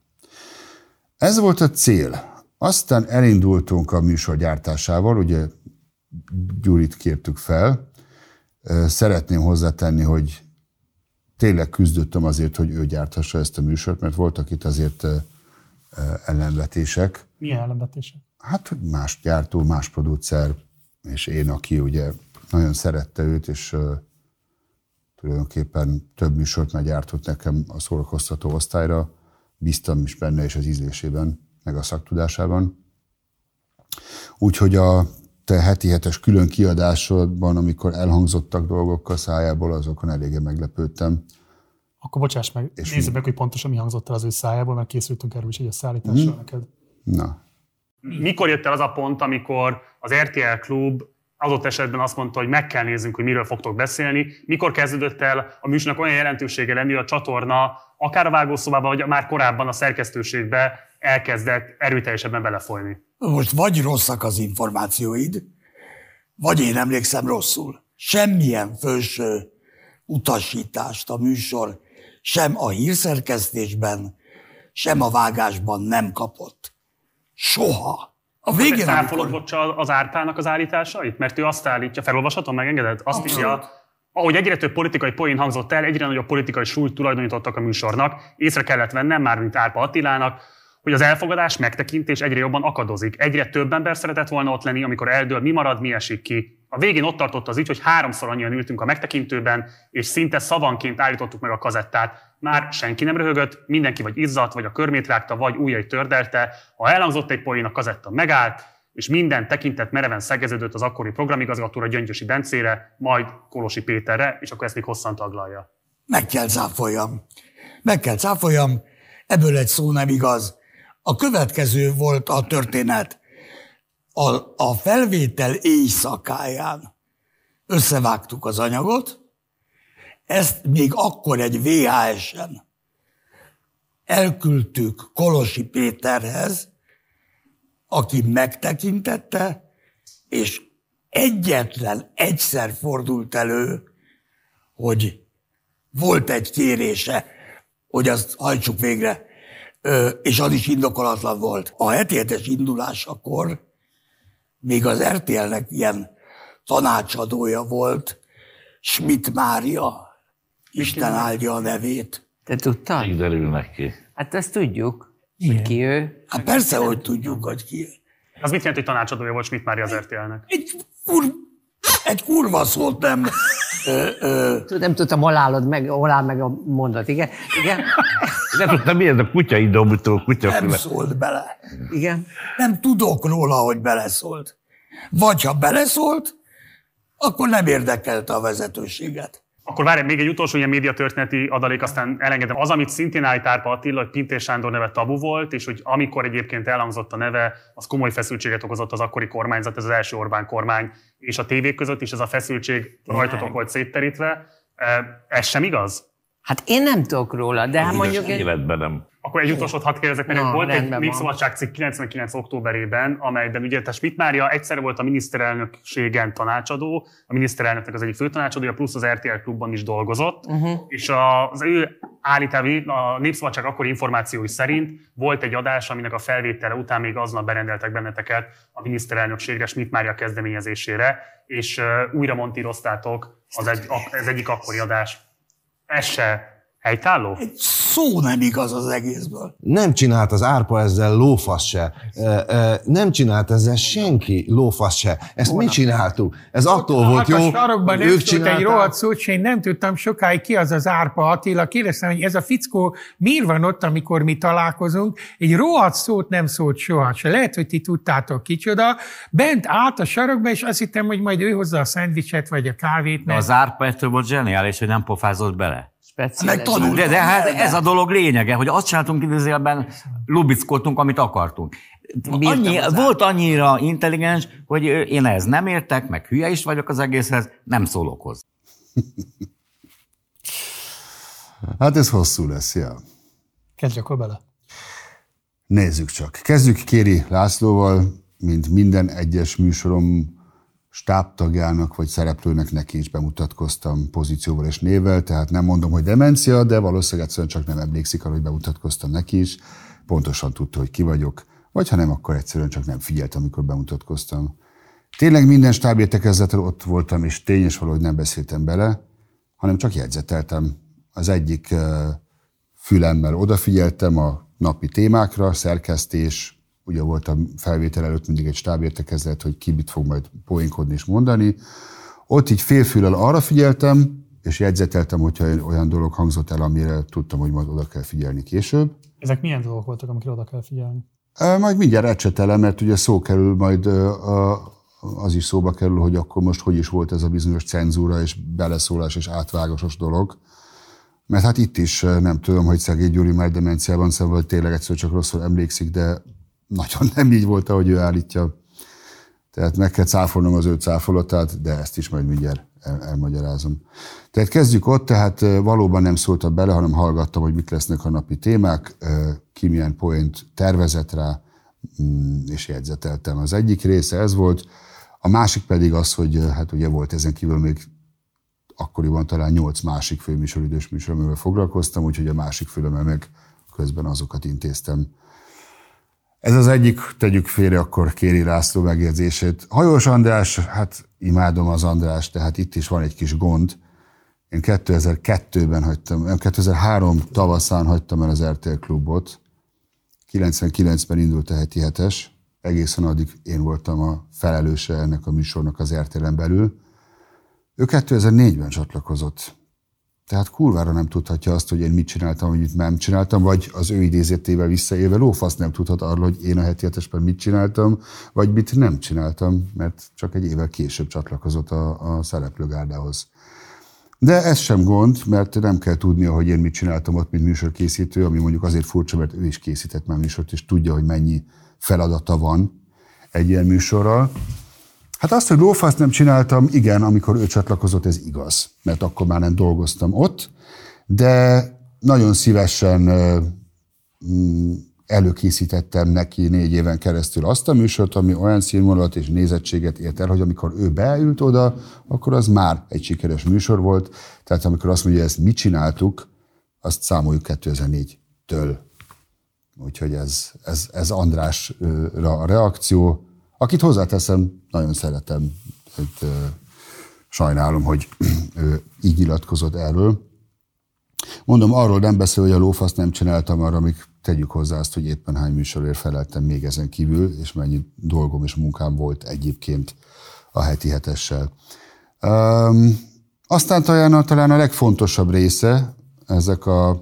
Ez volt a cél. Aztán elindultunk a műsor gyártásával, ugye Gyurit kértük fel. Szeretném hozzátenni, hogy tényleg küzdöttem azért, hogy ő gyárthassa ezt a műsort, mert voltak itt azért ellenvetések. Milyen ellenvetések? Hát, hogy más gyártó, más producer, és én, aki ugye nagyon szerette őt, és tulajdonképpen több műsort már gyártott nekem a szórakoztató osztályra, bíztam is benne és az ízlésében, meg a szaktudásában. Úgyhogy a te Heti Hetes külön kiadásodban, amikor elhangzottak dolgok a szájából, azokon eléggé meglepődtem. Akkor bocsáss meg, nézzük meg, hogy pontosan mi hangzott el az ő szájából, mert készültünk erről is egy szállításra neked. Na. Mikor jött el az a pont, amikor az RTL Klub adott esetben azt mondta, hogy meg kell néznünk, hogy miről fogtok beszélni? Mikor kezdődött el a műsornak olyan jelentősége lenni, hogy a csatorna akár a vágószobában, vagy már korábban a szerkesztőségbe elkezdett erőteljesebben belefolyni? Most vagy rosszak az információid, vagy én emlékszem rosszul. Semmilyen felső utasítást a műsor sem a hírszerkesztésben, sem a vágásban nem kapott. Soha. A végén, cáfolod az Árpának az állításait? Mert ő azt állítja, felolvashatom, megengeded? Azt írja, ahogy egyre több politikai poén hangzott el, egyre nagyobb politikai súlyt tulajdonítottak a műsornak, észre kellett vennem, mármint Árpa Attilának, hogy az elfogadás, megtekintés egyre jobban akadozik. Egyre több ember szeretett volna ott lenni, amikor eldől, mi marad, mi esik ki. A végén ott tartott az ügy, hogy 3-szor annyian ültünk a megtekintőben, és szinte szavanként állítottuk meg a kazettát. Már senki nem röhögött, mindenki vagy izzadt, vagy a körmét rágta, vagy ujjait tördelte. Ha elhangzott egy poén, a kazetta megállt, és minden tekintet mereven szegeződött az akkori programigazgatóra, Gyöngyösi Bencére, majd Kolosi Péterre, és akkor ezt még hosszan taglalja. Meg kell cáfoljam, ebből egy szó nem igaz. A következő volt a történet. A felvétel éjszakáján összevágtuk az anyagot, ezt még akkor egy VHS-en elküldtük Kolosi Péterhez, aki megtekintette, és egyetlen egyszer fordult elő, hogy volt egy kérése, hogy azt hajtsuk végre, és az is indokolatlan volt. A heti hetes indulásakor még az RTL-nek ilyen tanácsadója volt, Schmidt Mária, Isten áldja a nevét. Te tudtad? Kiderül neki. Hát ezt tudjuk, hogy ki ő. Hát persze, hogy tudjuk, hogy ki. Az mit jelent, hogy tanácsadója volt Schmidt Mária az RTL-nek? Egy kurva szót nem... Nem tudtam, hol áll meg a mondat, igen? Igen? Nem tudtam, milyen a kutyaidomtól kutyafüle. Nem szólt bele. Igen? Nem tudok róla, hogy beleszólt. Vagy ha beleszólt, akkor nem érdekelte a vezetőséget. Akkor várj, még egy utolsó ilyen médiatörténeti adalék, aztán elengedem. Az, amit szintén állít Árpa Attila, hogy Pintér Sándor neve tabu volt, és hogy amikor egyébként elhangzott a neve, az komoly feszültséget okozott az akkori kormányzat, ez az első Orbán kormány és a tévék között, és ez a feszültség rajtatok volt szétterítve. Ez sem igaz? Hát én nem tudok róla, de hát mondjuk... Életben nem. Akkor egy utolsót hadd kérdezek, mert volt egy Népszabadság cikk 99. októberében, amelyben ugye a Schmidt Mária egyszerre volt a miniszterelnökségen tanácsadó, a miniszterelnöknek az egyik főtanácsadója, plusz az RTL Klubban is dolgozott, és az ő állítása, a Népszabadság akkori információi szerint volt egy adás, aminek a felvétele után még aznap berendeltek benneteket a miniszterelnökségre Schmidt Mária kezdeményezésére, és újra montíroztátok az egyik akkori adás. Ez se helytálló? Egy szó nem igaz az egészből. Nem csinált az Árpa ezzel lófasz se. Nem csinált ezzel senki lófasz se. Ezt mi csináltuk? Ez attól volt jó, a sarokban ők csinálták. Egy rohadt szót, és én nem tudtam sokáig ki az Árpa Attila. Kérdeztem, hogy ez a fickó miért van ott, amikor mi találkozunk. Egy rohadt szót nem szólt soha. Se lehet, hogy ti tudtátok kicsoda. Bent állt a sarokba, és azt hittem, hogy majd ő hozza a szendvicset, vagy a kávét. De az Árpa ettől volt zseniális, hogy nem pofázott bele. De hát ez a dolog lényege, hogy azt csináltunk idézőjelben, lubickoltunk, amit akartunk. Volt annyira intelligens, hogy én ehhez nem értek, meg hülye is vagyok az egészhez, nem szólok hozzá. Hát ez hosszú lesz, ja. Kezdj akkor bele. Nézzük csak. Kezdjük Kéri Lászlóval, mint minden egyes műsorom stábtagjának vagy szereplőnek neki is bemutatkoztam pozícióval és névvel, tehát nem mondom, hogy demencia, de valószínűleg egyszerűen csak nem emlékszik arra, hogy bemutatkoztam neki is. Pontosan tudta, hogy ki vagyok, vagy ha nem, akkor egyszerűen csak nem figyelt, amikor bemutatkoztam. Tényleg minden stábértekezleten ott voltam, és tényes valahogy nem beszéltem bele, hanem csak jegyzeteltem. Az egyik fülemmel odafigyeltem a napi témákra, szerkesztés, ugye volt a felvétel előtt mindig egy stábértekezlet, hogy ki mit fog majd poénkodni és mondani. Ott így félfüllel arra figyeltem, és jegyzeteltem, hogyha olyan dolog hangzott el, amire tudtam, hogy majd oda kell figyelni később. Ezek milyen dolgok voltak, amikre oda kell figyelni? Majd mindjárt ecsetelem, mert ugye szó kerül, majd az is szóba kerül, hogy akkor most hogy is volt ez a bizonyos cenzúra és beleszólás és átvágásos dolog. Mert hát itt is nem tudom, hogy Szegély Gyuri már demenciában szemben, hogy tényleg egyszer csak rosszul emlékszik, de nagyon nem így volt, ahogy ő állítja. Tehát meg kell cáfolnom az ő cáfolatát, de ezt is majd mindjárt elmagyarázom. Tehát kezdjük ott, tehát valóban nem szóltam bele, hanem hallgattam, hogy mit lesznek a napi témák, ki milyen poént tervezett rá, és jegyzeteltem. Az egyik része ez volt, a másik pedig az, hogy hát ugye volt ezen kívül még akkoriban talán 8 másik főműsoridős műsor, amivel foglalkoztam, úgyhogy a másik fülemmel meg közben azokat intéztem. Ez az egyik, tegyük félre akkor Kéri László megjegyzését. Hajós András, hát imádom az András, tehát itt is van egy kis gond. Én 2003 tavaszán hagytam el az RTL Klubot. 99-ben indult a heti hetes, egészen addig én voltam a felelőse ennek a műsornak az RTL-en belül. Ő 2004-ben csatlakozott. Tehát kurvára nem tudhatja azt, hogy én mit csináltam, vagy mit nem csináltam, vagy az ő idézetével visszaélve lófasz nem tudhat arról, hogy én a heti hetesben mit csináltam, vagy mit nem csináltam, mert csak egy évvel később csatlakozott a szereplőgárdához. De ez sem gond, mert nem kell tudnia, hogy én mit csináltam ott, mint műsorkészítő, ami mondjuk azért furcsa, mert ő is készített már műsort, és tudja, hogy mennyi feladata van egy ilyen műsorral. Hát azt, hogy lófaszt nem csináltam, igen, amikor ő csatlakozott, ez igaz, mert akkor már nem dolgoztam ott, de nagyon szívesen előkészítettem neki 4 éven keresztül azt a műsort, ami olyan színvonalat és nézettséget ért el, hogy amikor ő beült oda, akkor az már egy sikeres műsor volt. Tehát amikor azt mondja, hogy ezt mi csináltuk, azt számoljuk 2004-től. Úgyhogy ez Andrásra a reakció, akit hozzáteszem, nagyon szeretem. Sajnálom, hogy ő így nyilatkozott erről. Mondom, arról nem beszél, hogy a lófaszt nem csináltam, arra még tegyük hozzá azt, hogy éppen hány műsorért feleltem még ezen kívül, és mennyi dolgom és munkám volt egyébként a heti hetessel. Aztán talán a legfontosabb része, ezek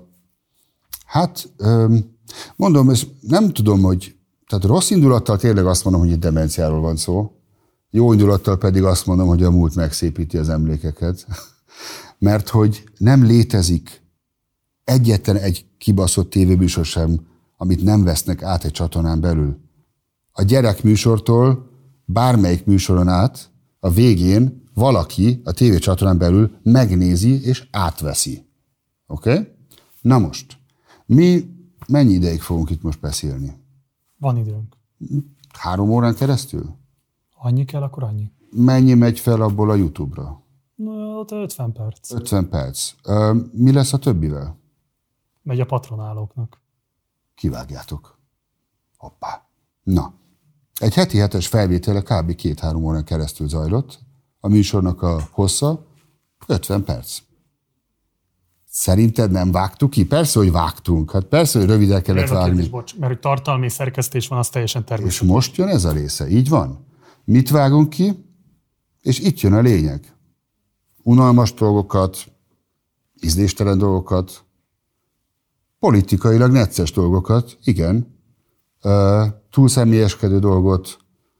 mondom, és nem tudom, hogy tehát rossz indulattal tényleg azt mondom, hogy itt demenciáról van szó, jó indulattal pedig azt mondom, hogy a múlt megszépíti az emlékeket, mert hogy nem létezik egyetlen egy kibaszott tévébűsor sem, amit nem vesznek át egy csatornán belül. A gyerekműsortól bármelyik műsoron át, a végén valaki a tévécsatornán belül megnézi és átveszi. Oké? Okay? Na most, mi mennyi ideig fogunk itt most beszélni? Van időnk. 3 órán keresztül? Annyi kell, akkor annyi. Mennyi megy fel abból a YouTube-ra? Ott 50 perc. 50 perc. Mi lesz a többivel? Megy a patronálóknak. Kivágjátok. Hoppá. Na. Egy heti hetes felvétele kb. 2-3 órán keresztül zajlott. A műsornak a hossza 50 perc. Szerinted nem vágtuk ki? Persze, hogy vágtunk. Hát persze, hogy röviden kellett vágni. Bocs, mert hogy tartalmi és szerkesztés van, az teljesen természetes. És most jön ez a része. Így van. Mit vágunk ki? És itt jön a lényeg. Unalmas dolgokat, ízléstelen dolgokat, politikailag necces dolgokat, igen, túlszemélyeskedő dolgot.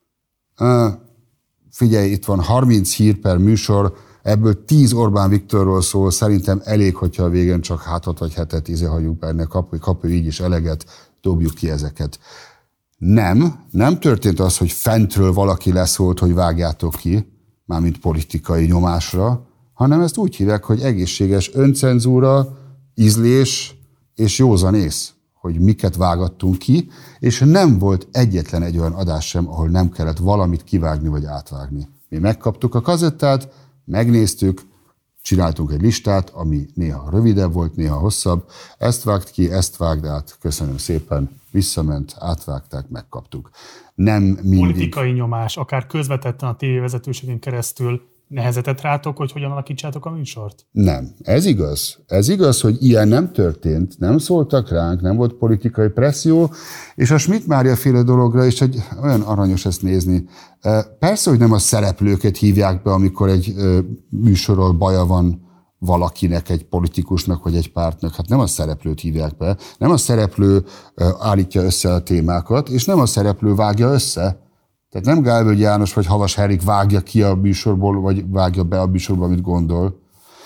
Figyelj, itt van 30 hír per műsor, ebből 10 Orbán Viktorról szól, szerintem elég, hogyha a végén csak 6 vagy 7 hagyjuk benne, kapő így is eleget, dobjuk ki ezeket. Nem történt az, hogy fentről valaki leszólt, hogy vágjátok ki, mármint politikai nyomásra, hanem ezt úgy hívják, hogy egészséges öncenzúra, ízlés és józanész, hogy miket vágattunk ki, és nem volt egyetlen egy olyan adás sem, ahol nem kellett valamit kivágni vagy átvágni. Mi megkaptuk a kazettát, megnéztük, csináltunk egy listát, ami néha rövidebb volt, néha hosszabb. Ezt vágt ki, ezt vágd át, köszönöm szépen, visszament, átvágták, megkaptuk. Nem mindig... Politikai nyomás, akár közvetetten a tévévezetőségen keresztül nehezetett rátok, hogy hogyan alakítsátok a műsort? Nem. Ez igaz. Ez igaz, hogy ilyen nem történt, nem szóltak ránk, nem volt politikai presszió, és a Schmidt Mária féle dologra is olyan aranyos ezt nézni. Persze, hogy nem a szereplőket hívják be, amikor egy műsorról baja van valakinek, egy politikusnak vagy egy pártnak. Hát nem a szereplőt hívják be, nem a szereplő állítja össze a témákat, és nem a szereplő vágja össze. Tehát nem Gálvölgy János vagy Havas Henrik vágja ki a műsorból, vagy vágja be a műsorba, amit gondol.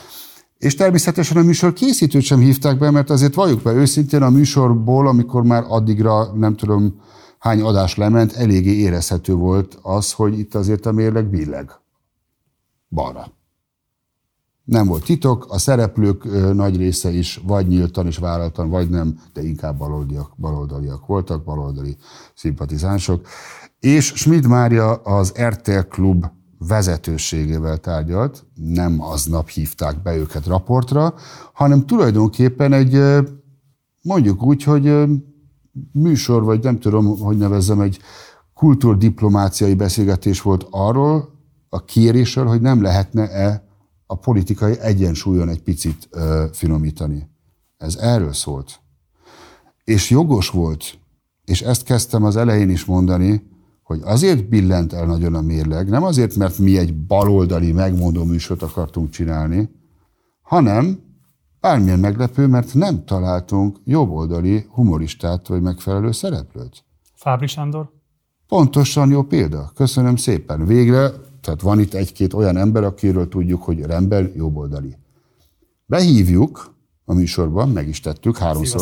És természetesen a műsor készítőt sem hívták be, mert azért valljuk be őszintén a műsorból, amikor már addigra nem tudom hány adás lement, eléggé érezhető volt az, hogy itt azért a mérleg billeg. Balra. Nem volt titok, a szereplők nagy része is vagy nyíltan és vállaltan, vagy nem, de inkább baloldaliak voltak, baloldali szimpatizánsok. És Schmidt Mária az RTL Klub vezetőségével tárgyalt, nem aznap hívták be őket raportra, hanem tulajdonképpen egy, mondjuk úgy, hogy műsor, vagy nem tudom, hogy nevezzem, egy kultúrdiplomáciai beszélgetés volt arról, a kérésről, hogy nem lehetne-e a politikai egyensúlyon egy picit finomítani. Ez erről szólt. És jogos volt, és ezt kezdtem az elején is mondani, hogy azért billent el nagyon a mérleg, nem azért, mert mi egy baloldali megmondó műsort akartunk csinálni, hanem bármilyen meglepő, mert nem találtunk jobboldali humoristát vagy megfelelő szereplőt. Fábri Sándor? Pontosan jó példa. Köszönöm szépen. Végre, tehát van itt egy-két olyan ember, akiről tudjuk, hogy rendben jobboldali. Behívjuk a műsorban, meg is tettük,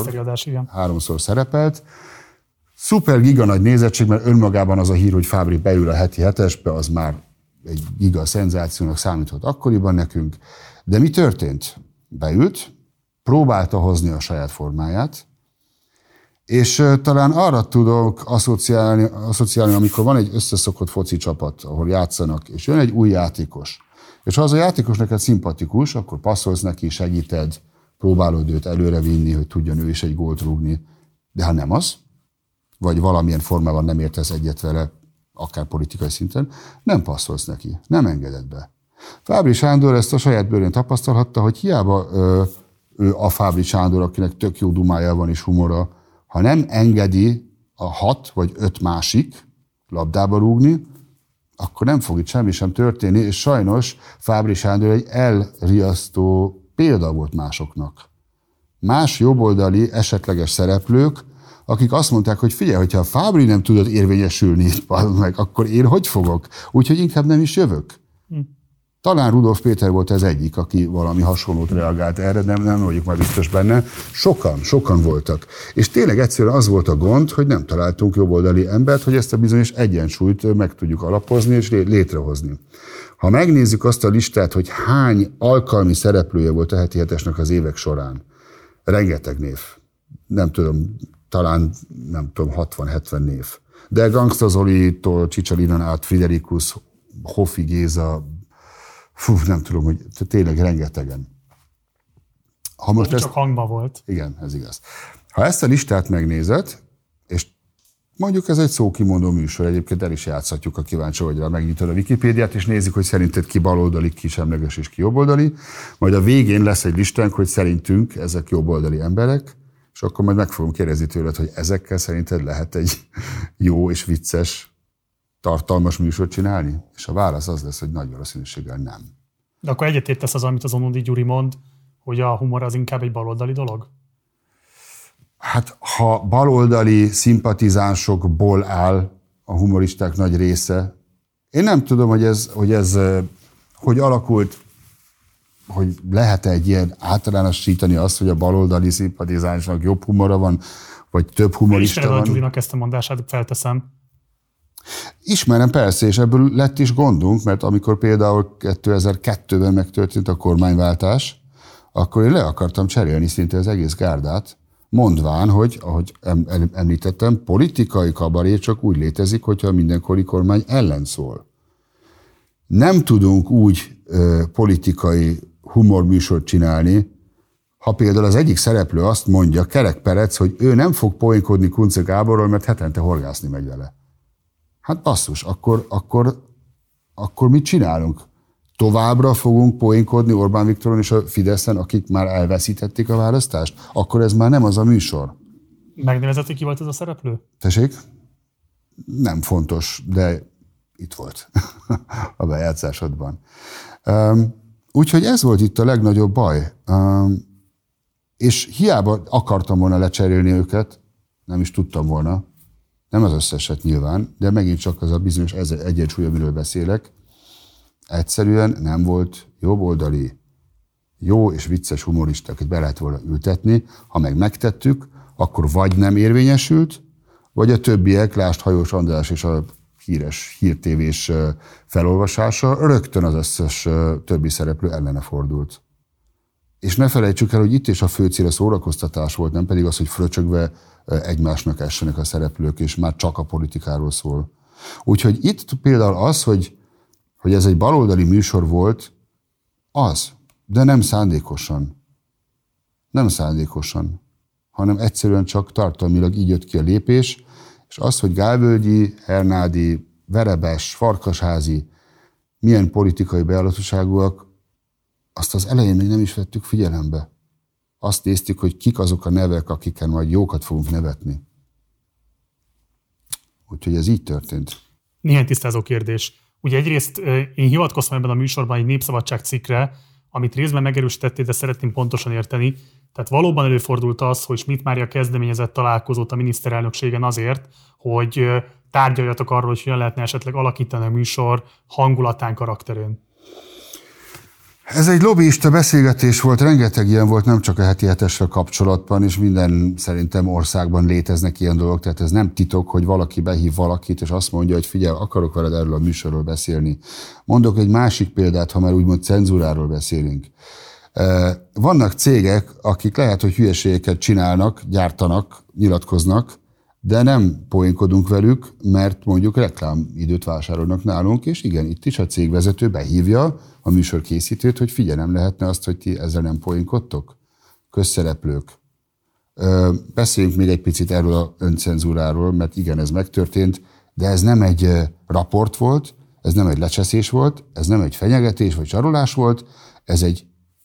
3-szor szerepelt. Szuper giga nagy nézettség, mert önmagában az a hír, hogy Fábri beül a heti hetesbe, az már egy giga szenzációnak számított akkoriban nekünk. De mi történt? Beült, próbálta hozni a saját formáját, És talán arra tudok asszociálni, amikor van egy összeszokott foci csapat, ahol játszanak, és jön egy új játékos. És ha az a játékos neked szimpatikus, akkor passzolsz neki, segíted, próbálod őt előrevinni, hogy tudjon ő is egy gólt rúgni. De ha nem az, vagy valamilyen formában nem értesz egyet vele, akár politikai szinten, nem passzolsz neki, nem engeded be. Fábry Sándor ezt a saját bőrén tapasztalhatta, hogy hiába ő a Fábry Sándor, akinek tök jó dumája van és humora, ha nem engedi a 6 vagy 5 másik labdába rúgni, akkor nem fog itt semmi sem történni, és sajnos Fábry Sándor egy elriasztó példa volt másoknak. Más jobboldali esetleges szereplők, akik azt mondták, hogy figyelj, hogyha a Fábry nem tudod érvényesülni, akkor én hogy fogok? Úgyhogy inkább nem is jövök. Talán Rudolf Péter volt az egyik, aki valami hasonlót reagált erre, nem vagyok már biztos benne. Sokan voltak. És tényleg egyszerűen az volt a gond, hogy nem találtunk jobboldali embert, hogy ezt a bizonyos egyensúlyt meg tudjuk alapozni és létrehozni. Ha megnézzük azt a listát, hogy hány alkalmi szereplője volt a Heti Hetesnek az évek során, rengeteg név. Nem tudom, talán 60-70 név. De Gangsta Zolitól Csicsalinon át Friderikus, Hoffi Géza, nem tudom, hogy tényleg rengetegen. Ha most csak hangban volt. Igen, ez igaz. Ha ezt a listát megnézed, és mondjuk ez egy szókimondó műsor, egyébként el is játszhatjuk, a kíváncsi vagy rá, megnyitod a Wikipédiát, és nézzük, hogy szerinted ki baloldali, ki semleges és ki jobboldali. Majd a végén lesz egy listánk, hogy szerintünk ezek jobboldali emberek, és akkor majd meg fogom kérdezni tőled, hogy ezekkel szerinted lehet egy jó és vicces, tartalmas műsort csinálni? És a válasz az lesz, hogy nagy valószínűséggel nem. De akkor egyetértesz az, amit az Onondi Gyuri mond, hogy a humor az inkább egy baloldali dolog? Hát, ha baloldali szimpatizánsokból áll a humoristák nagy része, én nem tudom, hogy ez hogy alakult, hogy lehet-e egy ilyen általánosítani azt, hogy a baloldali szimpatizánsnak jobb humora van, vagy több humorista van. Ismered a Gyurinak ezt a mondását, felteszem. Ismerem, persze, és ebből lett is gondunk, mert amikor például 2002-ben megtörtént a kormányváltás, akkor én le akartam cserélni szinte az egész gárdát, mondván, hogy, ahogy említettem, politikai kabaré csak úgy létezik, hogyha a mindenkori kormány ellen szól. Nem tudunk úgy politikai humorműsort csinálni, ha például az egyik szereplő azt mondja, Kerek Perec, hogy ő nem fog poénkodni Kunce Gáborról, mert hetente horgászni megy vele. Hát basszus, akkor mit csinálunk? Továbbra fogunk poénkodni Orbán Viktoron és a Fideszen, akik már elveszítették a választást? Akkor ez már nem az a műsor. Megnevezett, ki volt ez a szereplő? Tessék? Nem fontos, de itt volt a bejátszásodban. Úgyhogy ez volt itt a legnagyobb baj. És hiába akartam volna lecserélni őket, nem is tudtam volna, nem az összeset nyilván, de megint csak az a bizonyos egyensúly, amiről beszélek, egyszerűen nem volt jobboldali, jó és vicces humoristákat be lehet volna ültetni, ha meg megtettük, akkor vagy nem érvényesült, vagy a többiek, lásd Hajós András és a híres hírtévés felolvasása, rögtön az összes többi szereplő ellene fordult. És ne felejtsük el, hogy itt is a fő cél a szórakoztatás volt, nem pedig az, hogy fröcsögve egymásnak essenek a szereplők, és már csak a politikáról szól. Úgyhogy itt például az, hogy ez egy baloldali műsor volt, az, de nem szándékosan. Nem szándékosan, hanem egyszerűen csak tartalmilag így jött ki a lépés, és az, hogy Gálvölgyi, Hernádi, Verebes, Farkasházi milyen politikai beállítottságúak, azt az elején még nem is vettük figyelembe. Azt néztük, hogy kik azok a nevek, akiken majd jókat fogunk nevetni. Úgyhogy ez így történt. Néhány tisztázó kérdés. Ugye egyrészt én hivatkoztam ebben a műsorban egy Népszabadság cikkre, amit részben megerősítettél, de szeretném pontosan érteni. Tehát valóban előfordult az, hogy Schmidt Mária kezdeményezett találkozót a miniszterelnökségen azért, hogy tárgyaljatok arról, hogy hogyan lehetne esetleg alakítani a műsor hangulatán, karakterén. Ez egy lobbyista beszélgetés volt, rengeteg ilyen volt, nem csak a Heti Hetessel kapcsolatban, és minden szerintem országban léteznek ilyen dolgok, tehát ez nem titok, hogy valaki behív valakit, és azt mondja, hogy figyelj, akarok veled erről a műsorról beszélni. Mondok egy másik példát, ha már úgymond cenzúráról beszélünk. Vannak cégek, akik lehet, hogy hülyeségeket csinálnak, gyártanak, nyilatkoznak, de nem poénkodunk velük, mert mondjuk reklámidőt vásárolnak nálunk, és igen, itt is a cégvezető behívja a műsorkészítőt, hogy figyelj, nem lehetne azt, hogy ti ezzel nem poénkodtok? Közszereplők. Beszéljünk még egy picit erről a öncenzúráról, mert igen, ez megtörtént, de ez nem egy raport volt, ez nem egy lecseszés volt, ez nem egy fenyegetés vagy zsarolás volt, ez egy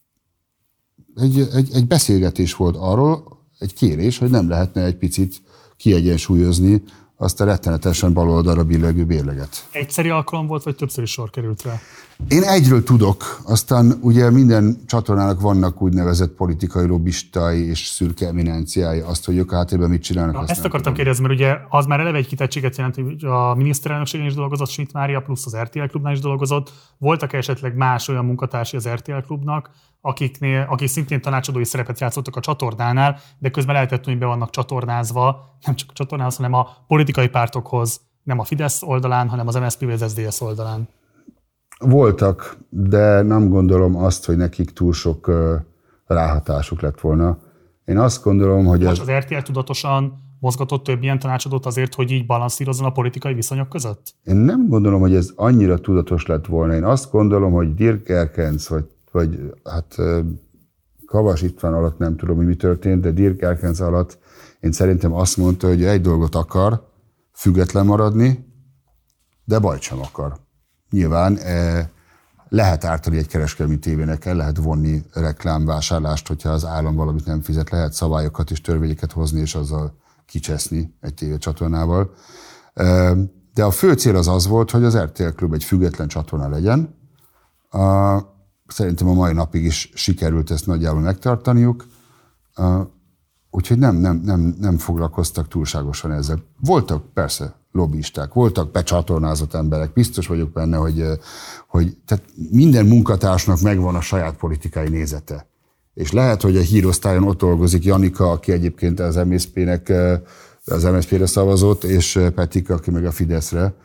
beszélgetés volt arról, egy kérés, hogy nem lehetne egy picit kiegyensúlyozni azt a rettenetesen baloldalra billegő bérleget. Egyszeri alkalom volt, vagy többször is sor került rá? Én egyről tudok, aztán ugye minden csatornának vannak úgynevezett politikai lobbistái és szürke eminenciái, azt, hogy ők háttérben mit csinálnak. Ezt akartam kérdezni, mert ugye az már eleve egy kitettséget jelent, hogy a miniszterelnökségen is dolgozott Schmidt Mária, plusz az RTL Klubnál is dolgozott. Voltak esetleg más olyan munkatársai az RTL Klubnak, akik szintén tanácsadói szerepet játszottak a csatornánál, de közben lehetett, hogy be vannak csatornázva, nem csak a csatornához, hanem a politikai pártokhoz, nem a Fidesz oldalán, hanem az MSZP vagy az SZDSZ oldalán. Voltak, de nem gondolom azt, hogy nekik túl sok ráhatásuk lett volna. Én azt gondolom, hogy... Most az RTL tudatosan mozgatott több ilyen tanácsadót azért, hogy így balanszírozzon a politikai viszonyok között? Én nem gondolom, hogy ez annyira tudatos lett volna. Én azt gondolom, hogy Dirk Erkens, vagy hát Kavas István alatt nem tudom, hogy mi történt, de Dirk Erkens alatt én szerintem azt mondta, hogy egy dolgot akar, független maradni, de bajt sem akar. Nyilván lehet ártani egy kereskedelmi tévének, el lehet vonni reklámvásárlást, hogyha az állam valamit nem fizet, lehet szabályokat és törvényeket hozni, és azzal kicseszni egy tévécsatornával. De a fő cél az volt, hogy az RTL Klub egy független csatorna legyen. Szerintem a mai napig is sikerült ezt nagyjából megtartaniuk. Úgyhogy nem foglalkoztak túlságosan ezzel. Voltak persze lobbisták, voltak becsatornázott emberek, biztos vagyok benne, hogy tehát minden munkatársnak megvan a saját politikai nézete. És lehet, hogy a hírosztályon ott dolgozik Janika, aki egyébként az MSZP-re szavazott, és Petika, aki meg a Fideszre.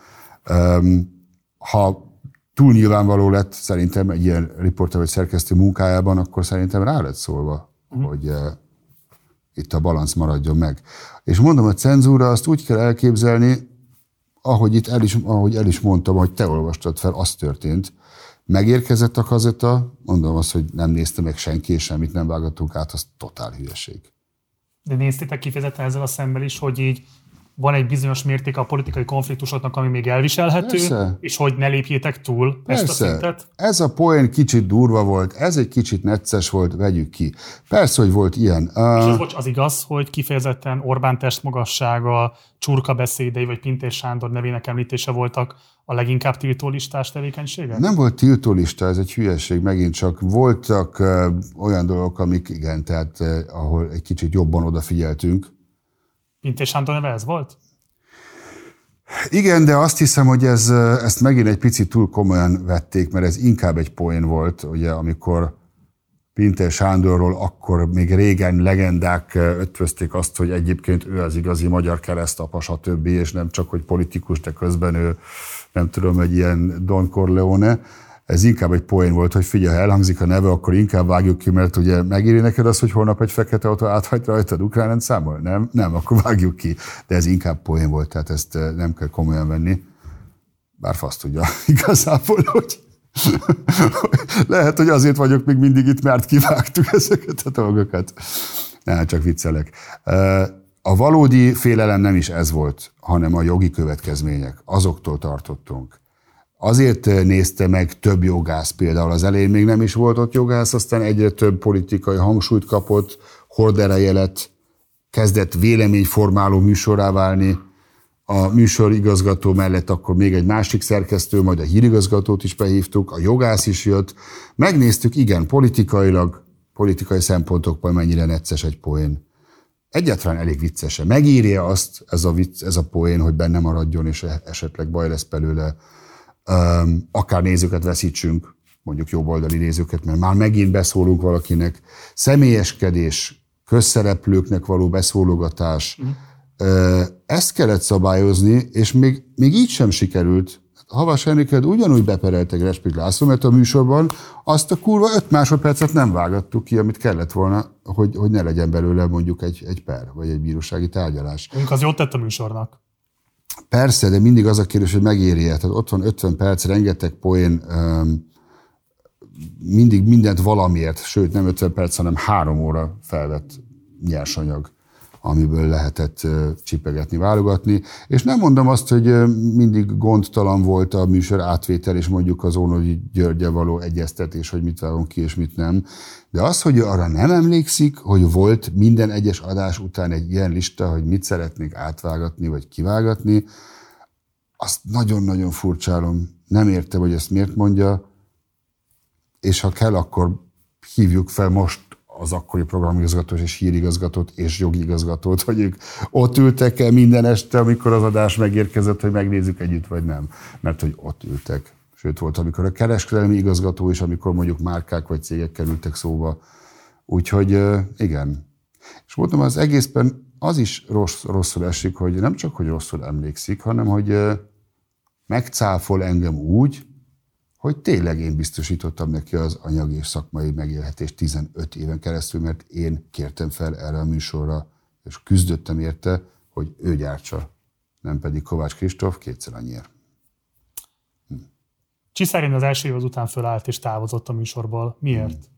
Ha túl nyilvánvaló lett szerintem egy ilyen riporter vagy szerkesztő munkájában, akkor szerintem rá lett szólva, hogy itt a balansz maradjon meg. És mondom, a cenzúra azt úgy kell elképzelni, ahogy el is mondtam, hogy te olvastad fel, az történt. Megérkezett a kazetta, mondom azt, hogy nem nézte meg senki, és semmit nem vágattunk át, az totál hülyeség. De néztétek kifejezetten ezzel a szemben is, hogy így van egy bizonyos mértéke a politikai konfliktusoknak, ami még elviselhető, persze, és hogy ne lépjétek túl persze ezt a szintet? Ez a poén kicsit durva volt, ez egy kicsit necces volt, vegyük ki. Persze, hogy volt ilyen. És az igaz, hogy kifejezetten Orbán testmagassága, Csurka beszédei, vagy Pintér Sándor nevének említése voltak a leginkább tiltólistás tevékenysége? Nem volt tiltólista, ez egy hülyeség, megint csak voltak olyan dolgok, amik igen, tehát ahol egy kicsit jobban odafigyeltünk. Pintér Sándor neve ez volt? Igen, de azt hiszem, hogy ezt megint egy picit túl komolyan vették, mert ez inkább egy poén volt, ugye, amikor Pintér Sándorról akkor még régen legendák ötvözték azt, hogy egyébként ő az igazi magyar keresztapa, stb., és nem csak, hogy politikus, de közben ő, nem tudom, egy ilyen Don Corleone. Ez inkább egy poén volt, hogy figyelj, ha elhangzik a neve, akkor inkább vágjuk ki, mert ugye megéri neked az, hogy holnap egy fekete autó áthagy rajtad ukrán számol? Nem, akkor vágjuk ki. De ez inkább poén volt, tehát ezt nem kell komolyan venni. Bár fasz tudja igazából, hogy lehet, hogy azért vagyok még mindig itt, mert kivágtuk ezeket a dolgokat. Nem, csak viccelek. A valódi félelem nem is ez volt, hanem a jogi következmények. Azoktól tartottunk. Azért nézte meg több jogász például. Az elején még nem is volt ott jogász, aztán egyre több politikai hangsúlyt kapott, hordereje lett, kezdett véleményformáló műsorrá válni. A műsorigazgató mellett akkor még egy másik szerkesztő, majd a hírigazgatót is behívtuk, a jogász is jött. Megnéztük, igen, politikailag, politikai szempontokból mennyire necces egy poén. Egyáltalán elég viccese. Megírja azt ez a poén, hogy benne maradjon, és esetleg baj lesz belőle. Akár nézőket veszítsünk, mondjuk jobboldali nézőket, mert már megint beszólunk valakinek. Személyeskedés, közszereplőknek való beszólogatás. Ezt kellett szabályozni, és még így sem sikerült. Havas Henriket ugyanúgy bepereltek Respik László, mert a műsorban azt a kurva 5 másodpercet nem vágattuk ki, amit kellett volna, hogy ne legyen belőle mondjuk egy per, vagy egy bírósági tárgyalás. Az jót tett a műsornak. Persze, de mindig az a kérdés, hogy megéri-e. Tehát ott van 50 perc, rengeteg poén, mindig mindent valamiért, sőt nem 50 perc, hanem 3 óra felvett nyersanyag, amiből lehetett csipegetni, válogatni. És nem mondom azt, hogy mindig gondtalan volt a műsor átvétel, és mondjuk az Ónodi Györggyel való egyeztetés, hogy mit vágunk ki, és mit nem. De az, hogy arra nem emlékszik, hogy volt minden egyes adás után egy ilyen lista, hogy mit szeretnék átvágatni, vagy kivágatni, azt nagyon-nagyon furcsálom. Nem értem, hogy ezt miért mondja, és ha kell, akkor hívjuk fel most az akkori programigazgatót és hírigazgatót és jogigazgatót, hogy ők ott ültek-e minden este, amikor az adás megérkezett, hogy megnézzük együtt, vagy nem. Mert hogy ott ültek. Sőt, volt, amikor a kereskedelmi igazgató is, amikor mondjuk márkák vagy cégek kerültek szóba. Úgyhogy igen. És mondtam, az egészben az is rosszul esik, hogy nem csak, hogy rosszul emlékszik, hanem, hogy megcáfol engem úgy, hogy tényleg én biztosítottam neki az anyagi és szakmai megélhetést 15 éven keresztül, mert én kértem fel erre a műsorra, és küzdöttem érte, hogy ő gyártsa, nem pedig Kovács Kristóf kétszer annyiért. Csiszárin az első év után fölállt és távozott a műsorból. Miért?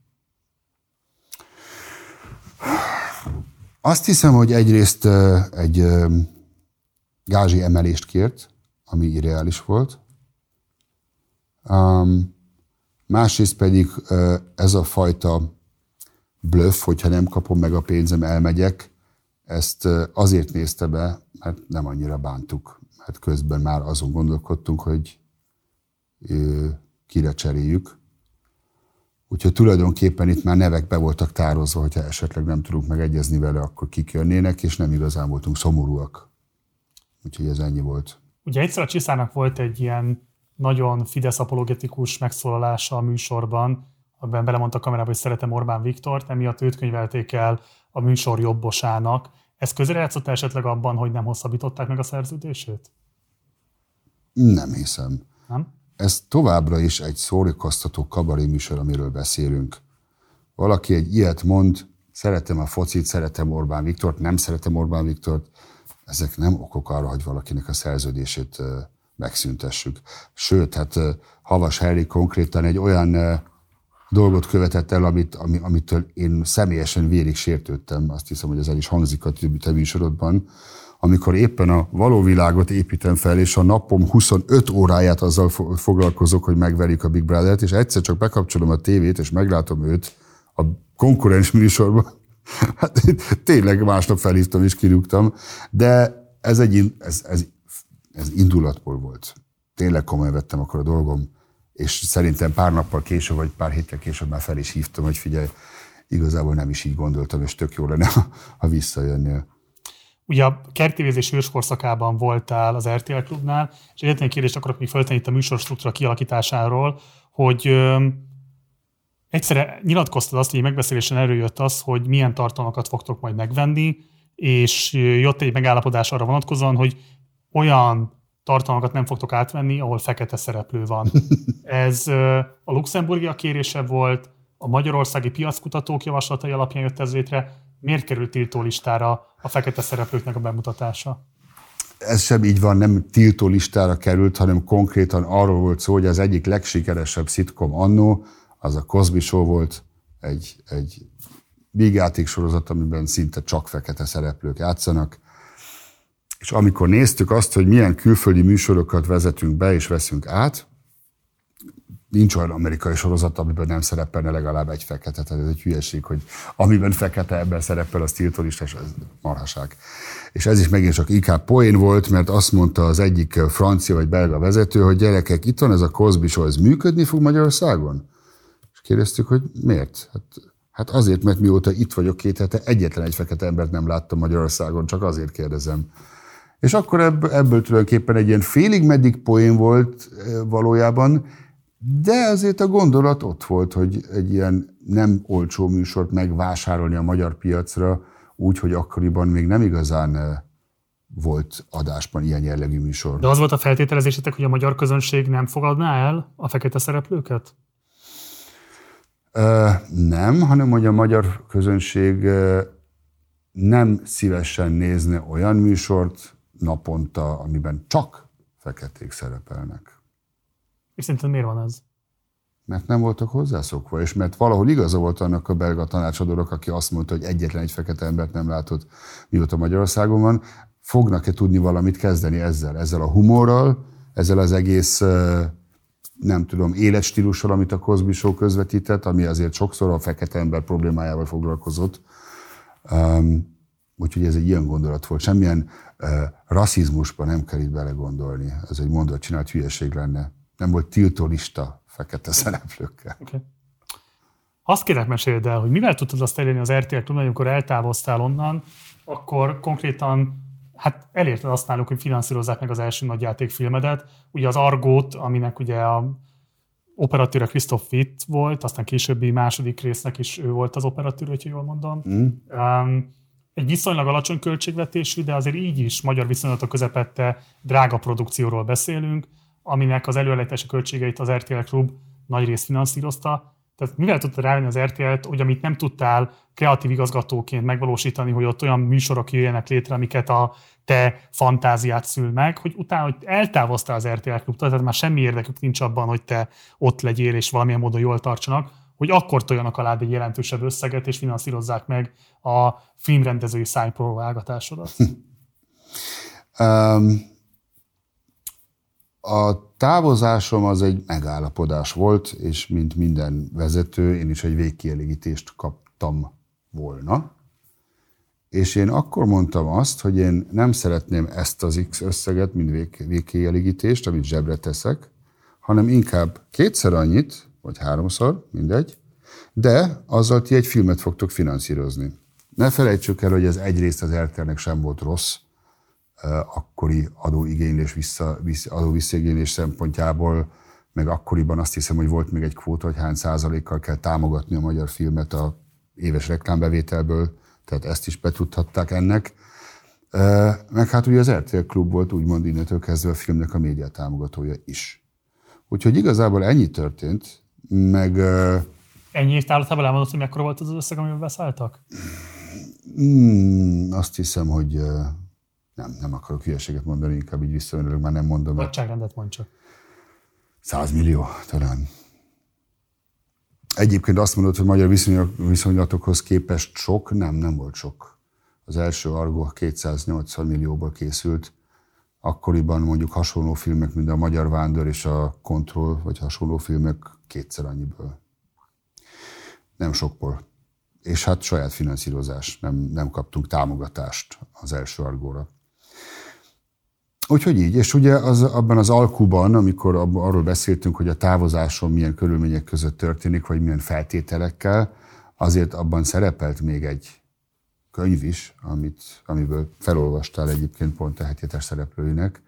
Azt hiszem, hogy egyrészt egy gázsi emelést kért, ami irreális volt. Másrészt pedig ez a fajta bluff, hogyha nem kapom meg a pénzem, elmegyek, ezt azért nézte be, mert nem annyira bántuk. Mert közben már azon gondolkodtunk, hogy kire cseréljük. Úgyhogy tulajdonképpen itt már nevek be voltak tározva, hogyha esetleg nem tudunk megegyezni vele, akkor kik jönnének, és nem igazán voltunk szomorúak. Úgyhogy ez ennyi volt. Ugye egyszer a Csiszának volt egy ilyen nagyon Fidesz apologetikus megszólalása a műsorban, amiben belemondta a kamerába, hogy szeretem Orbán Viktort, emiatt őt könyvelték el a műsor jobbosának. Ez közrejátszott esetleg abban, hogy nem hosszabbították meg a szerződését? Nem hiszem. Nem? Ez továbbra is egy szórakoztató kabaré műsor, amiről beszélünk. Valaki egy ilyet mond, szeretem a focit, szeretem Orbán Viktort, nem szeretem Orbán Viktort, ezek nem okok arra, hogy valakinek a szerződését megszüntessük. Sőt, hát Havas Henrik konkrétan egy olyan dolgot követett el, amitől én személyesen vérig sértődtem. Azt hiszem, hogy ez el is hangzik a te műsorodban. Amikor éppen a való világot építem fel, és a napom 25 óráját azzal foglalkozok, hogy megverjük a Big Brother-t, és egyszer csak bekapcsolom a tévét, és meglátom őt a konkurens műsorban. Hát tényleg másnap felhívtam és kirúgtam, de ez indulatból volt. Tényleg komolyan vettem akkor a dolgom, és szerintem pár nappal később, vagy pár héttel később már fel is hívtam, hogy figyelj, igazából nem is így gondoltam, és tök jó lenne, ha visszajönnél. Ugye a kertévézés őskorszakában voltál az RTL Klubnál, és egyetlen egy kérdést akarok még föltenni itt a műsorstruktúra kialakításáról, hogy egyszerre nyilatkoztad azt, hogy egy megbeszélésen előjött az, hogy milyen tartalmakat fogtok majd megvenni, és jött egy megállapodás arra vonatkozóan, hogy olyan tartalmakat nem fogtok átvenni, ahol fekete szereplő van. Ez a luxemburgiak kérése volt, a magyarországi piackutatók javaslatai alapján jött ez létre. Miért került tiltó listára a fekete szereplőknek a bemutatása? Ez sem így van, nem tiltó listára került, hanem konkrétan arról volt szó, hogy az egyik legsikeresebb szitkom annó, az a Cosby Show volt, egy vígjáték sorozat, amiben szinte csak fekete szereplők játszanak. És amikor néztük azt, hogy milyen külföldi műsorokat vezetünk be és veszünk át, nincs olyan amerikai sorozat, amiben nem szerepelne legalább egy fekete, tehát ez egy hülyeség, hogy amiben fekete ember szerepel, az tiltólistás, ez marhaság. És ez is megint csak inkább poén volt, mert azt mondta az egyik francia vagy belga vezető, hogy gyerekek, itt van ez a Cosby Show, ez működni fog Magyarországon? És kérdeztük, hogy miért? Hát azért, mert mióta itt vagyok 2 hete, egyetlen egy fekete embert nem láttam Magyarországon, csak azért kérdezem. És akkor ebből tulajdonképpen egy ilyen félig meddig poén volt valójában, de azért a gondolat ott volt, hogy egy ilyen nem olcsó műsort megvásárolni a magyar piacra, úgy, hogy akkoriban még nem igazán volt adásban ilyen jellegű műsor. De az volt a feltételezésetek, hogy a magyar közönség nem fogadná el a fekete szereplőket? Nem, hanem hogy a magyar közönség nem szívesen nézne olyan műsort naponta, amiben csak feketék szerepelnek. És szerinted miért van ez? Mert nem voltak hozzászokva, és mert valahol igaza volt annak a belga tanácsadónak, aki azt mondta, hogy egyetlen egy fekete embert nem látott, mióta Magyarországon van. Fognak-e tudni valamit kezdeni ezzel a humorral, ezzel az egész, nem tudom, életstílussal, amit a Cosby Show közvetített, ami azért sokszor a fekete ember problémájával foglalkozott. Úgyhogy ez egy ilyen gondolat volt. Semmilyen rasszizmusban nem kell itt belegondolni. Ez egy mondatcsinált hülyeség lenne. Nem volt tiltólista fekete szereplőkkel. Okay. Azt kérek, meséld el, hogy mivel tudtad azt elérni az RTL Klubban, amikor eltávoztál onnan, akkor konkrétan elérted azt náluk, hogy finanszírozzák meg az első nagyjátékfilmedet. Ugye az Argót, aminek ugye a operatőre Christoph Witt volt, aztán későbbi második résznek is ő volt az operatőr, hogyha jól mondom. Egy viszonylag alacsony költségvetésű, de azért így is magyar viszonylatok közepette drága produkcióról beszélünk, aminek az előállítási költségeit az RTL Klub nagyrészt finanszírozta. Tehát mivel tudtad rávenni az RTL-t, hogy amit nem tudtál kreatív igazgatóként megvalósítani, hogy ott olyan műsorok jöjjenek létre, amiket a te fantáziát szül meg, hogy utána, hogy eltávoztál az RTL Klubtól, tehát már semmi érdekük nincs abban, hogy te ott legyél és valamilyen módon jól tartsanak, hogy akkor toljanak alá egy jelentősebb összeget és finanszírozzák meg a filmrendezői szájpróbálgatásodat. A távozásom az egy megállapodás volt, és mint minden vezető, én is egy végkielégítést kaptam volna. És én akkor mondtam azt, hogy én nem szeretném ezt az X összeget, mint végkielégítést, amit zsebre teszek, hanem inkább 2-szer annyit, vagy 3-szor, mindegy, de azzal ti egy filmet fogtok finanszírozni. Ne felejtsük el, hogy ez egyrészt az RTL-nek sem volt rossz, akkori adóvisszaigénylés szempontjából, meg akkoriban azt hiszem, hogy volt még egy kvóta, hogy hány százalékkal kell támogatni a magyar filmet a éves reklámbevételből, tehát ezt is betudhatták ennek. Meg hát ugye az RTL Klub volt úgymond innentől kezdve a filmnek a média támogatója is. Úgyhogy igazából ennyi történt, meg... Ennyi év távlatában elmondott, hogy mekkora volt az összeg, amivel beszálltak? Azt hiszem, hogy... Nem akarok hülyeséget mondani, inkább így visszamenőleg már nem mondom. Nagyságrendet mondj csak. 100 millió talán. Egyébként azt mondod, hogy magyar viszonylatokhoz képest sok, nem volt sok. Az első Argo 280 millióból készült. Akkoriban mondjuk hasonló filmek, mint a Magyar Vándor és a Kontroll, vagy hasonló filmek 2-szer annyiből. Nem sokból. És hát saját finanszírozás, nem kaptunk támogatást az első Argóra. Úgyhogy így, és ugye abban az alkuban, amikor arról beszéltünk, hogy a távozáson milyen körülmények között történik, vagy milyen feltételekkel, azért abban szerepelt még egy könyv is, amiből felolvastál egyébként pont a Heti szereplőinek.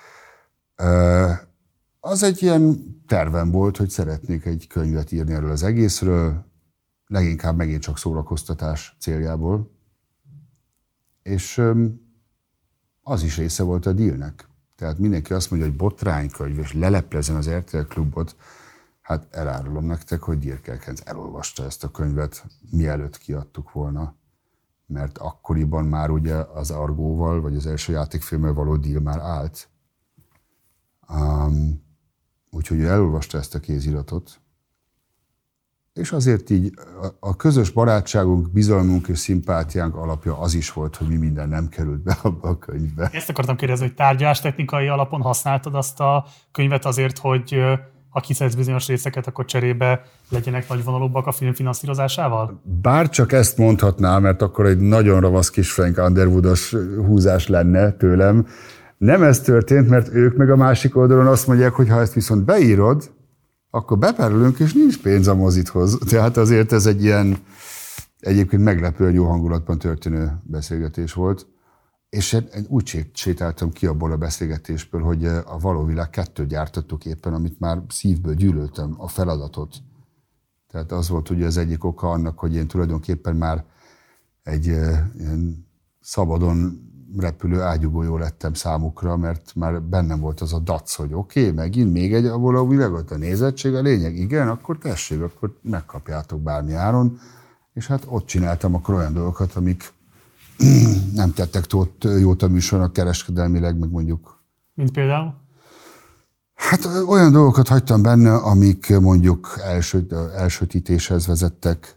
Az egy ilyen tervem volt, hogy szeretnék egy könyvet írni erről az egészről, leginkább megint csak szórakoztatás céljából. És az is része volt a dealnek. Tehát mindenki azt mondja, hogy botránykönyv, és leleplezen az RTL Klubot. Hát elárulom nektek, hogy Dirk Elkenz elolvasta ezt a könyvet, mielőtt kiadtuk volna. Mert akkoriban már ugye az Argóval, vagy az első játékfilmmel való deal már állt. Úgyhogy ő elolvasta ezt a kéziratot. És azért így a közös barátságunk, bizalmunk és szimpátiánk alapja az is volt, hogy mi minden nem került be abba a könyvbe. Ezt akartam kérdezni, hogy tárgyalástechnikai alapon használtad azt a könyvet azért, hogy ha kiszedsz bizonyos részeket, akkor cserébe legyenek nagyvonalúbbak a film finanszírozásával? Bár csak ezt mondhatnám, mert akkor egy nagyon ravasz kis Frank Underwoodos húzás lenne tőlem. Nem ez történt, mert ők meg a másik oldalon azt mondják, hogy ha ezt viszont beírod, akkor beperülünk, és nincs pénz a mozithoz. Tehát azért ez egy ilyen egyébként meglepően jó hangulatban történő beszélgetés volt. És úgy sétáltam ki abból a beszélgetésből, hogy a való világ 2 gyártottuk éppen, amit már szívből gyűlöltem, a feladatot. Tehát az volt ugye az egyik oka annak, hogy én tulajdonképpen már egy ilyen szabadon repülő ágyugójó lettem számukra, mert már bennem volt az a dac, hogy oké, megint még egy abból a világot a nézettség, a lényeg, igen, akkor tessék, akkor megkapjátok bármi áron, és hát ott csináltam akkor olyan dolgokat, amik nem tettek jót a műsornak kereskedelmileg, meg mondjuk. Mint például? Hát olyan dolgokat hagytam benne, amik mondjuk elsötítéshez vezettek.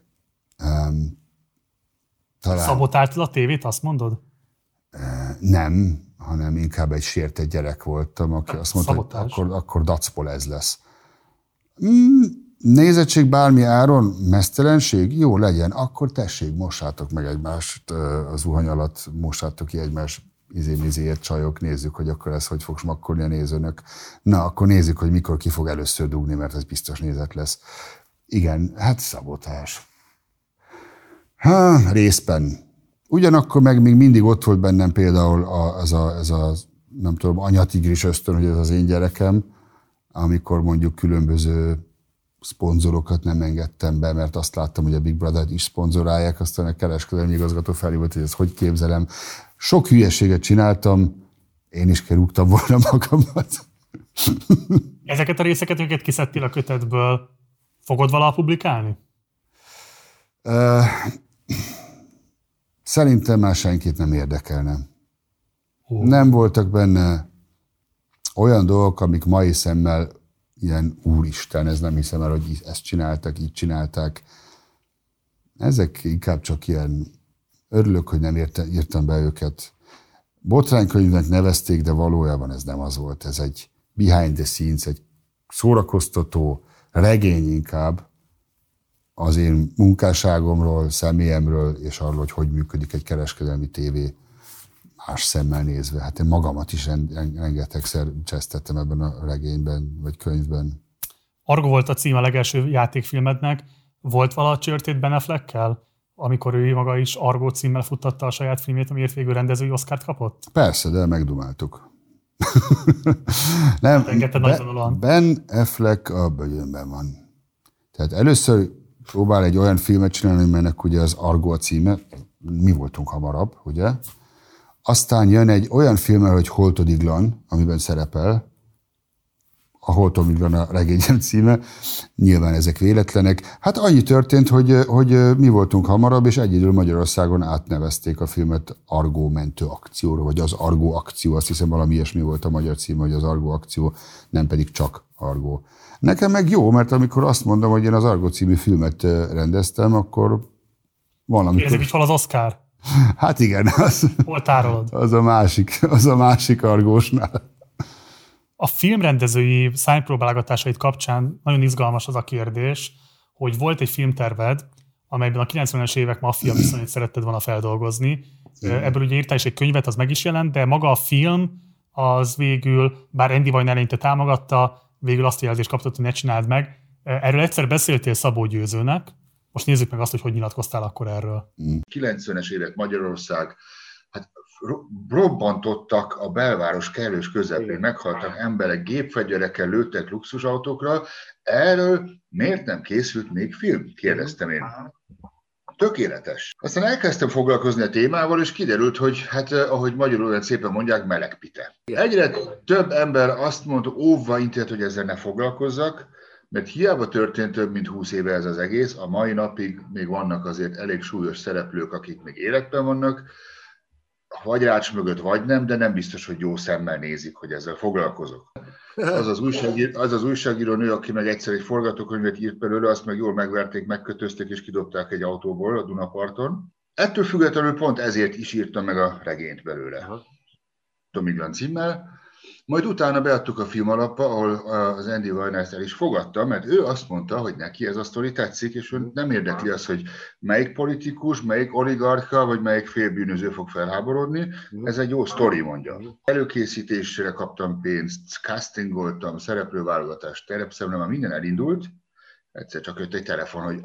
Talán... Szabotáltad a tévét, azt mondod? Nem, hanem inkább egy sértett gyerek voltam, aki azt mondta, hogy akkor dacból ez lesz. Nézettség bármi áron, meztelenség, jó legyen, akkor tessék, mossátok meg egymást az zuhany alatt, mossátok ki egymást izémiziért csajok, nézzük, hogy akkor ez hogy fog smakkolni a nézőnök. Na, akkor nézzük, hogy mikor ki fog először dugni, mert ez biztos nézet lesz. Igen, hát szabotás. Részben. Ugyanakkor meg még mindig ott volt bennem például ez a nem tudom, anyatigris ösztön, hogy ez az én gyerekem, amikor mondjuk különböző szponzorokat nem engedtem be, mert azt láttam, hogy a Big Brother-t is szponzorálják, aztán a kereskedelmi igazgató felhívott, hogy ezt hogy képzelem. Sok hülyeséget csináltam, én is kirúgtam volna magamat. Ezeket a részeket, amiket kiszedtél a kötetből, fogod valaha publikálni? Szerintem már senkit nem érdekelne. Nem voltak benne olyan dolgok, amik mai szemmel ilyen úristen, ez nem hiszem el, hogy ezt csináltak, így csinálták. Ezek inkább csak ilyen, örülök, hogy nem írtam be őket. Botránykönyvnek nevezték, de valójában ez nem az volt. Ez egy behind the scenes, egy szórakoztató regény inkább az én munkásságomról, személyemről, és arról, hogy működik egy kereskedelmi tévé más szemmel nézve. Hát én magamat is rengetegszer csesztettem ebben a regényben, vagy könyvben. Argo volt a cím a legelső játékfilmednek. Volt valaha csörtét Ben Affleckkel, amikor ő maga is Argo címmel futtatta a saját filmét, amiért végül rendezői Oscart kapott? Persze, de megdumáltuk. Nem, Ben Affleck a bögyönben van. Tehát először próbál egy olyan filmet csinálni, melynek ugye az Argo a címe, mi voltunk hamarabb, ugye? Aztán jön egy olyan filmmel, hogy Holtodiglan, amiben szerepel, a Holtodiglan a regényem címe, nyilván ezek véletlenek. Hát annyi történt, hogy mi voltunk hamarabb, és egyedül Magyarországon átnevezték a filmet Argo mentő akcióra, vagy az Argo akció, azt hiszem valami ilyesmi volt a magyar címe, hogy az Argo akció, nem pedig csak Argo. Nekem meg jó, mert amikor azt mondom, hogy én az Argo című filmet rendeztem, akkor valamikor... Érzik, hogy hol az Oscar? Hát igen, hol tárolod? Az a másik Argósnál. A filmrendezői szánypróbálgatásait kapcsán nagyon izgalmas az a kérdés, hogy volt egy filmterved, amelyben a 90-es évek maffia viszonyait szeretted volna feldolgozni. Ebből ugye írtál is egy könyvet, az meg is jelent, de maga a film az végül, bár Andy Vajna eleinte támogatta, végül azt a jelzést kaptott, hogy ne csináld meg. Erről egyszer beszéltél Szabó Győzőnek. Most nézzük meg azt, hogy nyilatkoztál akkor erről. 90-es évek Magyarország, hát robbantottak a belváros kellős közepén, meghaltak emberek, gépfegyverekkel lőttek luxusautókra. Erről miért nem készült még film? Kérdeztem én. Tökéletes. Aztán elkezdtem foglalkozni a témával, és kiderült, hogy hát ahogy magyarul olyan szépen mondják, melegpite. Egyre több ember azt mondta, óvva intett, hogy ezzel ne foglalkozzak, mert hiába történt több mint 20 éve ez az egész, a mai napig még vannak azért elég súlyos szereplők, akik még életben vannak, vagy rács mögött, vagy nem, de nem biztos, hogy jó szemmel nézik, hogy ezzel foglalkozok. Az az újságíró nő, aki meg egyszer egy forgatókönyvet írt belőle, azt meg jól megverték, megkötözték és kidobták egy autóból a Dunaparton. Ettől függetlenül pont ezért is írtam meg a regényt belőle. Holtodiglan címmel. Majd utána beadtuk a Filmalapba, ahol az Andy Vajna ezt el is fogadta, mert ő azt mondta, hogy neki ez a sztori tetszik, és ő nem érdekli az, hogy melyik politikus, melyik oligarcha, vagy melyik félbűnöző fog felháborodni. Ez egy jó sztori, mondja. Előkészítésre kaptam pénzt, castingoltam, szereplőválogatást, terepszemlem, már minden elindult. Egyszer csak jött egy telefon, hogy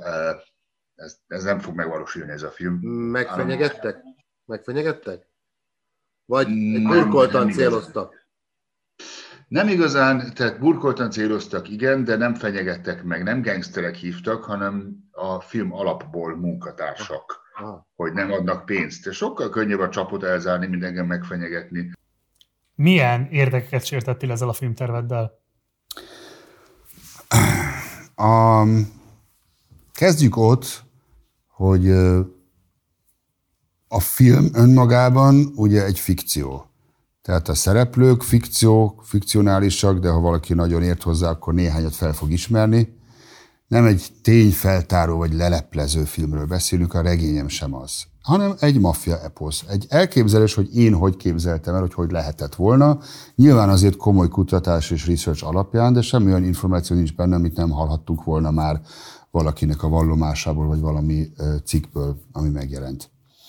ez nem fog megvalósulni ez a film. Megfenyegettek? Megfenyegettek? Vagy burkoltan céloztak? Nem igazán, tehát burkoltan céloztak, igen, de nem fenyegettek meg, nem gangsterek hívtak, hanem a film alapból munkatársak. hogy nem adnak pénzt. És sokkal könnyebb a csapot elzárni, mint engem megfenyegetni. Milyen érdekeket sértettél ezzel a filmterveddel? Kezdjük ott, hogy a film önmagában ugye egy fikció. Tehát a szereplők fikcionálisak, de ha valaki nagyon ért hozzá, akkor néhányat fel fog ismerni. Nem egy tényfeltáró vagy leleplező filmről beszélünk, a regényem sem az, hanem egy maffia eposz. Egy elképzelés, hogy én hogy képzeltem el, hogy lehetett volna. Nyilván azért komoly kutatás és research alapján, de semmi olyan információ nincs benne, amit nem hallhattunk volna már valakinek a vallomásából, vagy valami cikkből, ami megjelent.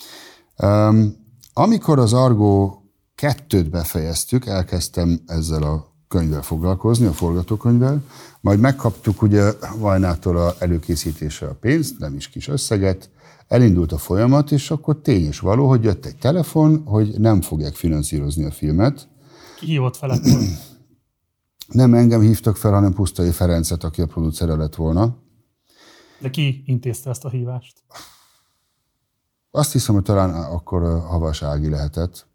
Amikor az Argo 2-t befejeztük, elkezdtem ezzel a könyvvel foglalkozni, a forgatókönyvvel, majd megkaptuk ugye Vajnától a előkészítésre a pénzt, nem is kis összeget, elindult a folyamat, és akkor tény és való, hogy jött egy telefon, hogy nem fogják finanszírozni a filmet. Ki hívott fel? Nem engem hívtak fel, hanem Pusztai Ferencet, aki a producere lett volna. De ki intézte ezt a hívást? Azt hiszem, hogy talán akkor Havas Ági lehetett.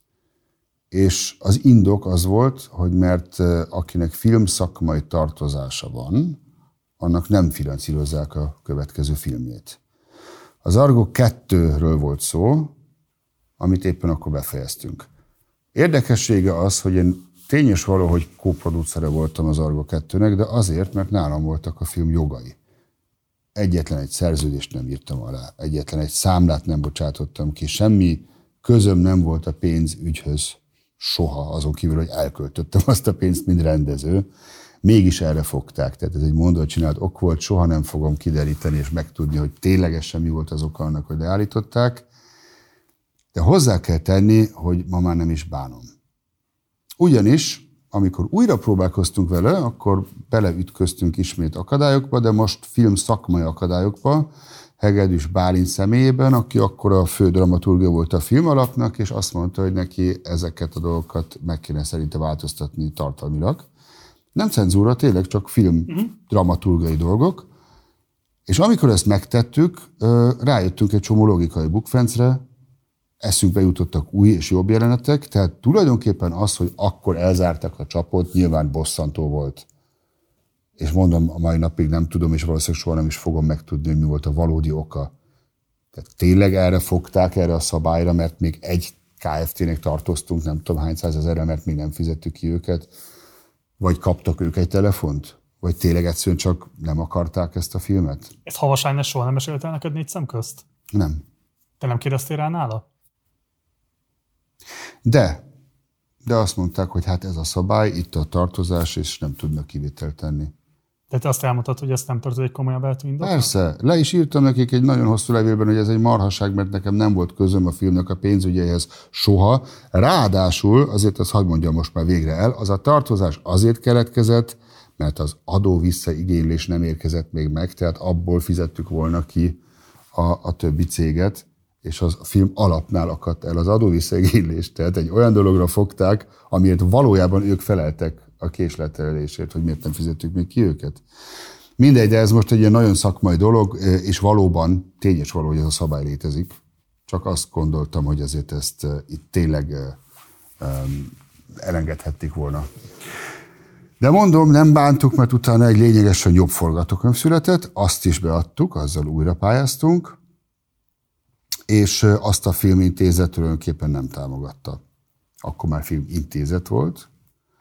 És az indok az volt, hogy mert akinek filmszakmai tartozása van, annak nem finanszírozzák a következő filmjét. Az Argo 2-ről volt szó, amit éppen akkor befejeztünk. Érdekessége az, hogy én tény és való, hogy kóproducere voltam az Argo 2-nek, de azért, mert nálam voltak a film jogai. Egyetlen egy szerződést nem írtam alá, egyetlen egy számlát nem bocsátottam ki, semmi közöm nem volt a pénzügyhöz soha, azon kívül, hogy elköltöttem azt a pénzt, mint rendező. Mégis erre fogták. Tehát ez egy mondat csinált ok volt, soha nem fogom kideríteni és megtudni, hogy ténylegesen mi volt az oka annak, hogy leállították. De hozzá kell tenni, hogy ma már nem is bánom. Ugyanis, amikor újra próbálkoztunk vele, akkor beleütköztünk ismét akadályokba, de most film szakmai akadályokba, Hegedűs Bálint személyében, aki akkor a fő dramaturgia volt a filmalapnak, és azt mondta, hogy neki ezeket a dolgokat meg kéne szerinte változtatni tartalmilag. Nem cenzúra, tényleg csak film dramaturgiai dolgok. És amikor ezt megtettük, rájöttünk egy csomó logikai bukfencre, eszünkbe jutottak új és jobb jelenetek, tehát tulajdonképpen az, hogy akkor elzártak a csapot, nyilván bosszantó volt. És mondom, a mai napig nem tudom, és valószínűleg soha nem is fogom megtudni, hogy mi volt a valódi oka. Tehát tényleg erre fogták, erre a szabályra, mert még egy Kft-nek tartoztunk, nem tudom hány százezerre, mert még nem fizettük ki őket, vagy kaptak ők egy telefont, vagy tényleg egyszerűen csak nem akarták ezt a filmet. Ezt Havas Ágnes soha nem mesélt el neked 4 szem közt? Nem. Te nem kérdeztél rá nála? De azt mondták, hogy hát ez a szabály, itt a tartozás, és nem tudnak kivételt tenni. De te azt elmondtad, hogy ezt nem tartod egy komolyabb eltűndoknak? Persze. Le is írtam nekik egy nagyon hosszú levélben, hogy ez egy marhaság, mert nekem nem volt közöm a filmnek a pénzügyeihez soha. Ráadásul, azért azt hadd mondjam most már végre el, az a tartozás azért keletkezett, mert az adó visszaigénylés nem érkezett még meg, tehát abból fizettük volna ki a többi céget, és a film alapnál akadt el az adó visszaigénylés. Tehát egy olyan dologra fogták, amiért valójában ők feleltek a késletelésért, hogy miért nem fizettük még ki őket. Mindegy, de ez most egy ilyen nagyon szakmai dolog, és valóban tényes való, hogy ez a szabály létezik. Csak azt gondoltam, hogy azért ezt itt tényleg elengedhették volna. De mondom, nem bántuk, mert utána egy lényegesen jobb forgatókönyv született, azt is beadtuk, azzal újra pályáztunk, és azt a filmintézet tulajdonképpen nem támogatta. Akkor már filmintézet volt.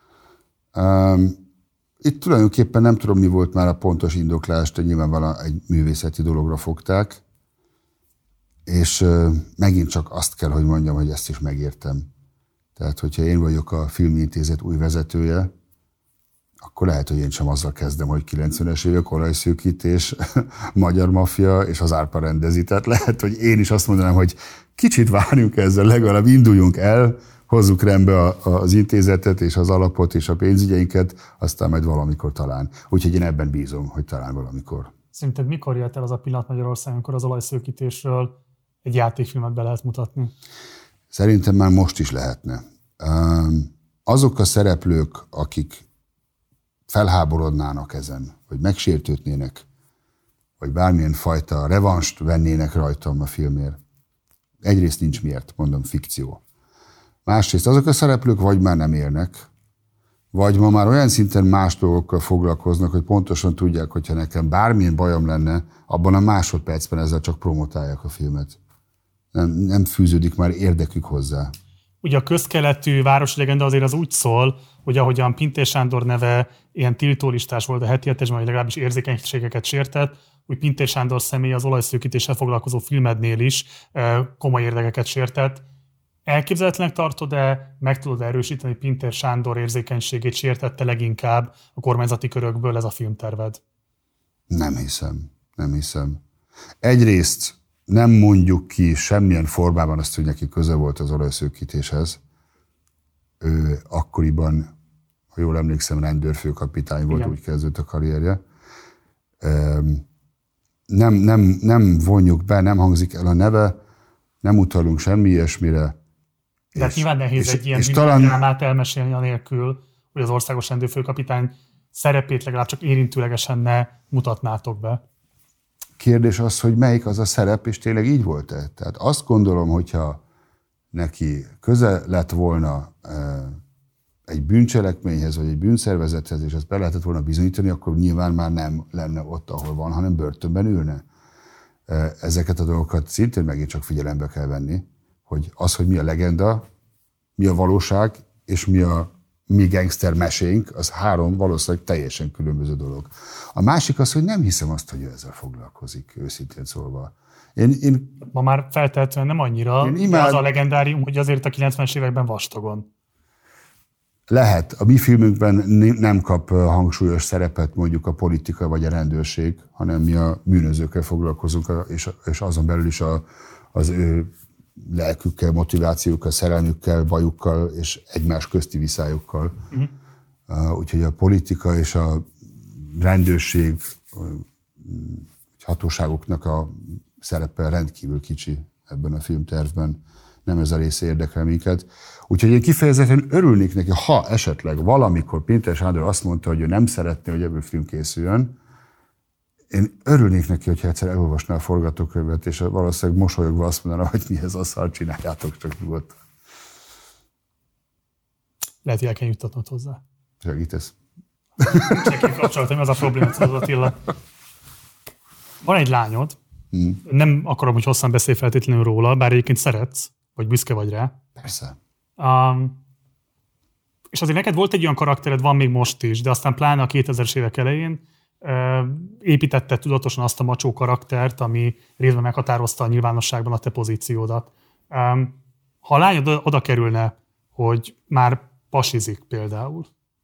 Itt tulajdonképpen nem tudom, mi volt már a pontos indoklás, de nyilvánvalóan egy művészeti dologra fogták, és megint csak azt kell, hogy mondjam, hogy ezt is megértem. Tehát, hogyha én vagyok a filmintézet új vezetője, akkor lehet, hogy én sem azzal kezdem, hogy 90-es évek olajszűkítés, magyar maffia és az árpa rendezi. Tehát lehet, hogy én is azt mondanám, hogy kicsit várjunk ezzel, legalább induljunk el, hozzuk rendbe az intézetet és az alapot és a pénzügyeinket, aztán majd valamikor talán. Úgyhogy én ebben bízom, hogy talán valamikor. Szerinted mikor jött el az a pillanat Magyarországon, amikor az olajszőkítésről egy játékfilmet be lehet mutatni? Szerintem már most is lehetne. Azok a szereplők, akik felháborodnának ezen, vagy megsértődnének, vagy bármilyen fajta revanst vennének rajtam a filmért. Egyrészt nincs miért, mondom, fikció. Másrészt azok a szereplők vagy már nem élnek, vagy ma már olyan szinten más dolgokkal foglalkoznak, hogy pontosan tudják, hogyha nekem bármilyen bajom lenne, abban a másodpercben ezzel csak promotálják a filmet. Nem fűződik már érdekük hozzá. Ugye a közkeletű városi legenda azért az úgy szól, hogy ahogyan Pintér Sándor neve ilyen tiltólistás volt a Heti Hetesben, vagy legalábbis érzékenységeket sértett, úgy Pintér Sándor személy az olajszűkítéssel foglalkozó filmednél is komoly érdekeket sértett. Elképzelhetőnek tartod-e, meg tudod erősíteni, hogy Pintér Sándor érzékenységét sértette leginkább a kormányzati körökből ez a filmterved? Nem hiszem. Egyrészt nem mondjuk ki semmilyen formában azt, hogy neki köze volt az olajszűkítéshez. Ő akkoriban, ha jól emlékszem, rendőrfőkapitány volt, igen. Úgy kezdődött a karrierje. Nem vonjuk be, nem hangzik el a neve, nem utalunk semmi ilyesmire. De hát nyilván nehéz egy ilyen bűnödrámát elmesélni anélkül, hogy az országos rendőrfőkapitány szerepét legalább csak érintőlegesen ne mutatnátok be. Kérdés az, hogy melyik az a szerep, és tényleg így volt-e? Tehát azt gondolom, hogyha neki köze lett volna egy bűncselekményhez, vagy egy bűnszervezethez, és ezt be lehetett volna bizonyítani, akkor nyilván már nem lenne ott, ahol van, hanem börtönben ülne. Ezeket a dolgokat szintén megint csak figyelembe kell venni, hogy az, hogy mi a legenda, mi a valóság, és mi gangster mesénk, az három valószínűleg teljesen különböző dolog. A másik az, hogy nem hiszem azt, hogy ő ezzel foglalkozik, őszintén szólva. Ma már feltehetően nem annyira, de az a legendárium, hogy azért a 90-es években vastagon. Lehet. A mi filmünkben nem kap hangsúlyos szerepet mondjuk a politika vagy a rendőrség, hanem mi a bűnözőkkel foglalkozunk, és azon belül is az ő lelkükkel, motivációkkal, szerelmükkel, bajukkal és egymás közti viszályukkal. Úgyhogy a politika és a rendőrség hatóságoknak a szerepe rendkívül kicsi ebben a filmtervben. Nem ez a része érdekel minket. Úgyhogy én kifejezetten örülnék neki, ha esetleg valamikor Pintér Sándor azt mondta, hogy ő nem szeretné, hogy ebből film készüljön, én örülnék neki, hogyha egyszer elolvasná a forgatókönyvet, és valószínűleg mosolyogva azt mondaná, hogy mi ez a szar, csináljátok csak nyugodtan. Lehet, hogy el kell juttatnod hozzá. Segítesz? Neki kapcsolatom, az a probléma, az Attila. Van egy lányod, nem akarom, hogy hosszan beszélj feltétlenül róla, bár egyébként szeretsz, vagy büszke vagy rá. Persze. És azért neked volt egy olyan karaktered, van még most is, de aztán pláne a 2000-es évek elején építette tudatosan azt a macsó karaktert, ami részben meghatározta a nyilvánosságban a te pozíciódat. Ha a lányod oda kerülne, hogy már pasizik például,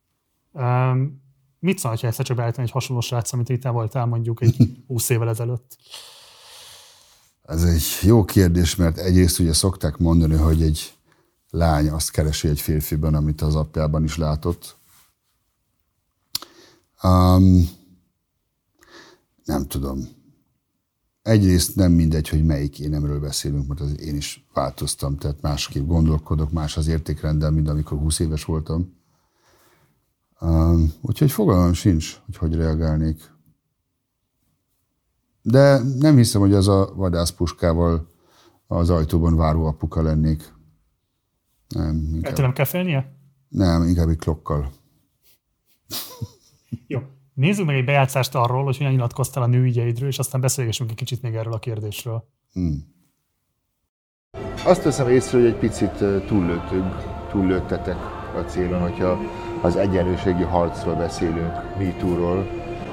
mit szólna, ha egyszer csak beállítani egy hasonló srác, amit itt voltál mondjuk egy 20 évvel ezelőtt? Ez egy jó kérdés, mert egyrészt ugye szokták mondani, hogy egy lány azt keresi egy férfiban, amit az apjában is látott. Nem tudom. Egyrészt nem mindegy, hogy melyik énemről beszélünk, mert az én is változtam, tehát másképp gondolkodok, más az értékrendem, mint amikor 20 éves voltam. Úgyhogy fogalmam sincs, hogy reagálnék. De nem hiszem, hogy az a vadászpuskával az ajtóban váró apuka lennék. Nem. Inkább... nem kell félnie? Nem, inkább egy klokkal. Jó. Nézzük meg egy bejátszást arról, hogy hogyan nyilatkoztál a nőügyeidről, és aztán beszélgessünk egy kicsit még erről a kérdésről. Azt veszem észre, hogy egy picit túllőttetek a célon, hogyha az egyenlőségi harcról beszélünk, MeToo-ról.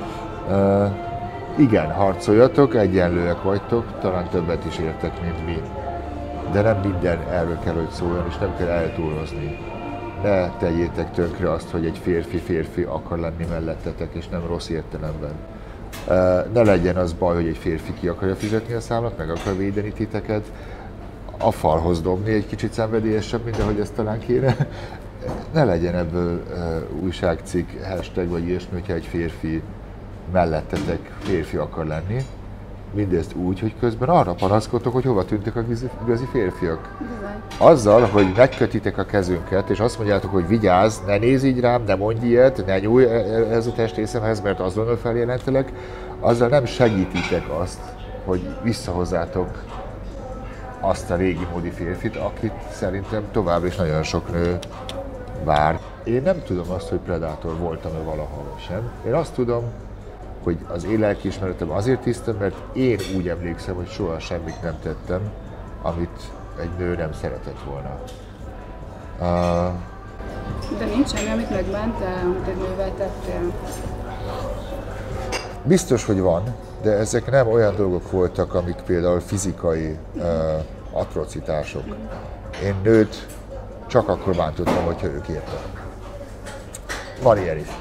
Igen, harcoljatok, egyenlőek vagytok, talán többet is értek, mint mi. De nem minden erről kell, hogy szóljon, és nem kell eltúlozni. Ne tegyétek tönkre azt, hogy egy férfi akar lenni mellettetek, és nem rossz értelemben. Ne legyen az baj, hogy egy férfi ki akarja fizetni a számlat, meg akar védeni titeket. A falhoz dobni egy kicsit szenvedélyesebb, mint ahogy ezt talán kéne. Ne legyen ebből újságcikk, hashtag vagy ilyesmi, hogyha egy férfi mellettetek férfi akar lenni. mindezt úgy, hogy közben arra panaszkodtok, hogy hova tűntek a igazi férfiak. Azzal, hogy megkötitek a kezünket, és azt mondjátok, hogy vigyázz, ne nézz így rám, ne mondj ilyet, ne nyújj ez a testrészemhez, mert azonnal feljelentelek, azzal nem segítitek azt, hogy visszahozzátok azt a régi módi férfit, akit szerintem továbbra is nagyon sok nő vár. Én nem tudom azt, hogy predátor voltam-e valaha sem. Én azt tudom, hogy az én lelkiismeretem azért tiszta, mert én úgy emlékszem, hogy soha semmit nem tettem, amit egy nő nem szeretett volna. De nincs semmi, amit megbántál, amit egy nővel tettél? Biztos, hogy van, de ezek nem olyan dolgok voltak, amik például fizikai atrocitások. Én nőt csak akkor bántottam, hogyha ők írtak. Van ilyen is.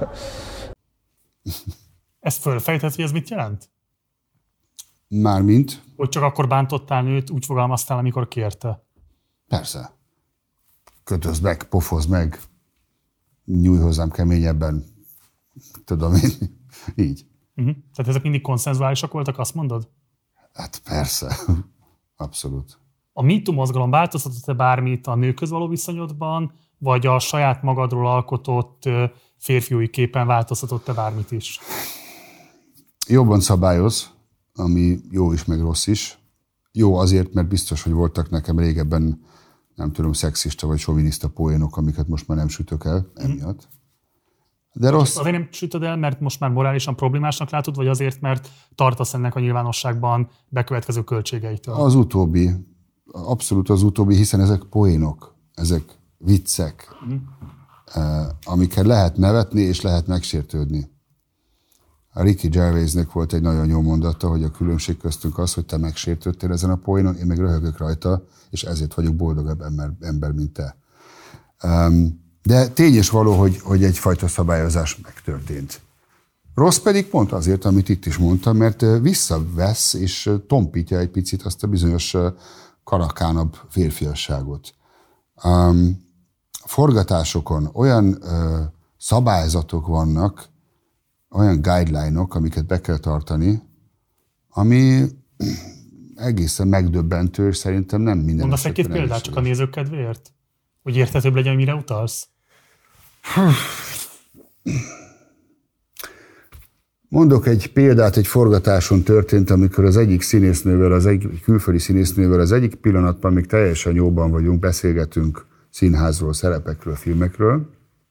Ezt fölfejtett, hogy ez mit jelent? Mármint? Hogy csak akkor bántottál nőt, úgy fogalmaztál, amikor kérte? Persze. Kötözd meg, pofozd meg, nyújj hozzám keményebben, tudom én, így. Tehát ezek mindig konszenzuálisak voltak, azt mondod? Hát persze, abszolút. A MeToo mozgalom változtatott-e bármit a nőkhöz való viszonyodban, vagy a saját magadról alkotott férfiúi képen változtatott-e bármit is? Jobban szabályoz, ami jó is, meg rossz is. Jó azért, mert biztos, hogy voltak nekem régebben, nem tudom, szexista vagy soviniszta poénok, amiket most már nem sütök el emiatt. De rossz. Azért nem sütöd el, mert most már morálisan problémásnak látod, vagy azért, mert tartasz ennek a nyilvánosságban bekövetkező költségeitől? Az utóbbi. Abszolút az utóbbi, hiszen ezek poénok, ezek viccek, amiket lehet nevetni és lehet megsértődni. A Ricky Gervaisnek volt egy nagyon jó mondata, hogy a különbség köztünk az, hogy te megsértődtél ezen a poénon, én meg röhögök rajta, és ezért vagyok boldogabb ember, mint te. De tény és való, hogy egyfajta szabályozás megtörtént. Rossz pedig pont azért, amit itt is mondtam, mert visszavesz és tompítja egy picit azt a bizonyos karakánabb férfiasságot. Forgatásokon olyan szabályzatok vannak, olyan guideline-ok, amiket be kell tartani, ami egészen megdöbbentő, és szerintem nem minden. Mondasz egy-két példát csak a nézők kedvéért? Hogy érthetőbb legyen, mire utalsz? Mondok egy példát, egy forgatáson történt, amikor az egyik színésznővel, az egyik külföldi színésznővel az egyik pillanatban még teljesen jóban vagyunk, beszélgetünk színházról, szerepekről, filmekről.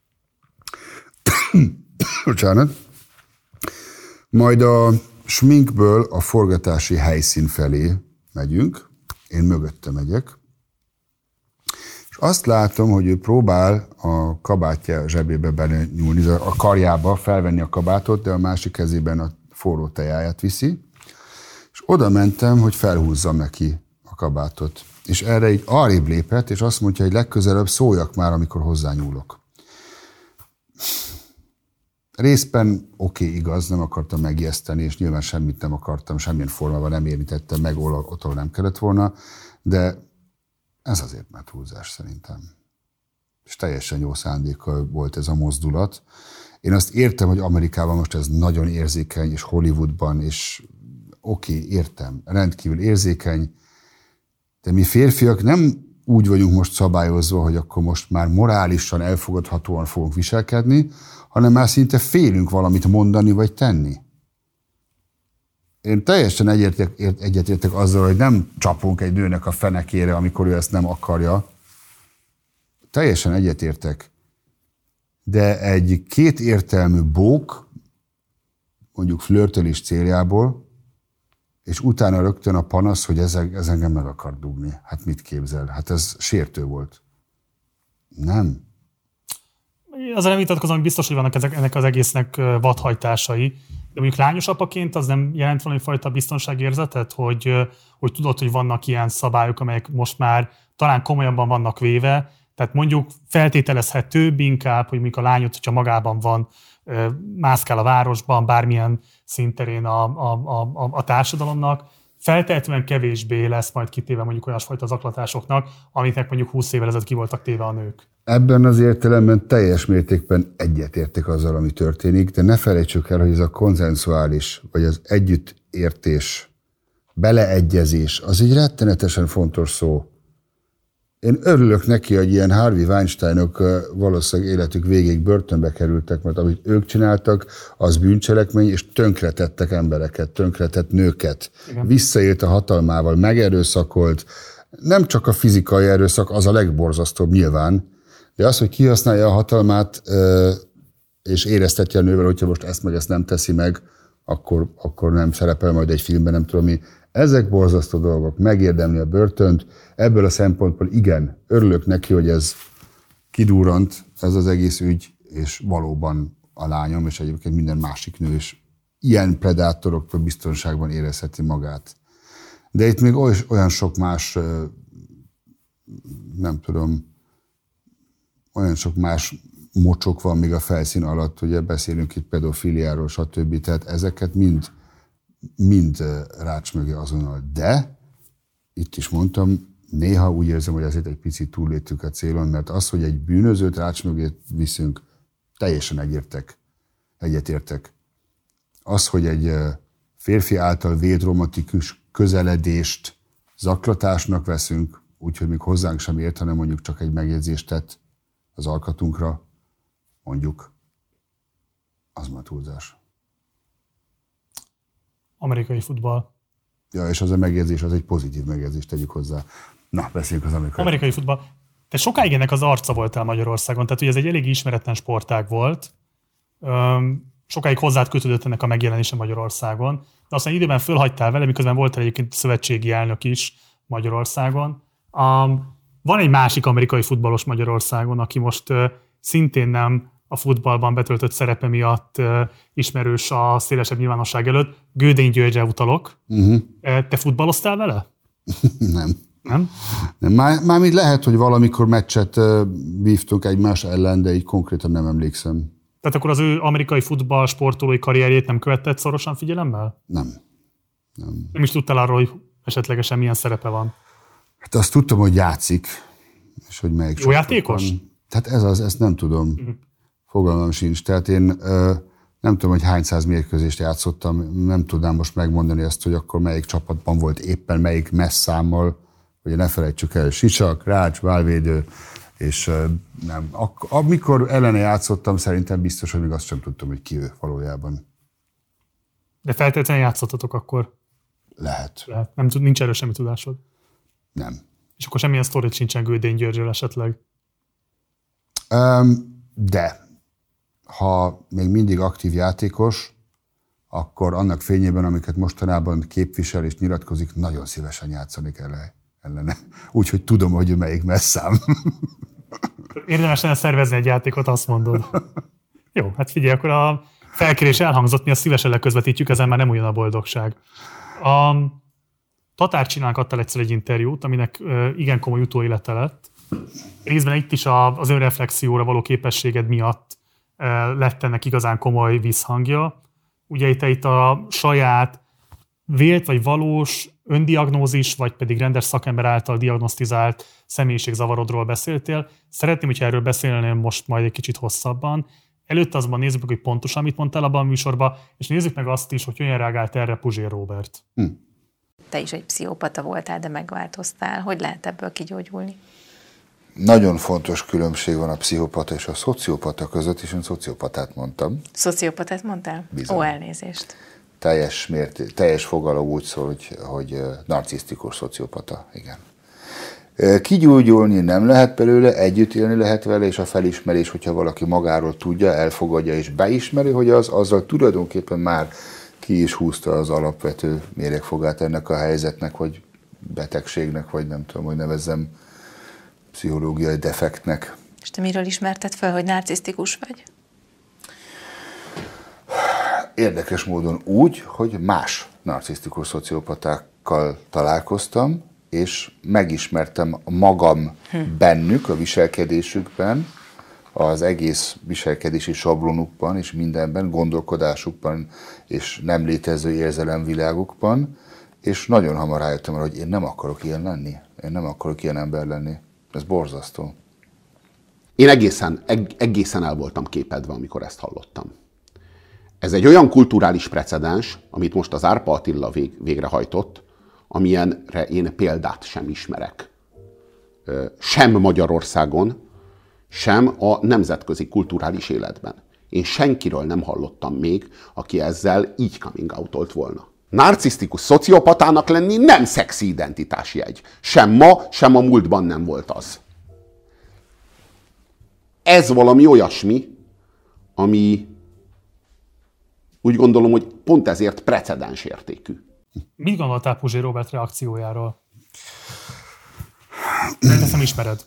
Bocsánat. Majd a sminkből a forgatási helyszín felé megyünk, én mögötte megyek, és azt látom, hogy ő próbál a kabátja zsebébe belenyúlni, a karjába felvenni a kabátot, de a másik kezében a forró tejáját viszi, és oda mentem, hogy felhúzzam neki a kabátot. És erre így arrébb lépett, és azt mondja, hogy legközelebb szóljak már, amikor hozzányúlok. Részben igaz, nem akartam megijeszteni, és nyilván semmit nem akartam, semmilyen formában nem érintettem meg, ott nem kellett volna, de ez azért már túlzás szerintem. És teljesen jó szándékkal volt ez a mozdulat. Én azt értem, hogy Amerikában most ez nagyon érzékeny, és Hollywoodban, és értem, rendkívül érzékeny, de mi férfiak nem úgy vagyunk most szabályozva, hogy akkor most már morálisan elfogadhatóan fogunk viselkedni, hanem már szinte félünk valamit mondani vagy tenni. Én teljesen egyetértek azzal, hogy nem csapunk egy nőnek a fenekére, amikor ő ezt nem akarja. Teljesen egyetértek. De egy kétértelmű bók, mondjuk flörtölés céljából, és utána rögtön a panasz, hogy ez engem meg akar dugni. Hát mit képzel? Hát ez sértő volt. Nem. Azért nem vitatkozom, hogy biztos, hogy vannak ennek az egésznek vadhajtásai, de mondjuk lányos apaként az nem jelent valami fajta biztonságérzetet, hogy tudod, hogy vannak ilyen szabályok, amelyek most már talán komolyabban vannak véve, tehát mondjuk feltételezhetőbb inkább, hogy mondjuk a lányod, hogyha magában van, mászkál a városban, bármilyen szinterén a társadalomnak, feltehetően kevésbé lesz majd kitéve mondjuk olyasfajta zaklatásoknak, amiknek mondjuk 20 évvel ezelőtt ki voltak téve a nők. Ebben az értelemben teljes mértékben egyetértek azzal, ami történik, de ne felejtsük el, hogy ez a konszenzuális, vagy az együttértés beleegyezés, az egy rettenetesen fontos szó. Én örülök neki, hogy ilyen Harvey Weinsteinok valószínűleg életük végéig börtönbe kerültek, mert amit ők csináltak, az bűncselekmény, és tönkretettek embereket, tönkretett nőket. Igen. Visszaélt a hatalmával, megerőszakolt. Nem csak a fizikai erőszak, az a legborzasztóbb nyilván, de az, hogy kihasználja a hatalmát, és érezteti a nővel, hogyha most ezt meg ezt nem teszi meg, akkor nem szerepel majd egy filmben, nem tudom mi. Ezek borzasztó dolgok, megérdemli a börtönt. Ebből a szempontból igen, örülök neki, hogy ez kidurrant, ez az egész ügy, és valóban a lányom, és egyébként minden másik nő is ilyen predátoroktól biztonságban érezheti magát. De itt még olyan sok más, nem tudom, olyan sok más mocsok van még a felszín alatt, ugye beszélünk itt pedofiliáról, stb. Tehát ezeket mind rács mögé azonnal. De, itt is mondtam, néha úgy érzem, hogy ezért egy picit túlléptük a célon, mert az, hogy egy bűnözőt rács mögé viszünk, teljesen egyetértek. Az, hogy egy férfi által vélt romantikus közeledést zaklatásnak veszünk, úgyhogy még hozzánk sem ért, hanem mondjuk csak egy megjegyzést tett az alkatunkra, mondjuk, az már túlzás. Amerikai futball. Ja, és az a megjegyzés, az egy pozitív megjegyzés, tegyük hozzá. Na, beszéljünk az amerikai futball. Te sokáig ennek az arca voltál Magyarországon, tehát ugye ez egy elég ismeretlen sportág volt. Sokáig hozzád kötődött ennek a megjelenése Magyarországon, de aztán időben fölhagytál vele, miközben voltál egyébként szövetségi elnök is Magyarországon. Van egy másik amerikai futballos Magyarországon, aki most szintén nem a futballban betöltött szerepe miatt ismerős a szélesebb nyilvánosság előtt. Gödény Györgyre utalok. Uh-huh. Te futballoztál vele? Nem. Mármint lehet, hogy valamikor meccset vívtunk egymás ellen, de így konkrétan nem emlékszem. Tehát akkor az ő amerikai futball sportolói karrierjét nem követted szorosan figyelemmel? Nem. Nem is tudtál arról, hogy esetlegesen milyen szerepe van? Hát azt tudtam, hogy játszik. És hogy melyik jó játékos? Tehát ezt nem tudom. Uh-huh. Fogalmam sincs. Tehát én nem tudom, hogy hány száz mérkőzést játszottam, nem tudnám most megmondani ezt, hogy akkor melyik csapatban volt éppen, melyik messzámmal, hogy ne felejtsük el, Sicsak, Rács, válvédő, és nem. Amikor ellene játszottam, szerintem biztos, hogy még azt sem tudtam, hogy ki ő valójában. De feltétlenül játszottatok akkor? Lehet. Nincs erről semmi tudásod? Nem. És akkor semmilyen sztorit sincsen Gödény Györgyről esetleg? De ha még mindig aktív játékos, akkor annak fényében, amiket mostanában képvisel és nyilatkozik, nagyon szívesen játszani kell ellene. Úgyhogy tudom, hogy ő melyik messzám. Érdemes lenne szervezni egy játékot, azt mondod. Jó, hát figyelj, akkor a felkérés elhangzott, mi azt szívesen leközvetítjük, ezen már nem olyan a boldogság. A Tatár Csinának adtál egyszer egy interjút, aminek igen komoly utóélete lett. Részben itt is az önreflexióra való képességed miatt lett ennek igazán komoly visszhangja. Ugye te itt a saját vélt vagy valós öndiagnózis, vagy pedig rendes szakember által diagnosztizált személyiségzavarodról beszéltél. Szeretném, hogyha erről beszélnél most majd egy kicsit hosszabban. Előtte azban nézzük meg, hogy pontosan mit mondtál abban a műsorban, és nézzük meg azt is, hogy hogyan reagált erre Puzsér Róbert. Te is egy pszichopata voltál, de megváltoztál. Hogy lehet ebből kigyógyulni? Nagyon fontos különbség van a pszichopata és a szociopata között, és én szociopatát mondtam. Szociopatát mondtál? Bizony. Ó, elnézést. Teljes fogalom úgy szól, hogy narcisztikus szociopata, igen. Kigyógyulni nem lehet belőle, együtt élni lehet vele, és a felismerés, hogyha valaki magáról tudja, elfogadja és beismeri, hogy azzal tulajdonképpen már ki is húzta az alapvető méregfogát ennek a helyzetnek, vagy betegségnek, vagy nem tudom, hogy nevezzem pszichológiai defektnek. És te miről ismerted fel, hogy narcisztikus vagy? Érdekes módon úgy, hogy más narcisztikus szociopatákkal találkoztam, és megismertem magam bennük, a viselkedésükben, az egész viselkedési sablonukban és mindenben, gondolkodásukban és nem létező érzelemvilágukban, és nagyon hamar rájöttem, hogy én nem akarok ilyen lenni. Én nem akarok ilyen ember lenni. Ez borzasztó. Én egészen el voltam képedve, amikor ezt hallottam. Ez egy olyan kulturális precedens, amit most az Árpa Attila végrehajtott, amilyenre én példát sem ismerek. Sem Magyarországon, sem a nemzetközi kulturális életben. Én senkiről nem hallottam még, aki ezzel így coming out-olt volna. Narcisztikus szociopatának lenni nem szexi identitásjegy. Sem ma, sem a múltban nem volt az. Ez valami olyasmi, ami úgy gondolom, hogy pont ezért precedens értékű. Mit gondoltál Puzsér Róbert reakciójáról? Nem ismered.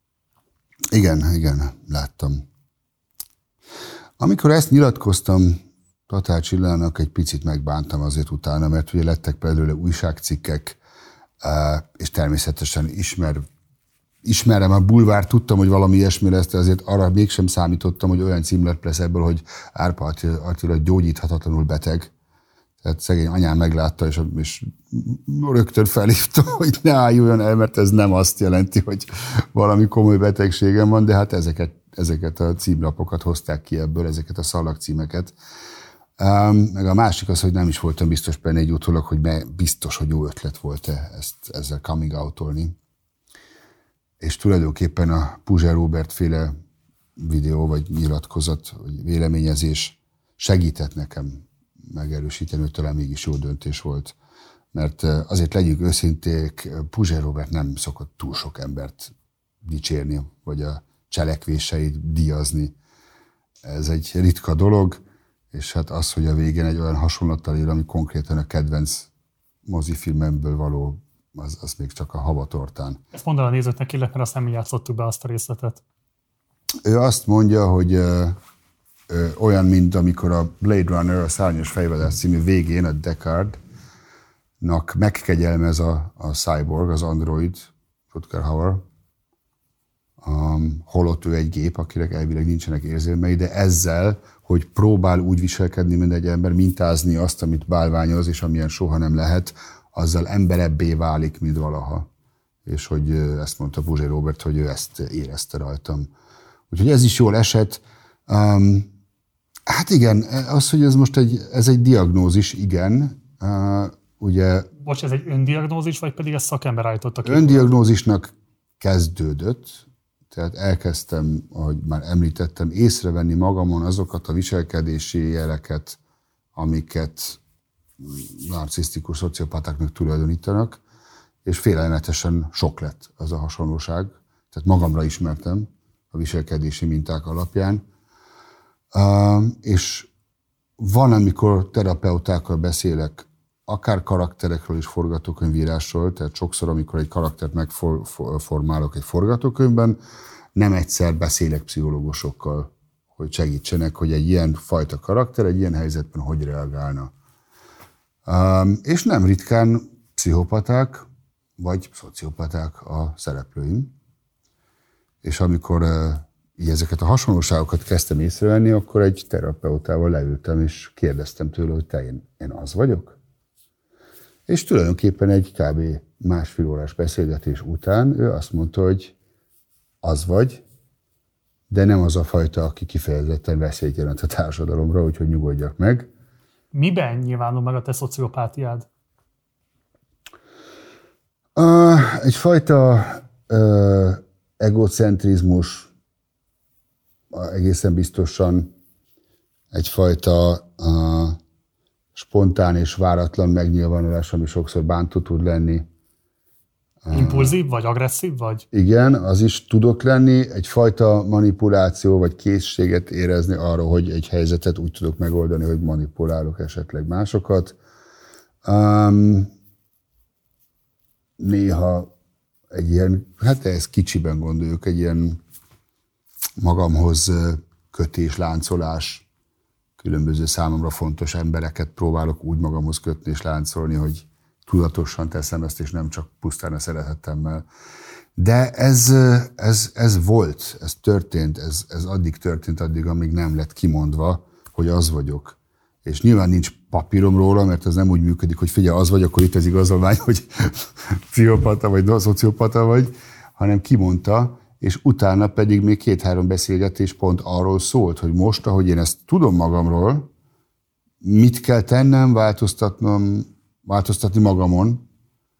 Igen, láttam. Amikor ezt nyilatkoztam Tatár Csillának, egy picit megbántam azért utána, mert ugye lettek belőle újságcikkek, és természetesen ismerem a bulvár, tudtam, hogy valami ilyesmi lesz, de azért arra mégsem számítottam, hogy olyan címlap lesz ebből, hogy Árpa Attila gyógyíthatatlanul beteg. Tehát szegény anyám meglátta, és rögtön felhívta, hogy ne álljuljon el, mert ez nem azt jelenti, hogy valami komoly betegségem van, de hát ezeket a címlapokat hozták ki ebből, ezeket a szalagcímeket. Meg a másik az, hogy nem is voltam biztos benne egy utólag, hogy biztos, hogy jó ötlet volt-e ezzel coming out-olni. És tulajdonképpen a Puzsér Róbert féle videó, vagy nyilatkozat, vagy véleményezés segített nekem megerősíteni, hogy talán mégis jó döntés volt. Mert azért legyünk őszinték, Puzsér Róbert nem szokott túl sok embert dicsérni, vagy a cselekvéseit díjazni. Ez egy ritka dolog, és hát az, hogy a végén egy olyan hasonlattal ír, ami konkrétan a kedvenc mozifilmemből való, az még csak a havatortán. Ezt mondd el a nézőknek, illetve azt nem játszottuk be azt a részletet. Ő azt mondja, hogy olyan, mint amikor a Blade Runner, a Szárnyas fejvadász című végén a Deckard-nak megkegyelmez a cyborg, az android, Rutger Hauer, holott ő egy gép, akinek elvileg nincsenek érzelmei, de ezzel, hogy próbál úgy viselkedni, mint egy ember, mintázni azt, amit bálványoz, és amilyen soha nem lehet, azzal emberebbé válik, mint valaha. És hogy ezt mondta Puzsér Róbert, hogy ő ezt érezte rajtam. Úgyhogy ez is jól esett. Hát igen, az, hogy ez most egy diagnózis, igen. Ugye, bocs, ez egy öndiagnózis, vagy pedig ezt szakember állította ki? Öndiagnózisnak kezdődött, tehát elkezdtem, ahogy már említettem, észrevenni magamon azokat a viselkedési jeleket, amiket narcisztikus szociopatáknak tulajdonítanak, és félelmetesen sok lett az a hasonlóság. Tehát magamra ismertem a viselkedési minták alapján. És van, amikor terapeutákkal beszélek, akár karakterekről és forgatókönyvírásról, tehát sokszor, amikor egy karaktert megformálok egy forgatókönyvben, nem egyszer beszélek pszichológusokkal, hogy segítsenek, hogy egy ilyen fajta karakter egy ilyen helyzetben hogy reagálna. És nem ritkán pszichopaták vagy szociopaták a szereplőim. És amikor így ezeket a hasonlóságokat kezdtem észrevenni, akkor egy terapeutával leültem, és kérdeztem tőle, hogy én az vagyok? És tulajdonképpen egy kb. Másfél órás beszélgetés után ő azt mondta, hogy az vagy, de nem az a fajta, aki kifejezetten veszélyt jelent a társadalomra, úgyhogy nyugodjak meg. Miben nyilvánul meg a te szociopátiád? Egyfajta egocentrizmus, egészen biztosan egyfajta spontán és váratlan megnyilvánulás, ami sokszor bántó tud lenni. Impulzív vagy agresszív vagy? Igen, az is tudok lenni. Egyfajta manipuláció vagy készséget érezni arra, hogy egy helyzetet úgy tudok megoldani, hogy manipulálok esetleg másokat. Néha egy ilyen, hát ezt kicsiben gondoljuk, egy ilyen magamhoz kötés, láncolás, különböző számomra fontos embereket próbálok úgy magamhoz kötni és láncolni, hogy tudatosan teszem ezt, és nem csak pusztán a szeretetemmel. De ez volt, ez történt, ez addig történt, amíg nem lett kimondva, hogy az vagyok. És nyilván nincs papírom róla, mert ez nem úgy működik, hogy figyelj, az vagy, akkor itt az igazolvány, hogy pszichopata vagy szociopata vagy, hanem kimondta, és utána pedig még 2-3 beszélgetés pont arról szólt, hogy most, ahogy én ezt tudom magamról, mit kell tennem, változtatni magamon,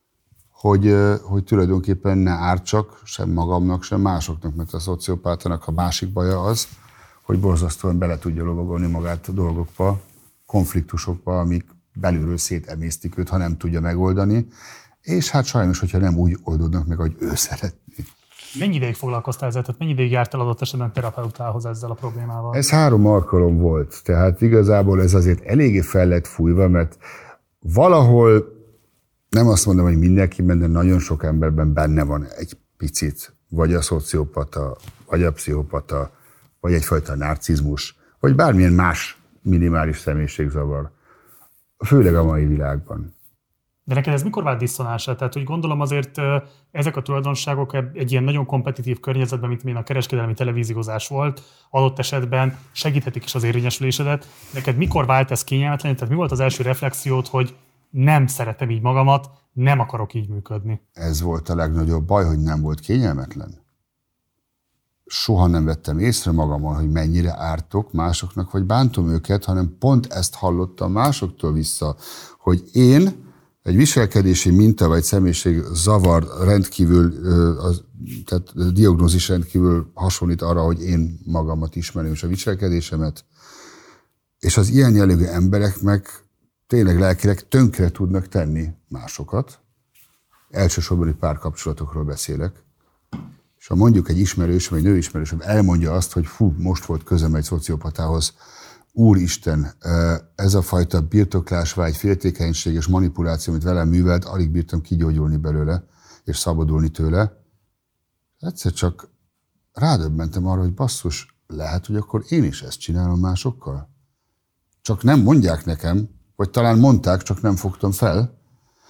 hogy tulajdonképpen ne ártsak sem magamnak, sem másoknak, mert a szociopátának a másik baja az, hogy borzasztóan bele tudja lovagolni magát a dolgokba, konfliktusokba, amik belülről szétemésztik őt, ha nem tudja megoldani, és hát sajnos, hogyha nem úgy oldódnak meg, ahogy ő szeretné. Mennyi ideig foglalkoztál ezzel? Tehát mennyi ideig jártál adott esetben terapeutához ezzel a problémával? Ez 3 alkalom volt, tehát igazából ez azért eléggé fel lett fújva, mert valahol, nem azt mondom, hogy mindenkiben, de nagyon sok emberben benne van egy picit, vagy a szociopata, vagy a pszichopata, vagy egyfajta narcizmus, vagy bármilyen más minimális személyiségzavar, főleg a mai világban. De neked ez mikor vált diszonánsá? Tehát, hogy gondolom azért ezek a tulajdonságok egy ilyen nagyon kompetitív környezetben, mint milyen a kereskedelmi televíziózás volt, adott esetben segíthetik is az érvényesülésedet. Neked mikor vált ez kényelmetlen? Tehát mi volt az első reflexiód, hogy nem szeretem így magamat, nem akarok így működni? Ez volt a legnagyobb baj, hogy nem volt kényelmetlen. Soha nem vettem észre magamon, hogy mennyire ártok másoknak, vagy bántom őket, hanem pont ezt hallottam másoktól vissza, hogy én egy viselkedési minta, vagy személyiség zavar rendkívül, tehát diagnózis rendkívül hasonlít arra, hogy én magamat ismerem, és a viselkedésemet, és az ilyen jellegű emberek meg tényleg lelkileg tönkre tudnak tenni másokat. Elsősorban itt párkapcsolatokról beszélek. És ha mondjuk egy ismerősöm, egy nőismerősöm elmondja azt, hogy fú, most volt közöm egy szociopatához, Úristen, ez a fajta birtoklásvágy, féltékenység és manipuláció, amit velem művelt, alig bírtam kigyógyulni belőle, és szabadulni tőle. Egyszer csak rádöbbentem arra, hogy basszus, lehet, hogy akkor én is ezt csinálom másokkal? Csak nem mondják nekem, vagy talán mondták, csak nem fogtam fel.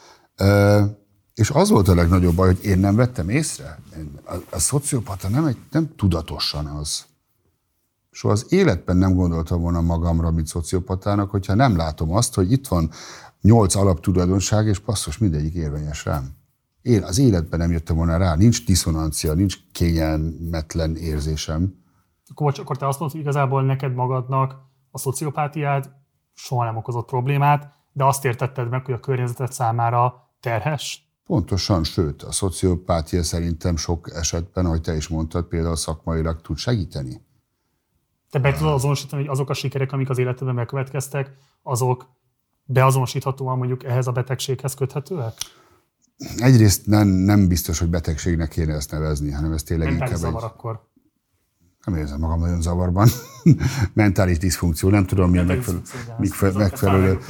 És az volt a legnagyobb baj, hogy én nem vettem észre. A szociopata nem tudatosan az. Soha az életben nem gondoltam volna magamra, mint szociopatának, hogyha nem látom azt, hogy itt van 8 alaptulajdonság, és basszus, mindegyik érvényes rám. Én az életben nem jöttem volna rá, nincs diszonancia, nincs kényelmetlen érzésem. Akkor te azt mondod, hogy igazából neked magadnak a szociopátiád soha nem okozott problémát, de azt értetted meg, hogy a környezeted számára terhes? Pontosan, sőt, a szociopátia szerintem sok esetben, ahogy te is mondtad, például szakmailag tud segíteni. Te be tudod azonosítani, hogy azok a sikerek, amik az életedben megkövetkeztek, azok beazonosíthatóan mondjuk ehhez a betegséghez köthetőek? Egyrészt nem biztos, hogy betegségnek kéne ezt nevezni, hanem ez tényleg mentális inkább zavar akkor. Nem érzem magam nagyon zavarban. Mentális diszfunkció, nem tudom, milyen megfelelő.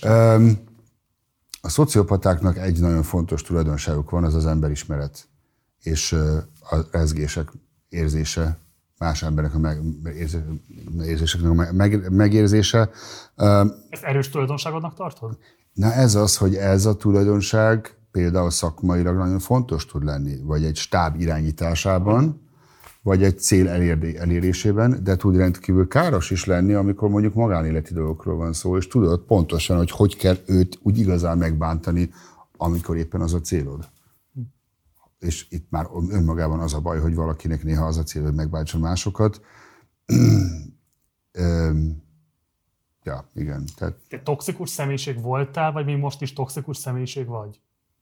A szociopatáknak egy nagyon fontos tulajdonságuk van, az az emberismeret, és a rezgések érzése, más emberek a érzéseknek a megérzése. Ezt erős tulajdonságodnak tartod? Na ez az, hogy ez a tulajdonság például szakmailag nagyon fontos tud lenni, vagy egy stáb irányításában, vagy egy cél elérésében, de tud rendkívül káros is lenni, amikor mondjuk magánéleti dolgokról van szó, és tudod pontosan, hogy kell őt úgy igazán megbántani, amikor éppen az a célod. És itt már önmagában az a baj, hogy valakinek néha az a cél, hogy megbántson másokat. Ja, igen. Tehát... Te toxikus személyiség voltál, vagy még most is toxikus személyiség vagy?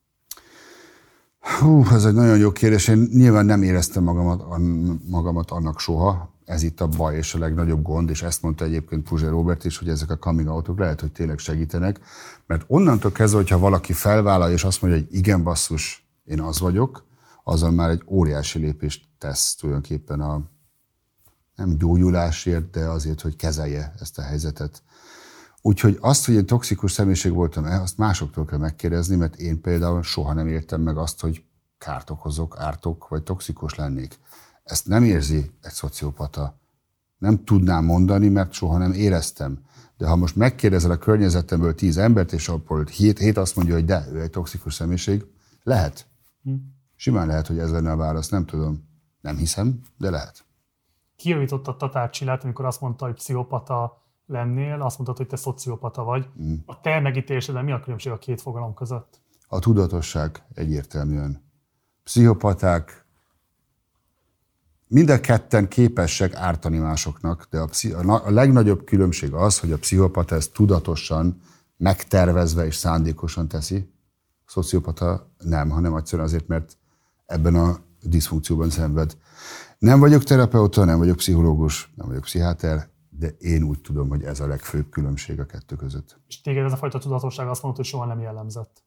Ez egy nagyon jó kérdés. Én nyilván nem éreztem magamat annak soha. Ez itt a baj és a legnagyobb gond, és ezt mondta egyébként Puzsér Róbert is, hogy ezek a coming out-ok lehet, hogy tényleg segítenek. Mert onnantól kezdve, hogyha valaki felvállal, és azt mondja, hogy igen, basszus, én az vagyok, azzal már egy óriási lépést tesz tulajdonképpen a nem gyógyulásért, de azért, hogy kezelje ezt a helyzetet. Úgyhogy azt, hogy én toxikus személyiség voltam-e, azt másoktól kell megkérdezni, mert én például soha nem értem meg azt, hogy kárt okozok, ártok, vagy toxikus lennék. Ezt nem érzi egy szociopata. Nem tudnám mondani, mert soha nem éreztem. De ha most megkérdezel a környezetemből 10 embert, és abból 7 azt mondja, hogy de, ő egy toxikus személyiség, lehet. Simán lehet, hogy ez lenne a válasz, nem tudom. Nem hiszem, de lehet. Kijavított a Tatár Csillát, amikor azt mondta, hogy pszichopata lennél, azt mondtad, hogy te szociopata vagy. A te megítéléseden mi a különbség a két fogalom között? A tudatosság egyértelműen. Pszichopaták mind a ketten képesek ártani másoknak, de a legnagyobb különbség az, hogy a pszichopata ezt tudatosan, megtervezve és szándékosan teszi. szociopata nem, hanem egyszerűen azért, mert ebben a diszfunkcióban szenved. Nem vagyok terapeuta, nem vagyok pszichológus, nem vagyok pszichiáter, de én úgy tudom, hogy ez a legfőbb különbség a kettő között. És téged ez a fajta tudatosság azt mondod, hogy soha nem jellemzett?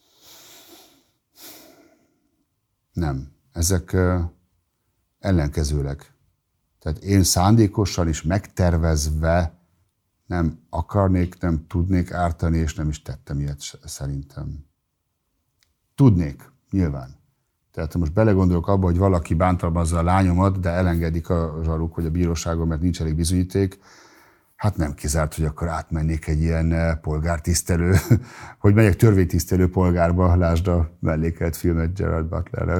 Nem. Ezek ellenkezőleg. Tehát én szándékosan is megtervezve nem akarnék, nem tudnék ártani, és nem is tettem ilyet szerintem. Tudnék, nyilván. Tehát ha most belegondolok abba, hogy valaki bántalmazza a lányomat, de elengedik a zsaruk, hogy a bíróságon, mert nincs elég bizonyíték, hát nem kizárt, hogy akkor átmennék egy ilyen polgártisztelő, hogy megyek törvénytisztelő polgárba, lásd a mellékelt filmet Gerard Butlerrel.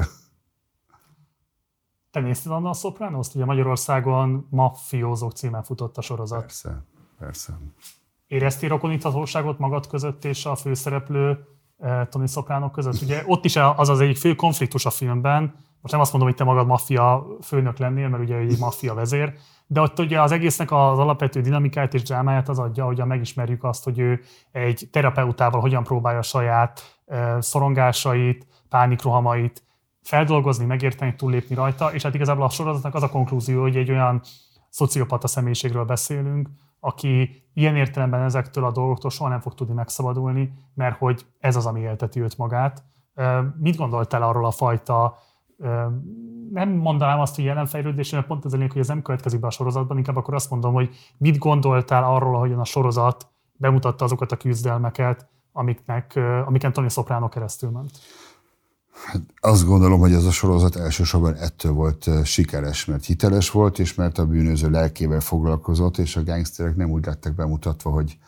Te nézted Anna a Sopranost? Ugye Magyarországon Maffiózók címen futott a sorozat. Persze. Éreztél rokoníthatóságot magad között és a főszereplő Tony Soprano között? Ugye ott is az egyik fő konfliktus a filmben, most nem azt mondom, hogy te magad maffia főnök lennél, mert ugye egy maffia vezér, de ott ugye az egésznek az alapvető dinamikáját és drámáját az adja, hogy megismerjük azt, hogy ő egy terapeutával hogyan próbálja a saját szorongásait, pánikrohamait feldolgozni, megérteni, túllépni rajta, és hát igazából a sorozatnak az a konklúzió, hogy egy olyan szociopata személyiségről beszélünk, aki ilyen értelemben ezektől a dolgoktól soha nem fog tudni megszabadulni, mert hogy ez az, ami élteti őt magát. Mit gondoltál arról a fajta, nem mondanám azt, hogy jelenfejlődésre, mert pont ez a lényeg, hogy ez nem következik be a sorozatban, inkább akkor azt mondom, hogy mit gondoltál arról, ahogyan a sorozat bemutatta azokat a küzdelmeket, amiken Tony Soprano keresztül ment? Hát azt gondolom, hogy ez a sorozat elsősorban ettől volt sikeres, mert hiteles volt, és mert a bűnöző lelkével foglalkozott, és a gangsterek nem úgy lettek bemutatva, hogy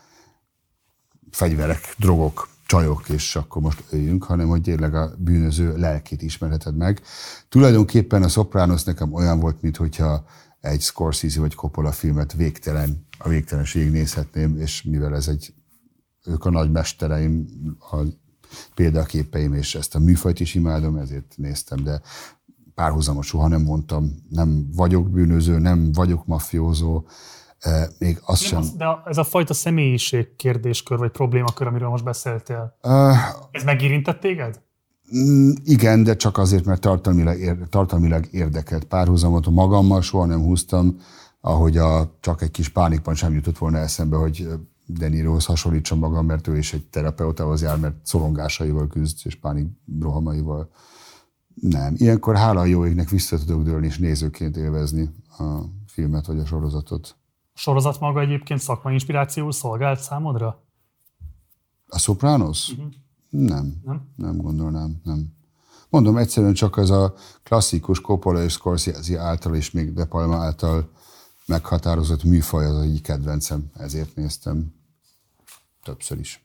fegyverek, drogok, csajok, és akkor most öljünk, hanem hogy tényleg a bűnöző lelkét ismerheted meg. Tulajdonképpen a Sopranos nekem olyan volt, mintha egy Scorsese vagy Coppola filmet a végtelenségig nézhetném, és mivel ők a nagy mestereim, a példaképeim, és ezt a műfajt is imádom, ezért néztem, de párhuzamot soha nem mondtam, nem vagyok bűnöző, nem vagyok maffiózó, még az sem... De ez a fajta személyiség kérdéskör, vagy problémakör, amiről most beszéltél, ez megérintett téged? Igen, de csak azért, mert tartalmilag érdekelt. Párhuzamot magammal soha nem húztam, ahogy csak egy kis pánikban sem jutott volna eszembe, hogy De Nirohoz hasonlítsam magam, mert ő is egy terapeutához jár, mert szorongásaival küzd, és pánikrohamaival. Nem. Ilyenkor hála a jó égnek vissza tudok dőlni, és nézőként élvezni a filmet vagy a sorozatot. A sorozat maga egyébként szakmai inspirációul szolgált számodra? A Sopranos? Nem gondolnám, nem. Mondom, egyszerűen csak az a klasszikus Coppola és Scorsese által, és még De Palma által meghatározott műfaj az egyik kedvencem, ezért néztem többször is.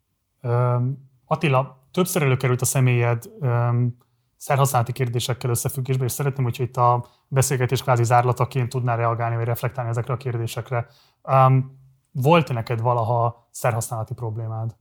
Attila, többször előkerült a személyed szerhasználati kérdésekkel összefüggésben, és szeretném, hogyha itt a beszélgetés kvázi zárlataként tudnál reagálni, vagy reflektálni ezekre a kérdésekre. Volt-e neked valaha szerhasználati problémád?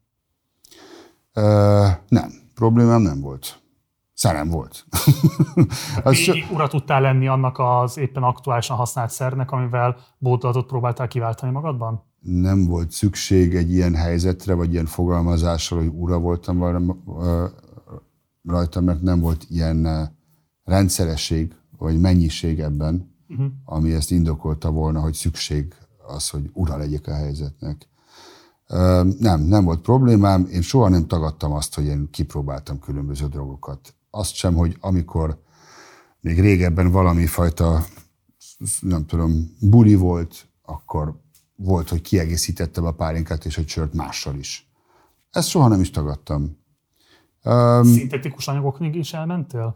Nem, problémám nem volt. Szerem volt. Ura tudtál lenni annak az éppen aktuálisan használt szernek, amivel bódulatot próbáltál kiváltani magadban? Nem volt szükség egy ilyen helyzetre, vagy ilyen fogalmazásra, hogy ura voltam rajta, mert nem volt ilyen rendszeresség, vagy mennyiség ebben, ami ezt indokolta volna, hogy szükség az, hogy ura legyek a helyzetnek. Nem volt problémám, én soha nem tagadtam azt, hogy én kipróbáltam különböző drogokat. Azt sem, hogy amikor még régebben valami fajta, nem tudom, buli volt, akkor volt, hogy kiegészítettem a pálinkát és egy sört mással is. Ezt soha nem is tagadtam. Szintetikus anyagokig is elmentél?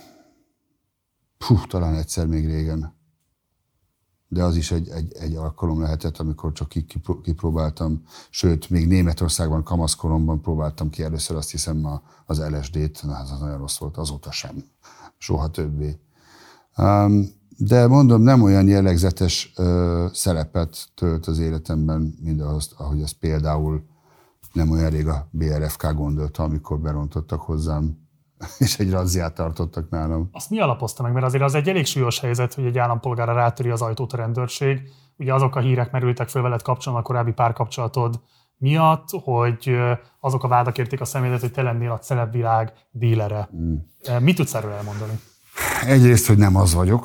Talán egyszer még régen. De az is egy alkalom lehetett, amikor csak kipróbáltam. Sőt, még Németországban, kamaszkoromban próbáltam ki először, azt hiszem, az LSD-t. Na, az nagyon rossz volt, azóta sem. Soha többé. De mondom, nem olyan jellegzetes szerepet tölt az életemben, mint ahogy azt például nem olyan rég a BRFK gondolta, amikor berontottak hozzám, és egy razziát tartottak nálam. Azt mi alapozta meg? Mert azért az egy elég súlyos helyzet, hogy egy állampolgára rátöri az ajtót a rendőrség. Ugye azok a hírek merültek föl veled kapcsolatban, a korábbi párkapcsolatod miatt, hogy azok a vádak érték a személyet, hogy te lennél a celebvilág dílere. Mit tudsz erről elmondani? Egyrészt, hogy nem az vagyok.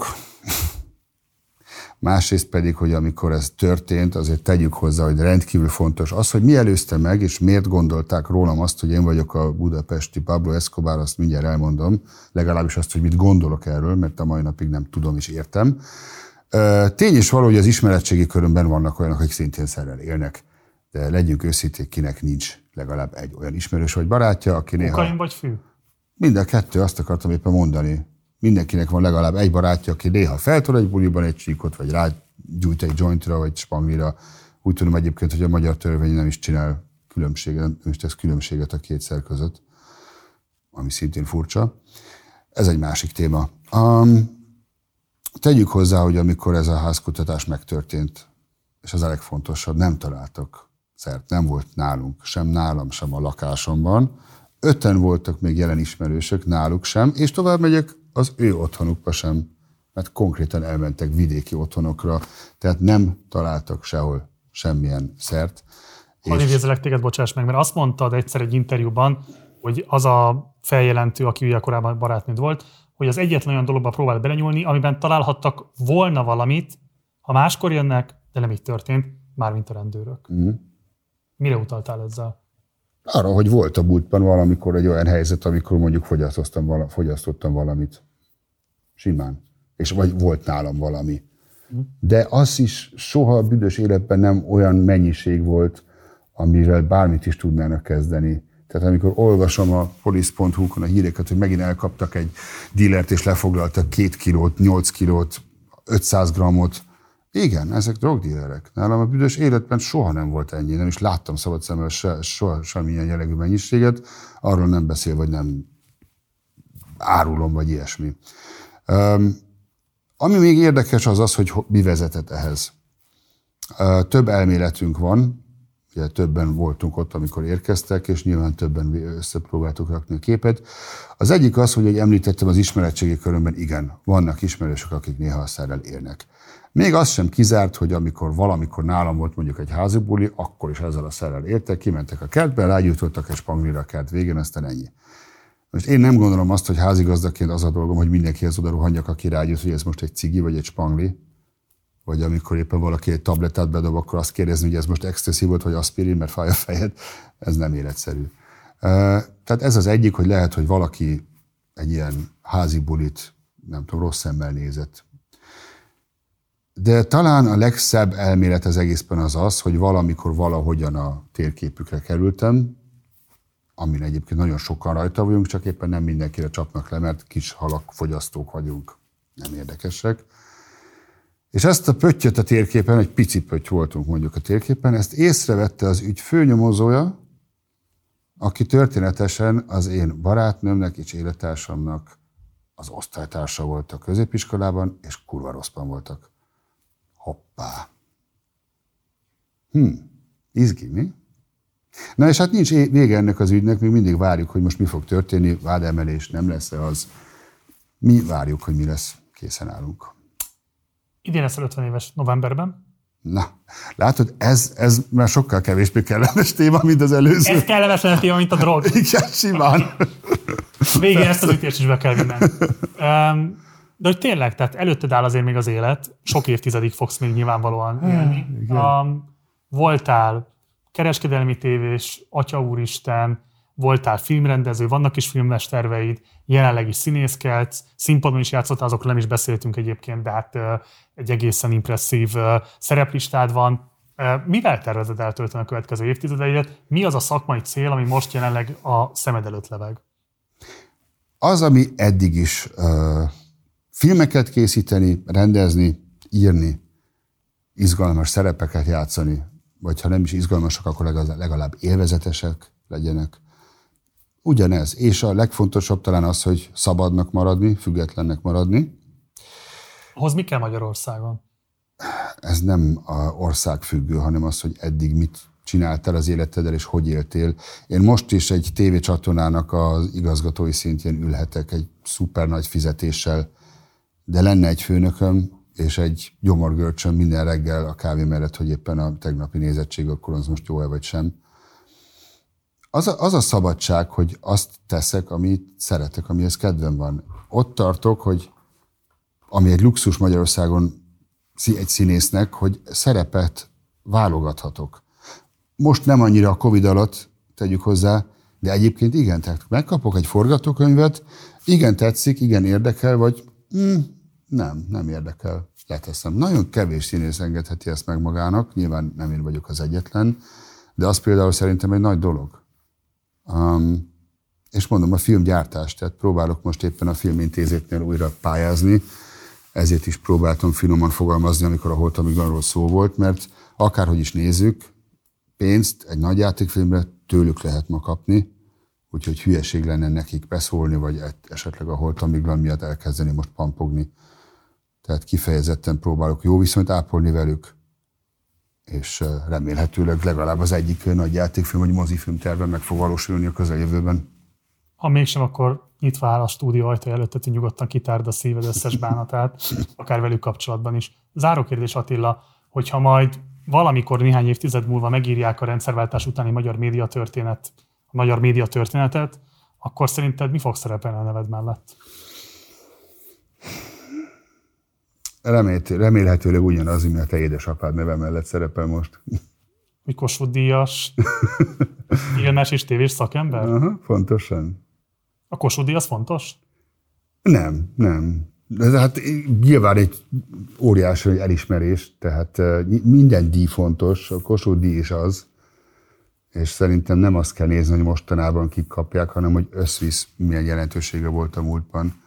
Másrészt pedig, hogy amikor ez történt, azért tegyük hozzá, hogy rendkívül fontos az, hogy mi előzte meg, és miért gondolták rólam azt, hogy én vagyok a budapesti Pablo Escobar, azt mindjárt elmondom, legalábbis azt, hogy mit gondolok erről, mert a mai napig nem tudom és értem. Tény is való, hogy az ismeretségi körömben vannak olyanok, akik szintén szerrel élnek, de legyünk őszinték, kinek nincs legalább egy olyan ismerős vagy barátja, aki néha... Kokain vagy fű? Mind a kettő, azt akartam éppen mondani. Mindenkinek van legalább egy barátja, aki néha feltol egy buliban egy csíkot, vagy rágyújt egy jointra, vagy spanglira. Úgy tudom egyébként, hogy a magyar törvény nem is csinál különbséget, nem is tesz különbséget a két szer között, ami szintén furcsa. Ez egy másik téma. Tegyük hozzá, hogy amikor ez a házkutatás megtörtént, és az a legfontosabb, nem találtak szert, nem volt nálunk, sem nálam, sem a lakásomban. 5-en voltak még jelen ismerősök, náluk sem, és tovább megyek, az ő otthonukba sem, mert konkrétan elmentek vidéki otthonokra, tehát nem találtak sehol semmilyen szert. Hadd idézelek téged, bocsáss meg, mert azt mondtad egyszer egy interjúban, hogy az a feljelentő, aki ugye korábban barátnőd volt, hogy az egyetlen olyan dologba próbál belenyúlni, amiben találhattak volna valamit, ha máskor jönnek, de nem így történt, mármint a rendőrök. Mire utaltál ezzel? Arra, hogy volt a múltban valamikor egy olyan helyzet, amikor mondjuk fogyasztottam valamit. Simán. És vagy volt nálam valami. De az is soha a büdös életben nem olyan mennyiség volt, amivel bármit is tudnának kezdeni. Tehát amikor olvasom a police.hu-kon a híreket, hogy megint elkaptak egy dílert, és lefoglaltak 2 kilót, 8 kilót, 500 grammot. Igen, ezek drogdílerek. Nálam a büdös életben soha nem volt ennyi. Nem is láttam szabad szemmel soha semmilyen jellegű mennyiséget. Arról nem beszél, vagy nem árulom, vagy ilyesmi. Ami még érdekes az az, hogy mi vezetett ehhez. Több elméletünk van, ugye többen voltunk ott, amikor érkeztek, és nyilván többen összepróbáltuk rakni a képet. Az egyik az, hogy említettem, az ismeretségi körömben igen, vannak ismerősök, akik néha a szerrel élnek. Még az sem kizárt, hogy amikor valamikor nálam volt mondjuk egy házi buli, akkor is ezzel a szerrel éltek, kimentek a kertbe, rágyújtottak egy spanglira a kert végén, aztán ennyi. Most én nem gondolom azt, hogy házigazdaként az a dolgom, hogy mindenkihez oda rohanjak, aki rágyújt, hogy ez most egy cigi vagy egy spangli, vagy amikor éppen valaki egy tablettát bedob, akkor azt kérdezni, hogy ez most ecstasy volt, vagy aspirin, mert fáj a fejed, ez nem életszerű. Tehát ez az egyik, hogy lehet, hogy valaki egy ilyen házi bulit, nem tudom, rossz szemmel nézett. De talán a legszebb elmélet az egészben az, hogy valamikor valahogyan a térképükre kerültem, amin egyébként nagyon sokan rajta vagyunk, csak éppen nem mindenkire csapnak le, mert kis halak fogyasztók vagyunk, nem érdekesek. És ezt a pöttyöt a térképen, egy pici pötty voltunk mondjuk a térképen, ezt észrevette az ügy főnyomozója, aki történetesen az én barátnőmnek és élettársamnak az osztálytársa volt a középiskolában, és kurva rosszban voltak. Hoppá. Izgi, mi? Na és hát nincs vége ennek az ügynek, még mindig várjuk, hogy most mi fog történni, vádemelés, nem lesz-e az. Mi várjuk, hogy mi lesz, készen állunk. Idén leszel 50 éves novemberben. Na, látod, ez már sokkal kevésbé kellemes téma, mint az előző. Ez kellemesen téma, mint a drog. Igen, simán. Végén ezt az ütést is be kell vinnem. De hogy tényleg, tehát előtted áll azért még az élet, sok évtizedig fogsz még nyilvánvalóan élni. Voltál kereskedelmi tévés, Atya úristen, voltál filmrendező, vannak is filmes terveid, jelenleg is színészkedsz, színpadon is játszottál, azokról nem is beszéltünk egyébként, de hát egy egészen impresszív szereplistád van. Mivel tervezed eltölteni a következő évtizedeidet? Mi az a szakmai cél, ami most jelenleg a szemed előtt leveg? Az, ami eddig is filmeket készíteni, rendezni, írni, izgalmas szerepeket játszani, vagy ha nem is izgalmasak, akkor legalább élvezetesek legyenek. Ugyanez. És a legfontosabb talán az, hogy szabadnak maradni, függetlennek maradni. Ahhoz mi kell Magyarországon? Ez nem országfüggő, hanem az, hogy eddig mit csináltál az életeddel, és hogy éltél. Én most is egy tévécsatornának az igazgatói szintjén ülhetek egy szuper nagy fizetéssel, de lenne egy főnököm, és egy gyomorgörcsöm minden reggel a kávé mellett, hogy éppen a tegnapi nézettség akkor az most jó-e vagy sem. az a szabadság, hogy azt teszek, amit szeretek, amihez kedvem van. Ott tartok, hogy ami egy luxus Magyarországon egy színésznek, hogy szerepet válogathatok. Most nem annyira a Covid alatt, tegyük hozzá, de egyébként igen, tehát megkapok egy forgatókönyvet, igen tetszik, igen érdekel, vagy nem érdekel, leteszem. Nagyon kevés színész engedheti ezt meg magának, nyilván nem én vagyok az egyetlen, de az például szerintem egy nagy dolog. És mondom, a filmgyártás, tehát próbálok most éppen a Filmintézetnél újra pályázni, ezért is próbáltam finoman fogalmazni, amikor a Holtamiglanról szó volt, mert akárhogy is nézzük, pénzt egy nagy játékfilmre tőlük lehet ma kapni, úgyhogy hülyeség lenne nekik beszólni, vagy esetleg a Holtamiglan miatt elkezdeni most pampogni. Tehát kifejezetten próbálok jó viszonyt ápolni velük, és remélhetőleg legalább az egyik nagy játékfilm vagy mozifilm terven meg fog valósulni a közeljövőben. Ha mégsem, akkor nyitva áll a stúdió ajtaja előtt, hogy nyugodtan kitárd a szíved összes bánatát, akár velük kapcsolatban is. Záró kérdés, Attila, hogyha majd valamikor néhány évtized múlva megírják a rendszerváltás utáni magyar médiatörténetet, akkor szerinted mi fog szerepelni a neved mellett? Remélhetőleg ugyanaz, mint a te édesapád neve mellett szerepel most. Hogy Kossuth-díjas, filmes és tévés szakember? Aha, fontosan. A Kossuth-díj az fontos? Nem. De hát nyilván egy óriási elismerés, tehát minden díj fontos, a Kossuth-díj is az, és szerintem nem azt kell nézni, hogy mostanában kik kapják, hanem hogy összvisz milyen jelentősége volt a múltban.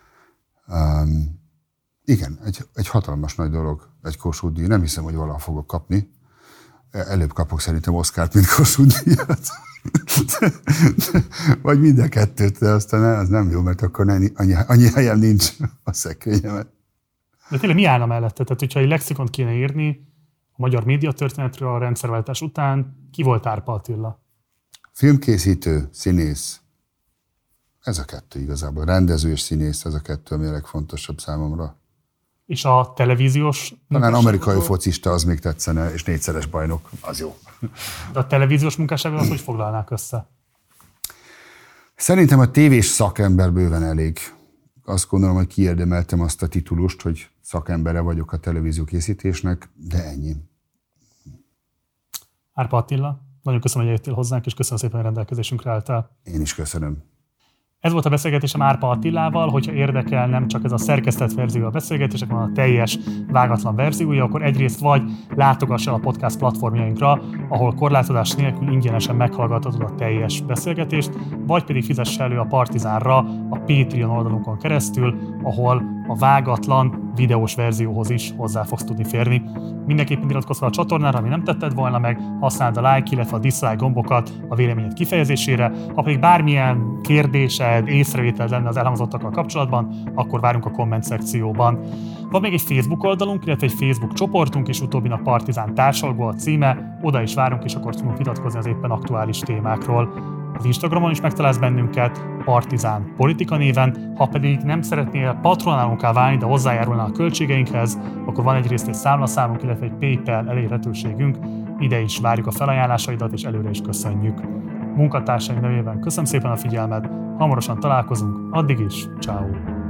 Igen, egy hatalmas nagy dolog, egy Kossuth-díj. Nem hiszem, hogy valaha fogok kapni. Előbb kapok szerintem Oscart, mint Kossuth-díjat. Vagy mind a kettőt, de aztán az nem jó, mert akkor annyi helyem nincs a szekrényemet. De tényleg mi állna mellette? Tehát, hogyha egy lexikont kéne írni a magyar médiatörténetről a rendszerváltás után, ki volt Árpa Attila? Filmkészítő, színész. Ez a kettő igazából. Rendező és színész, ez a kettő, ami a legfontosabb számomra. És a televíziós... Talán amerikai focista, az még tetszene, és 4-szeres bajnok, az jó. De a televíziós munkásságban azt hogy foglalnák össze? Szerintem a tévés szakember bőven elég. Azt gondolom, hogy kiérdemeltem azt a titulust, hogy szakembere vagyok a televízió készítésnek, de ennyi. Árpa Attila, nagyon köszönöm, hogy eljöttél hozzánk, és köszönöm szépen, hogy rendelkezésünkre álltál. Én is köszönöm. Ez volt a beszélgetésem Árpa Attilával, hogyha érdekel nem csak ez a szerkesztett verzió a beszélgetések, hanem a teljes vágatlan verziója, akkor egyrészt vagy látogass el a podcast platformjainkra, ahol korlátozás nélkül ingyenesen meghallgathatod a teljes beszélgetést, vagy pedig fizess elő a Partizánra a Patreon oldalunkon keresztül, ahol a vágatlan videós verzióhoz is hozzá fogsz tudni férni. Mindenképpen iratkozz fel a csatornára, ami nem tetted volna meg, használd a like, illetve a dislike gombokat a véleményed kifejezésére. Ha pedig bármilyen kérdésed, észrevételed lenne az elhangzottakkal kapcsolatban, akkor várunk a komment szekcióban. Van még egy Facebook oldalunk, illetve egy Facebook csoportunk, és utóbbinak Partizán társalgó a címe, oda is várunk, és akkor tudunk vitatkozni az éppen aktuális témákról. Az Instagramon is megtalálsz bennünket, Partizán Politika néven, ha pedig nem szeretnél patronálunká válni, de hozzájárulnál a költségeinkhez, akkor van egyrészt egy számlaszámunk, illetve egy PayPal elérhetőségünk, ide is várjuk a felajánlásaidat, és előre is köszönjük. Munkatársaim nevében köszönöm szépen a figyelmet, hamarosan találkozunk, addig is, ciao.